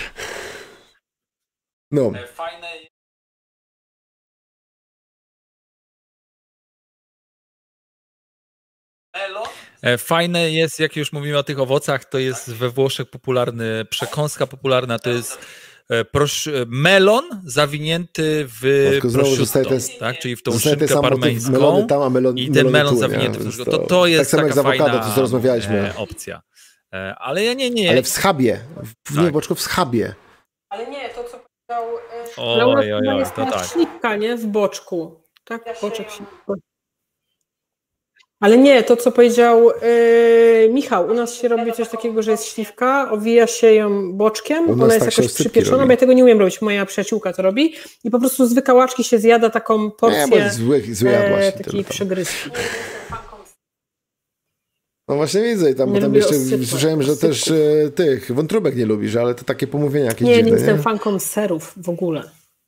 No. Fajne. Fajne jest, jak już mówimy o tych owocach, to jest we Włoszech popularny, przekąska popularna, to jest prosz, melon zawinięty w No, tylko znowu prosciutto, zostaje ten, tak? Czyli w tą zostaje ten szynkę sam motyw parmeńską melony tam, a melon, i ten melony melon tu, zawinięty nie? w Więc prosciutto. To, to jest tak samo taka jak z awokado, fajna to co rozmawialiśmy. e, opcja. E, ale ja nie, nie. Ale w schabie. W, Tak. Nie, boczko, w schabie. Ale nie, to co powiedział... y, Ale u nas Oj, oj, chyba oj, jest to ta tak. śliwka, nie? W boczku. Tak, Ja się boczek jem. śliwka. Ale nie, to co powiedział yy, Michał, u nas się robi coś takiego, że jest śliwka, owija się ją boczkiem, U nas ona jest tak się jakoś oscypki przypieczona, robi. bo ja tego nie umiem robić, moja przyjaciółka to robi i po prostu z wykałaczki się zjada taką porcję Nie, bo zły, zły jadłaś. e, i tyle takiej tam. przegryzki. No właśnie widzę i tam, Nie bo tam lubię jeszcze oscypek, słyszałem, że też oscypków. e, tych wątróbek nie lubisz, ale to takie pomówienia jakieś Nie, nie dziwne, jestem nie? fanką serów w ogóle.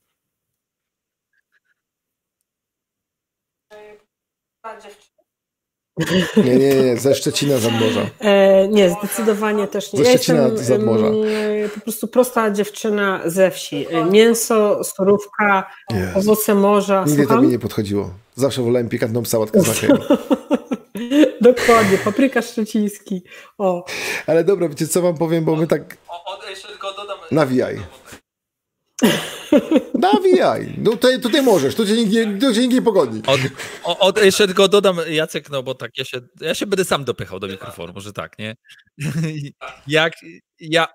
Ta dziewczyna. Nie, nie, nie, ze Szczecina z Morza. E, nie, zdecydowanie też nie. Ze Ja Szczecina, jestem z Nadmorza. em, po prostu prosta dziewczyna ze wsi. E, Mięso, surówka, Jezu. owoce morza. Nigdy to Słucham? mi nie podchodziło. Zawsze wolałem pikantną sałatkę z makiem. Dokładnie, papryka szczeciński. O. Ale dobra, wiecie co wam powiem, bo my tak... O, o, jeszcze tylko dodam. Nawijaj. Nawijaj. No tutaj, tutaj możesz, tu cię nikt nie, tu cię nikt nie pogoni. Od, o, od, jeszcze tylko dodam, Jacek, no bo tak, ja się, ja się będę sam dopychał do mikrofonu, może tak, nie? Jak ja,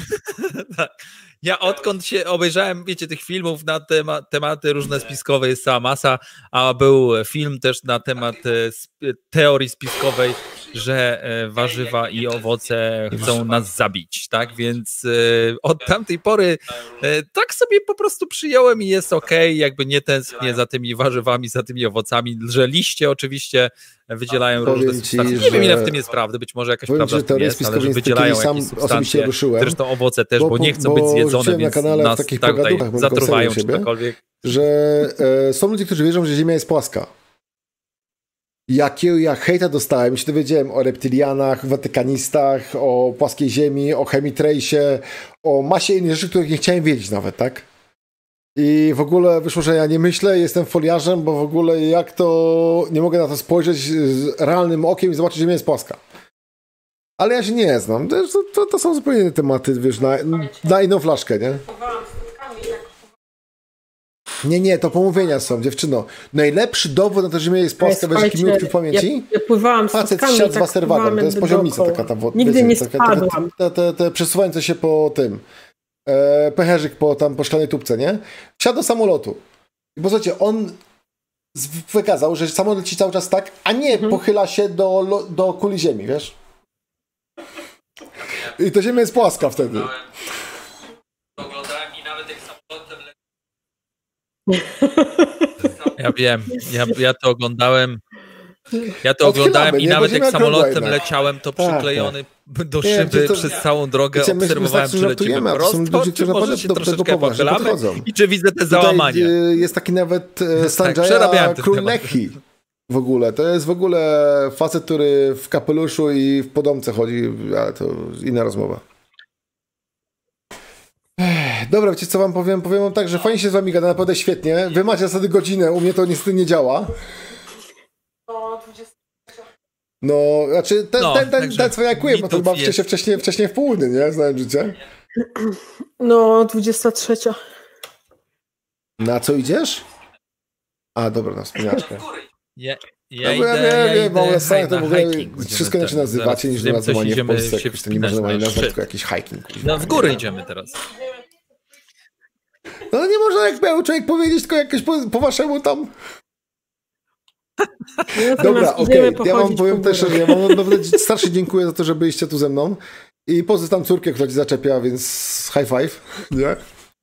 ja odkąd się obejrzałem, wiecie, tych filmów na tema, tematy różne spiskowe, jest cała masa, a był film też na temat e, sp- teorii spiskowej, że e, warzywa i owoce chcą nas zabić, tak? Więc e, od tamtej pory e, tak sobie po prostu przyjąłem i jest okej, jakby nie tęsknię za tymi warzywami, za tymi owocami, że liście oczywiście wydzielają Powiem różne ci, substancje. Nie że- wiem, ile w tym jest prawdy, być może jakaś Powiem, prawda że w tym teorie jest, ale że spiskowe wydzielają sam jakieś osobiście substancje, ruszyłem, zresztą owoce też, bo- bo, nie chcą bo być rzuciłem zjedzone, na więc kanale w nas takich tak, tutaj pogaduchach, bo zatruwają konserują czy siebie. cokolwiek. że e, są ludzie, którzy wierzą, że Ziemia jest płaska. Jakiego ja hejta dostałem, się dowiedziałem o reptylianach, watykanistach, o płaskiej Ziemi, o chemitrejsie, o masie innych rzeczy, których nie chciałem wiedzieć nawet, tak? I w ogóle wyszło, że ja nie myślę, jestem foliarzem, bo w ogóle jak to nie mogę na to spojrzeć z realnym okiem i zobaczyć, że Ziemia jest płaska. Ale ja się nie znam. To, to, to są zupełnie inne tematy, wiesz, na, na inną flaszkę, nie? Kupowałam z spotkami, tak Nie, nie, to pomówienia są, dziewczyno. Najlepszy dowód na to, że mnie jest Polska, bez jakiej minutki w pamięci. Ja, ja pływałam z Facet statkami, wsiadł z tak Wasserwagen, to jest poziomica dookoła. taka ta woda. Nigdy wiecie, nie taka- spadłam. Te, te, te przesuwające się po tym, e, pęcherzyk po tam po szklanej tubce, nie? Wsiadł do samolotu. I bo słuchajcie, on z- wykazał, że samolot leci cały czas tak, a nie Mhm. pochyla się do, lo- do kuli ziemi, wiesz? I to ziemia jest płaska wtedy. Oglądałem i nawet jak samolotem Ja wiem, ja, ja to oglądałem. Ja to Odchylamy, oglądałem i nie? Bo nawet ziemia jak okrągła samolotem jednak. leciałem, to Tak, przyklejony do Nie, szyby to- przez całą drogę Wiecie, my- my obserwowałem, tak czy lecimy żartujemy, a to są prosto, ludzie, czy którzy może naprawdę się do- do troszeczkę poważnie pochylamy podchodzą. i czy widzę te Tutaj załamanie. y, jest taki nawet e, Sanjaya przerabiałem ten Król temat. Lechi w ogóle. To jest w ogóle facet, który w kapeluszu i w podomce chodzi, ale to inna rozmowa. Ech, dobra, wiecie co wam powiem? Powiem wam tak, że fajnie się z wami gada, naprawdę świetnie. Wy macie zasady godzinę, u mnie to niestety nie działa. Do dwudziestego. No, znaczy ten, No, ten, ten, także ten co ja kuję, bo to mitów bawcie jest. się wcześniej, wcześniej w południe, nie? Znałem życie. No, dwudziesta trzecia. Na co idziesz? A, dobra, na wspomniaczkę. Ja, ja No bo ja idę, wiem, ja wiem, idę w ogóle haj- stanie to na w ogóle hiking będziemy wszystko inaczej teraz. nazywacie niż Zaraz nazywanie w idziemy Polsce. się Jakoś to nie wspinać można na nazwać szczyt. tylko jakiś hiking. No w górę idziemy teraz. No nie można jak miał człowiek powiedzieć, tylko jakoś po, po waszemu tam. Dobra, okej. Okay. Ja wam powiem też, że ja wam naprawdę starszy dziękuję za to, że byliście tu ze mną. I pozostawiam córkę, która ci zaczepia, więc high five. Nie?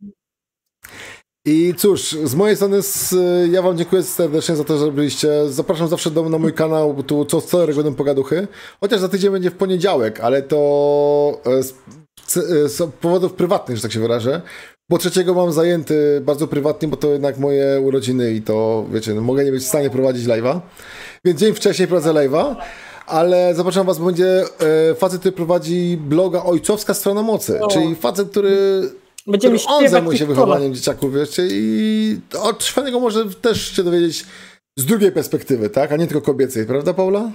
I cóż, z mojej strony z, ja wam dziękuję serdecznie za to, że byliście. Zapraszam zawsze do, na mój kanał, bo tu co wtorek będą pogaduchy. Chociaż za tydzień będzie w poniedziałek, ale to z, z, z powodów prywatnych, że tak się wyrażę. Bo trzeciego mam zajęty bardzo prywatnie, bo to jednak moje urodziny i to, wiecie, no, mogę nie być w stanie prowadzić live'a. Więc dzień wcześniej prowadzę live'a. Ale zapraszam was, bo będzie e, facet, który prowadzi bloga Ojcowska Strona Mocy. O. Czyli facet, który... Będziemy który on śpiewać zajmuje się TikToka. wychowaniem dzieciaków, wiecie, i od fajnego może też się dowiedzieć z drugiej perspektywy, tak? A nie tylko kobiecej, prawda, Paula?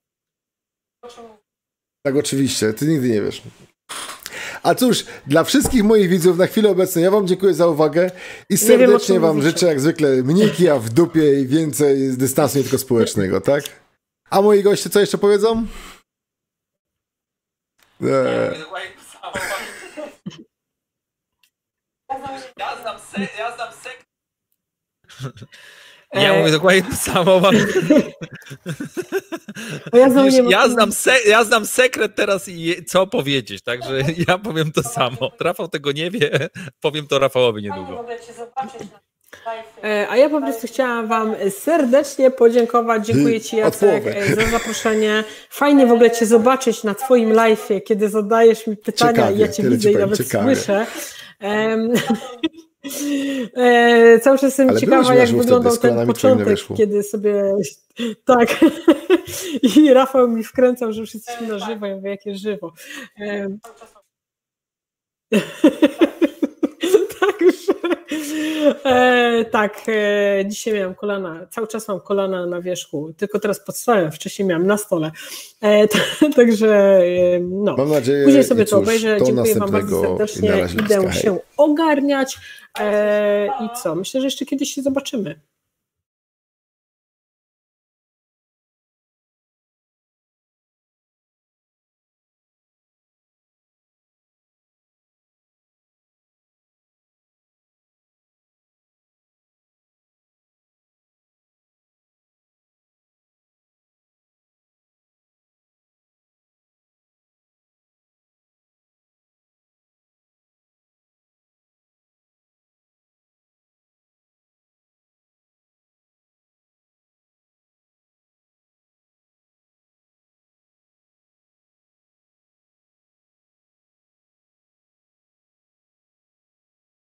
Tak, oczywiście, ty nigdy nie wiesz. A cóż, dla wszystkich moich widzów na chwilę obecną ja wam dziękuję za uwagę i Nie wiem, o serdecznie czym wam mówicie. życzę jak zwykle mniej kija w dupie i więcej dystansu nie tylko społecznego, tak? A moi goście co jeszcze powiedzą? Eee. Ja znam sek, ja znam sek. E, Ja mówię dokładnie to samo. Mam... Bo ja znowu Wiesz, nie mam- ja, znam se, ja znam sekret teraz i je, co powiedzieć, także ja powiem to samo. Rafał tego nie wie, powiem to Rafałowi Fajnie w niedługo. ogóle cię zobaczyć na live. E, A ja po prostu chciałam wam serdecznie podziękować. Dziękuję ci, Od Jacek, połowy. e, za zaproszenie. Fajnie w ogóle cię zobaczyć na twoim live'ie, kiedy zadajesz mi pytania Ciekawie, i ja cię tyle ci widzę i powiem, nawet ciekawie. słyszę. Em, e, cały czas jestem Ale ciekawa, byłeś jak wtedy, wyglądał z ten kolanami twoimi na początek, wierzchu. kiedy sobie... Tak. I Rafał mi wkręcał, że już jesteśmy na żywo. Ja mówię, jakie żywo. Em, Także e, tak, e, dzisiaj miałam kolana, cały czas mam kolana na wierzchu, tylko teraz pod stołem, wcześniej miałam na stole. E, t- także e, no. Mam nadzieję, Później sobie i to cóż, obejrzę. do Dziękuję wam bardzo następnego i na serdecznie. razie Idę hej. się ogarniać. E, I co? Myślę, że jeszcze kiedyś się zobaczymy.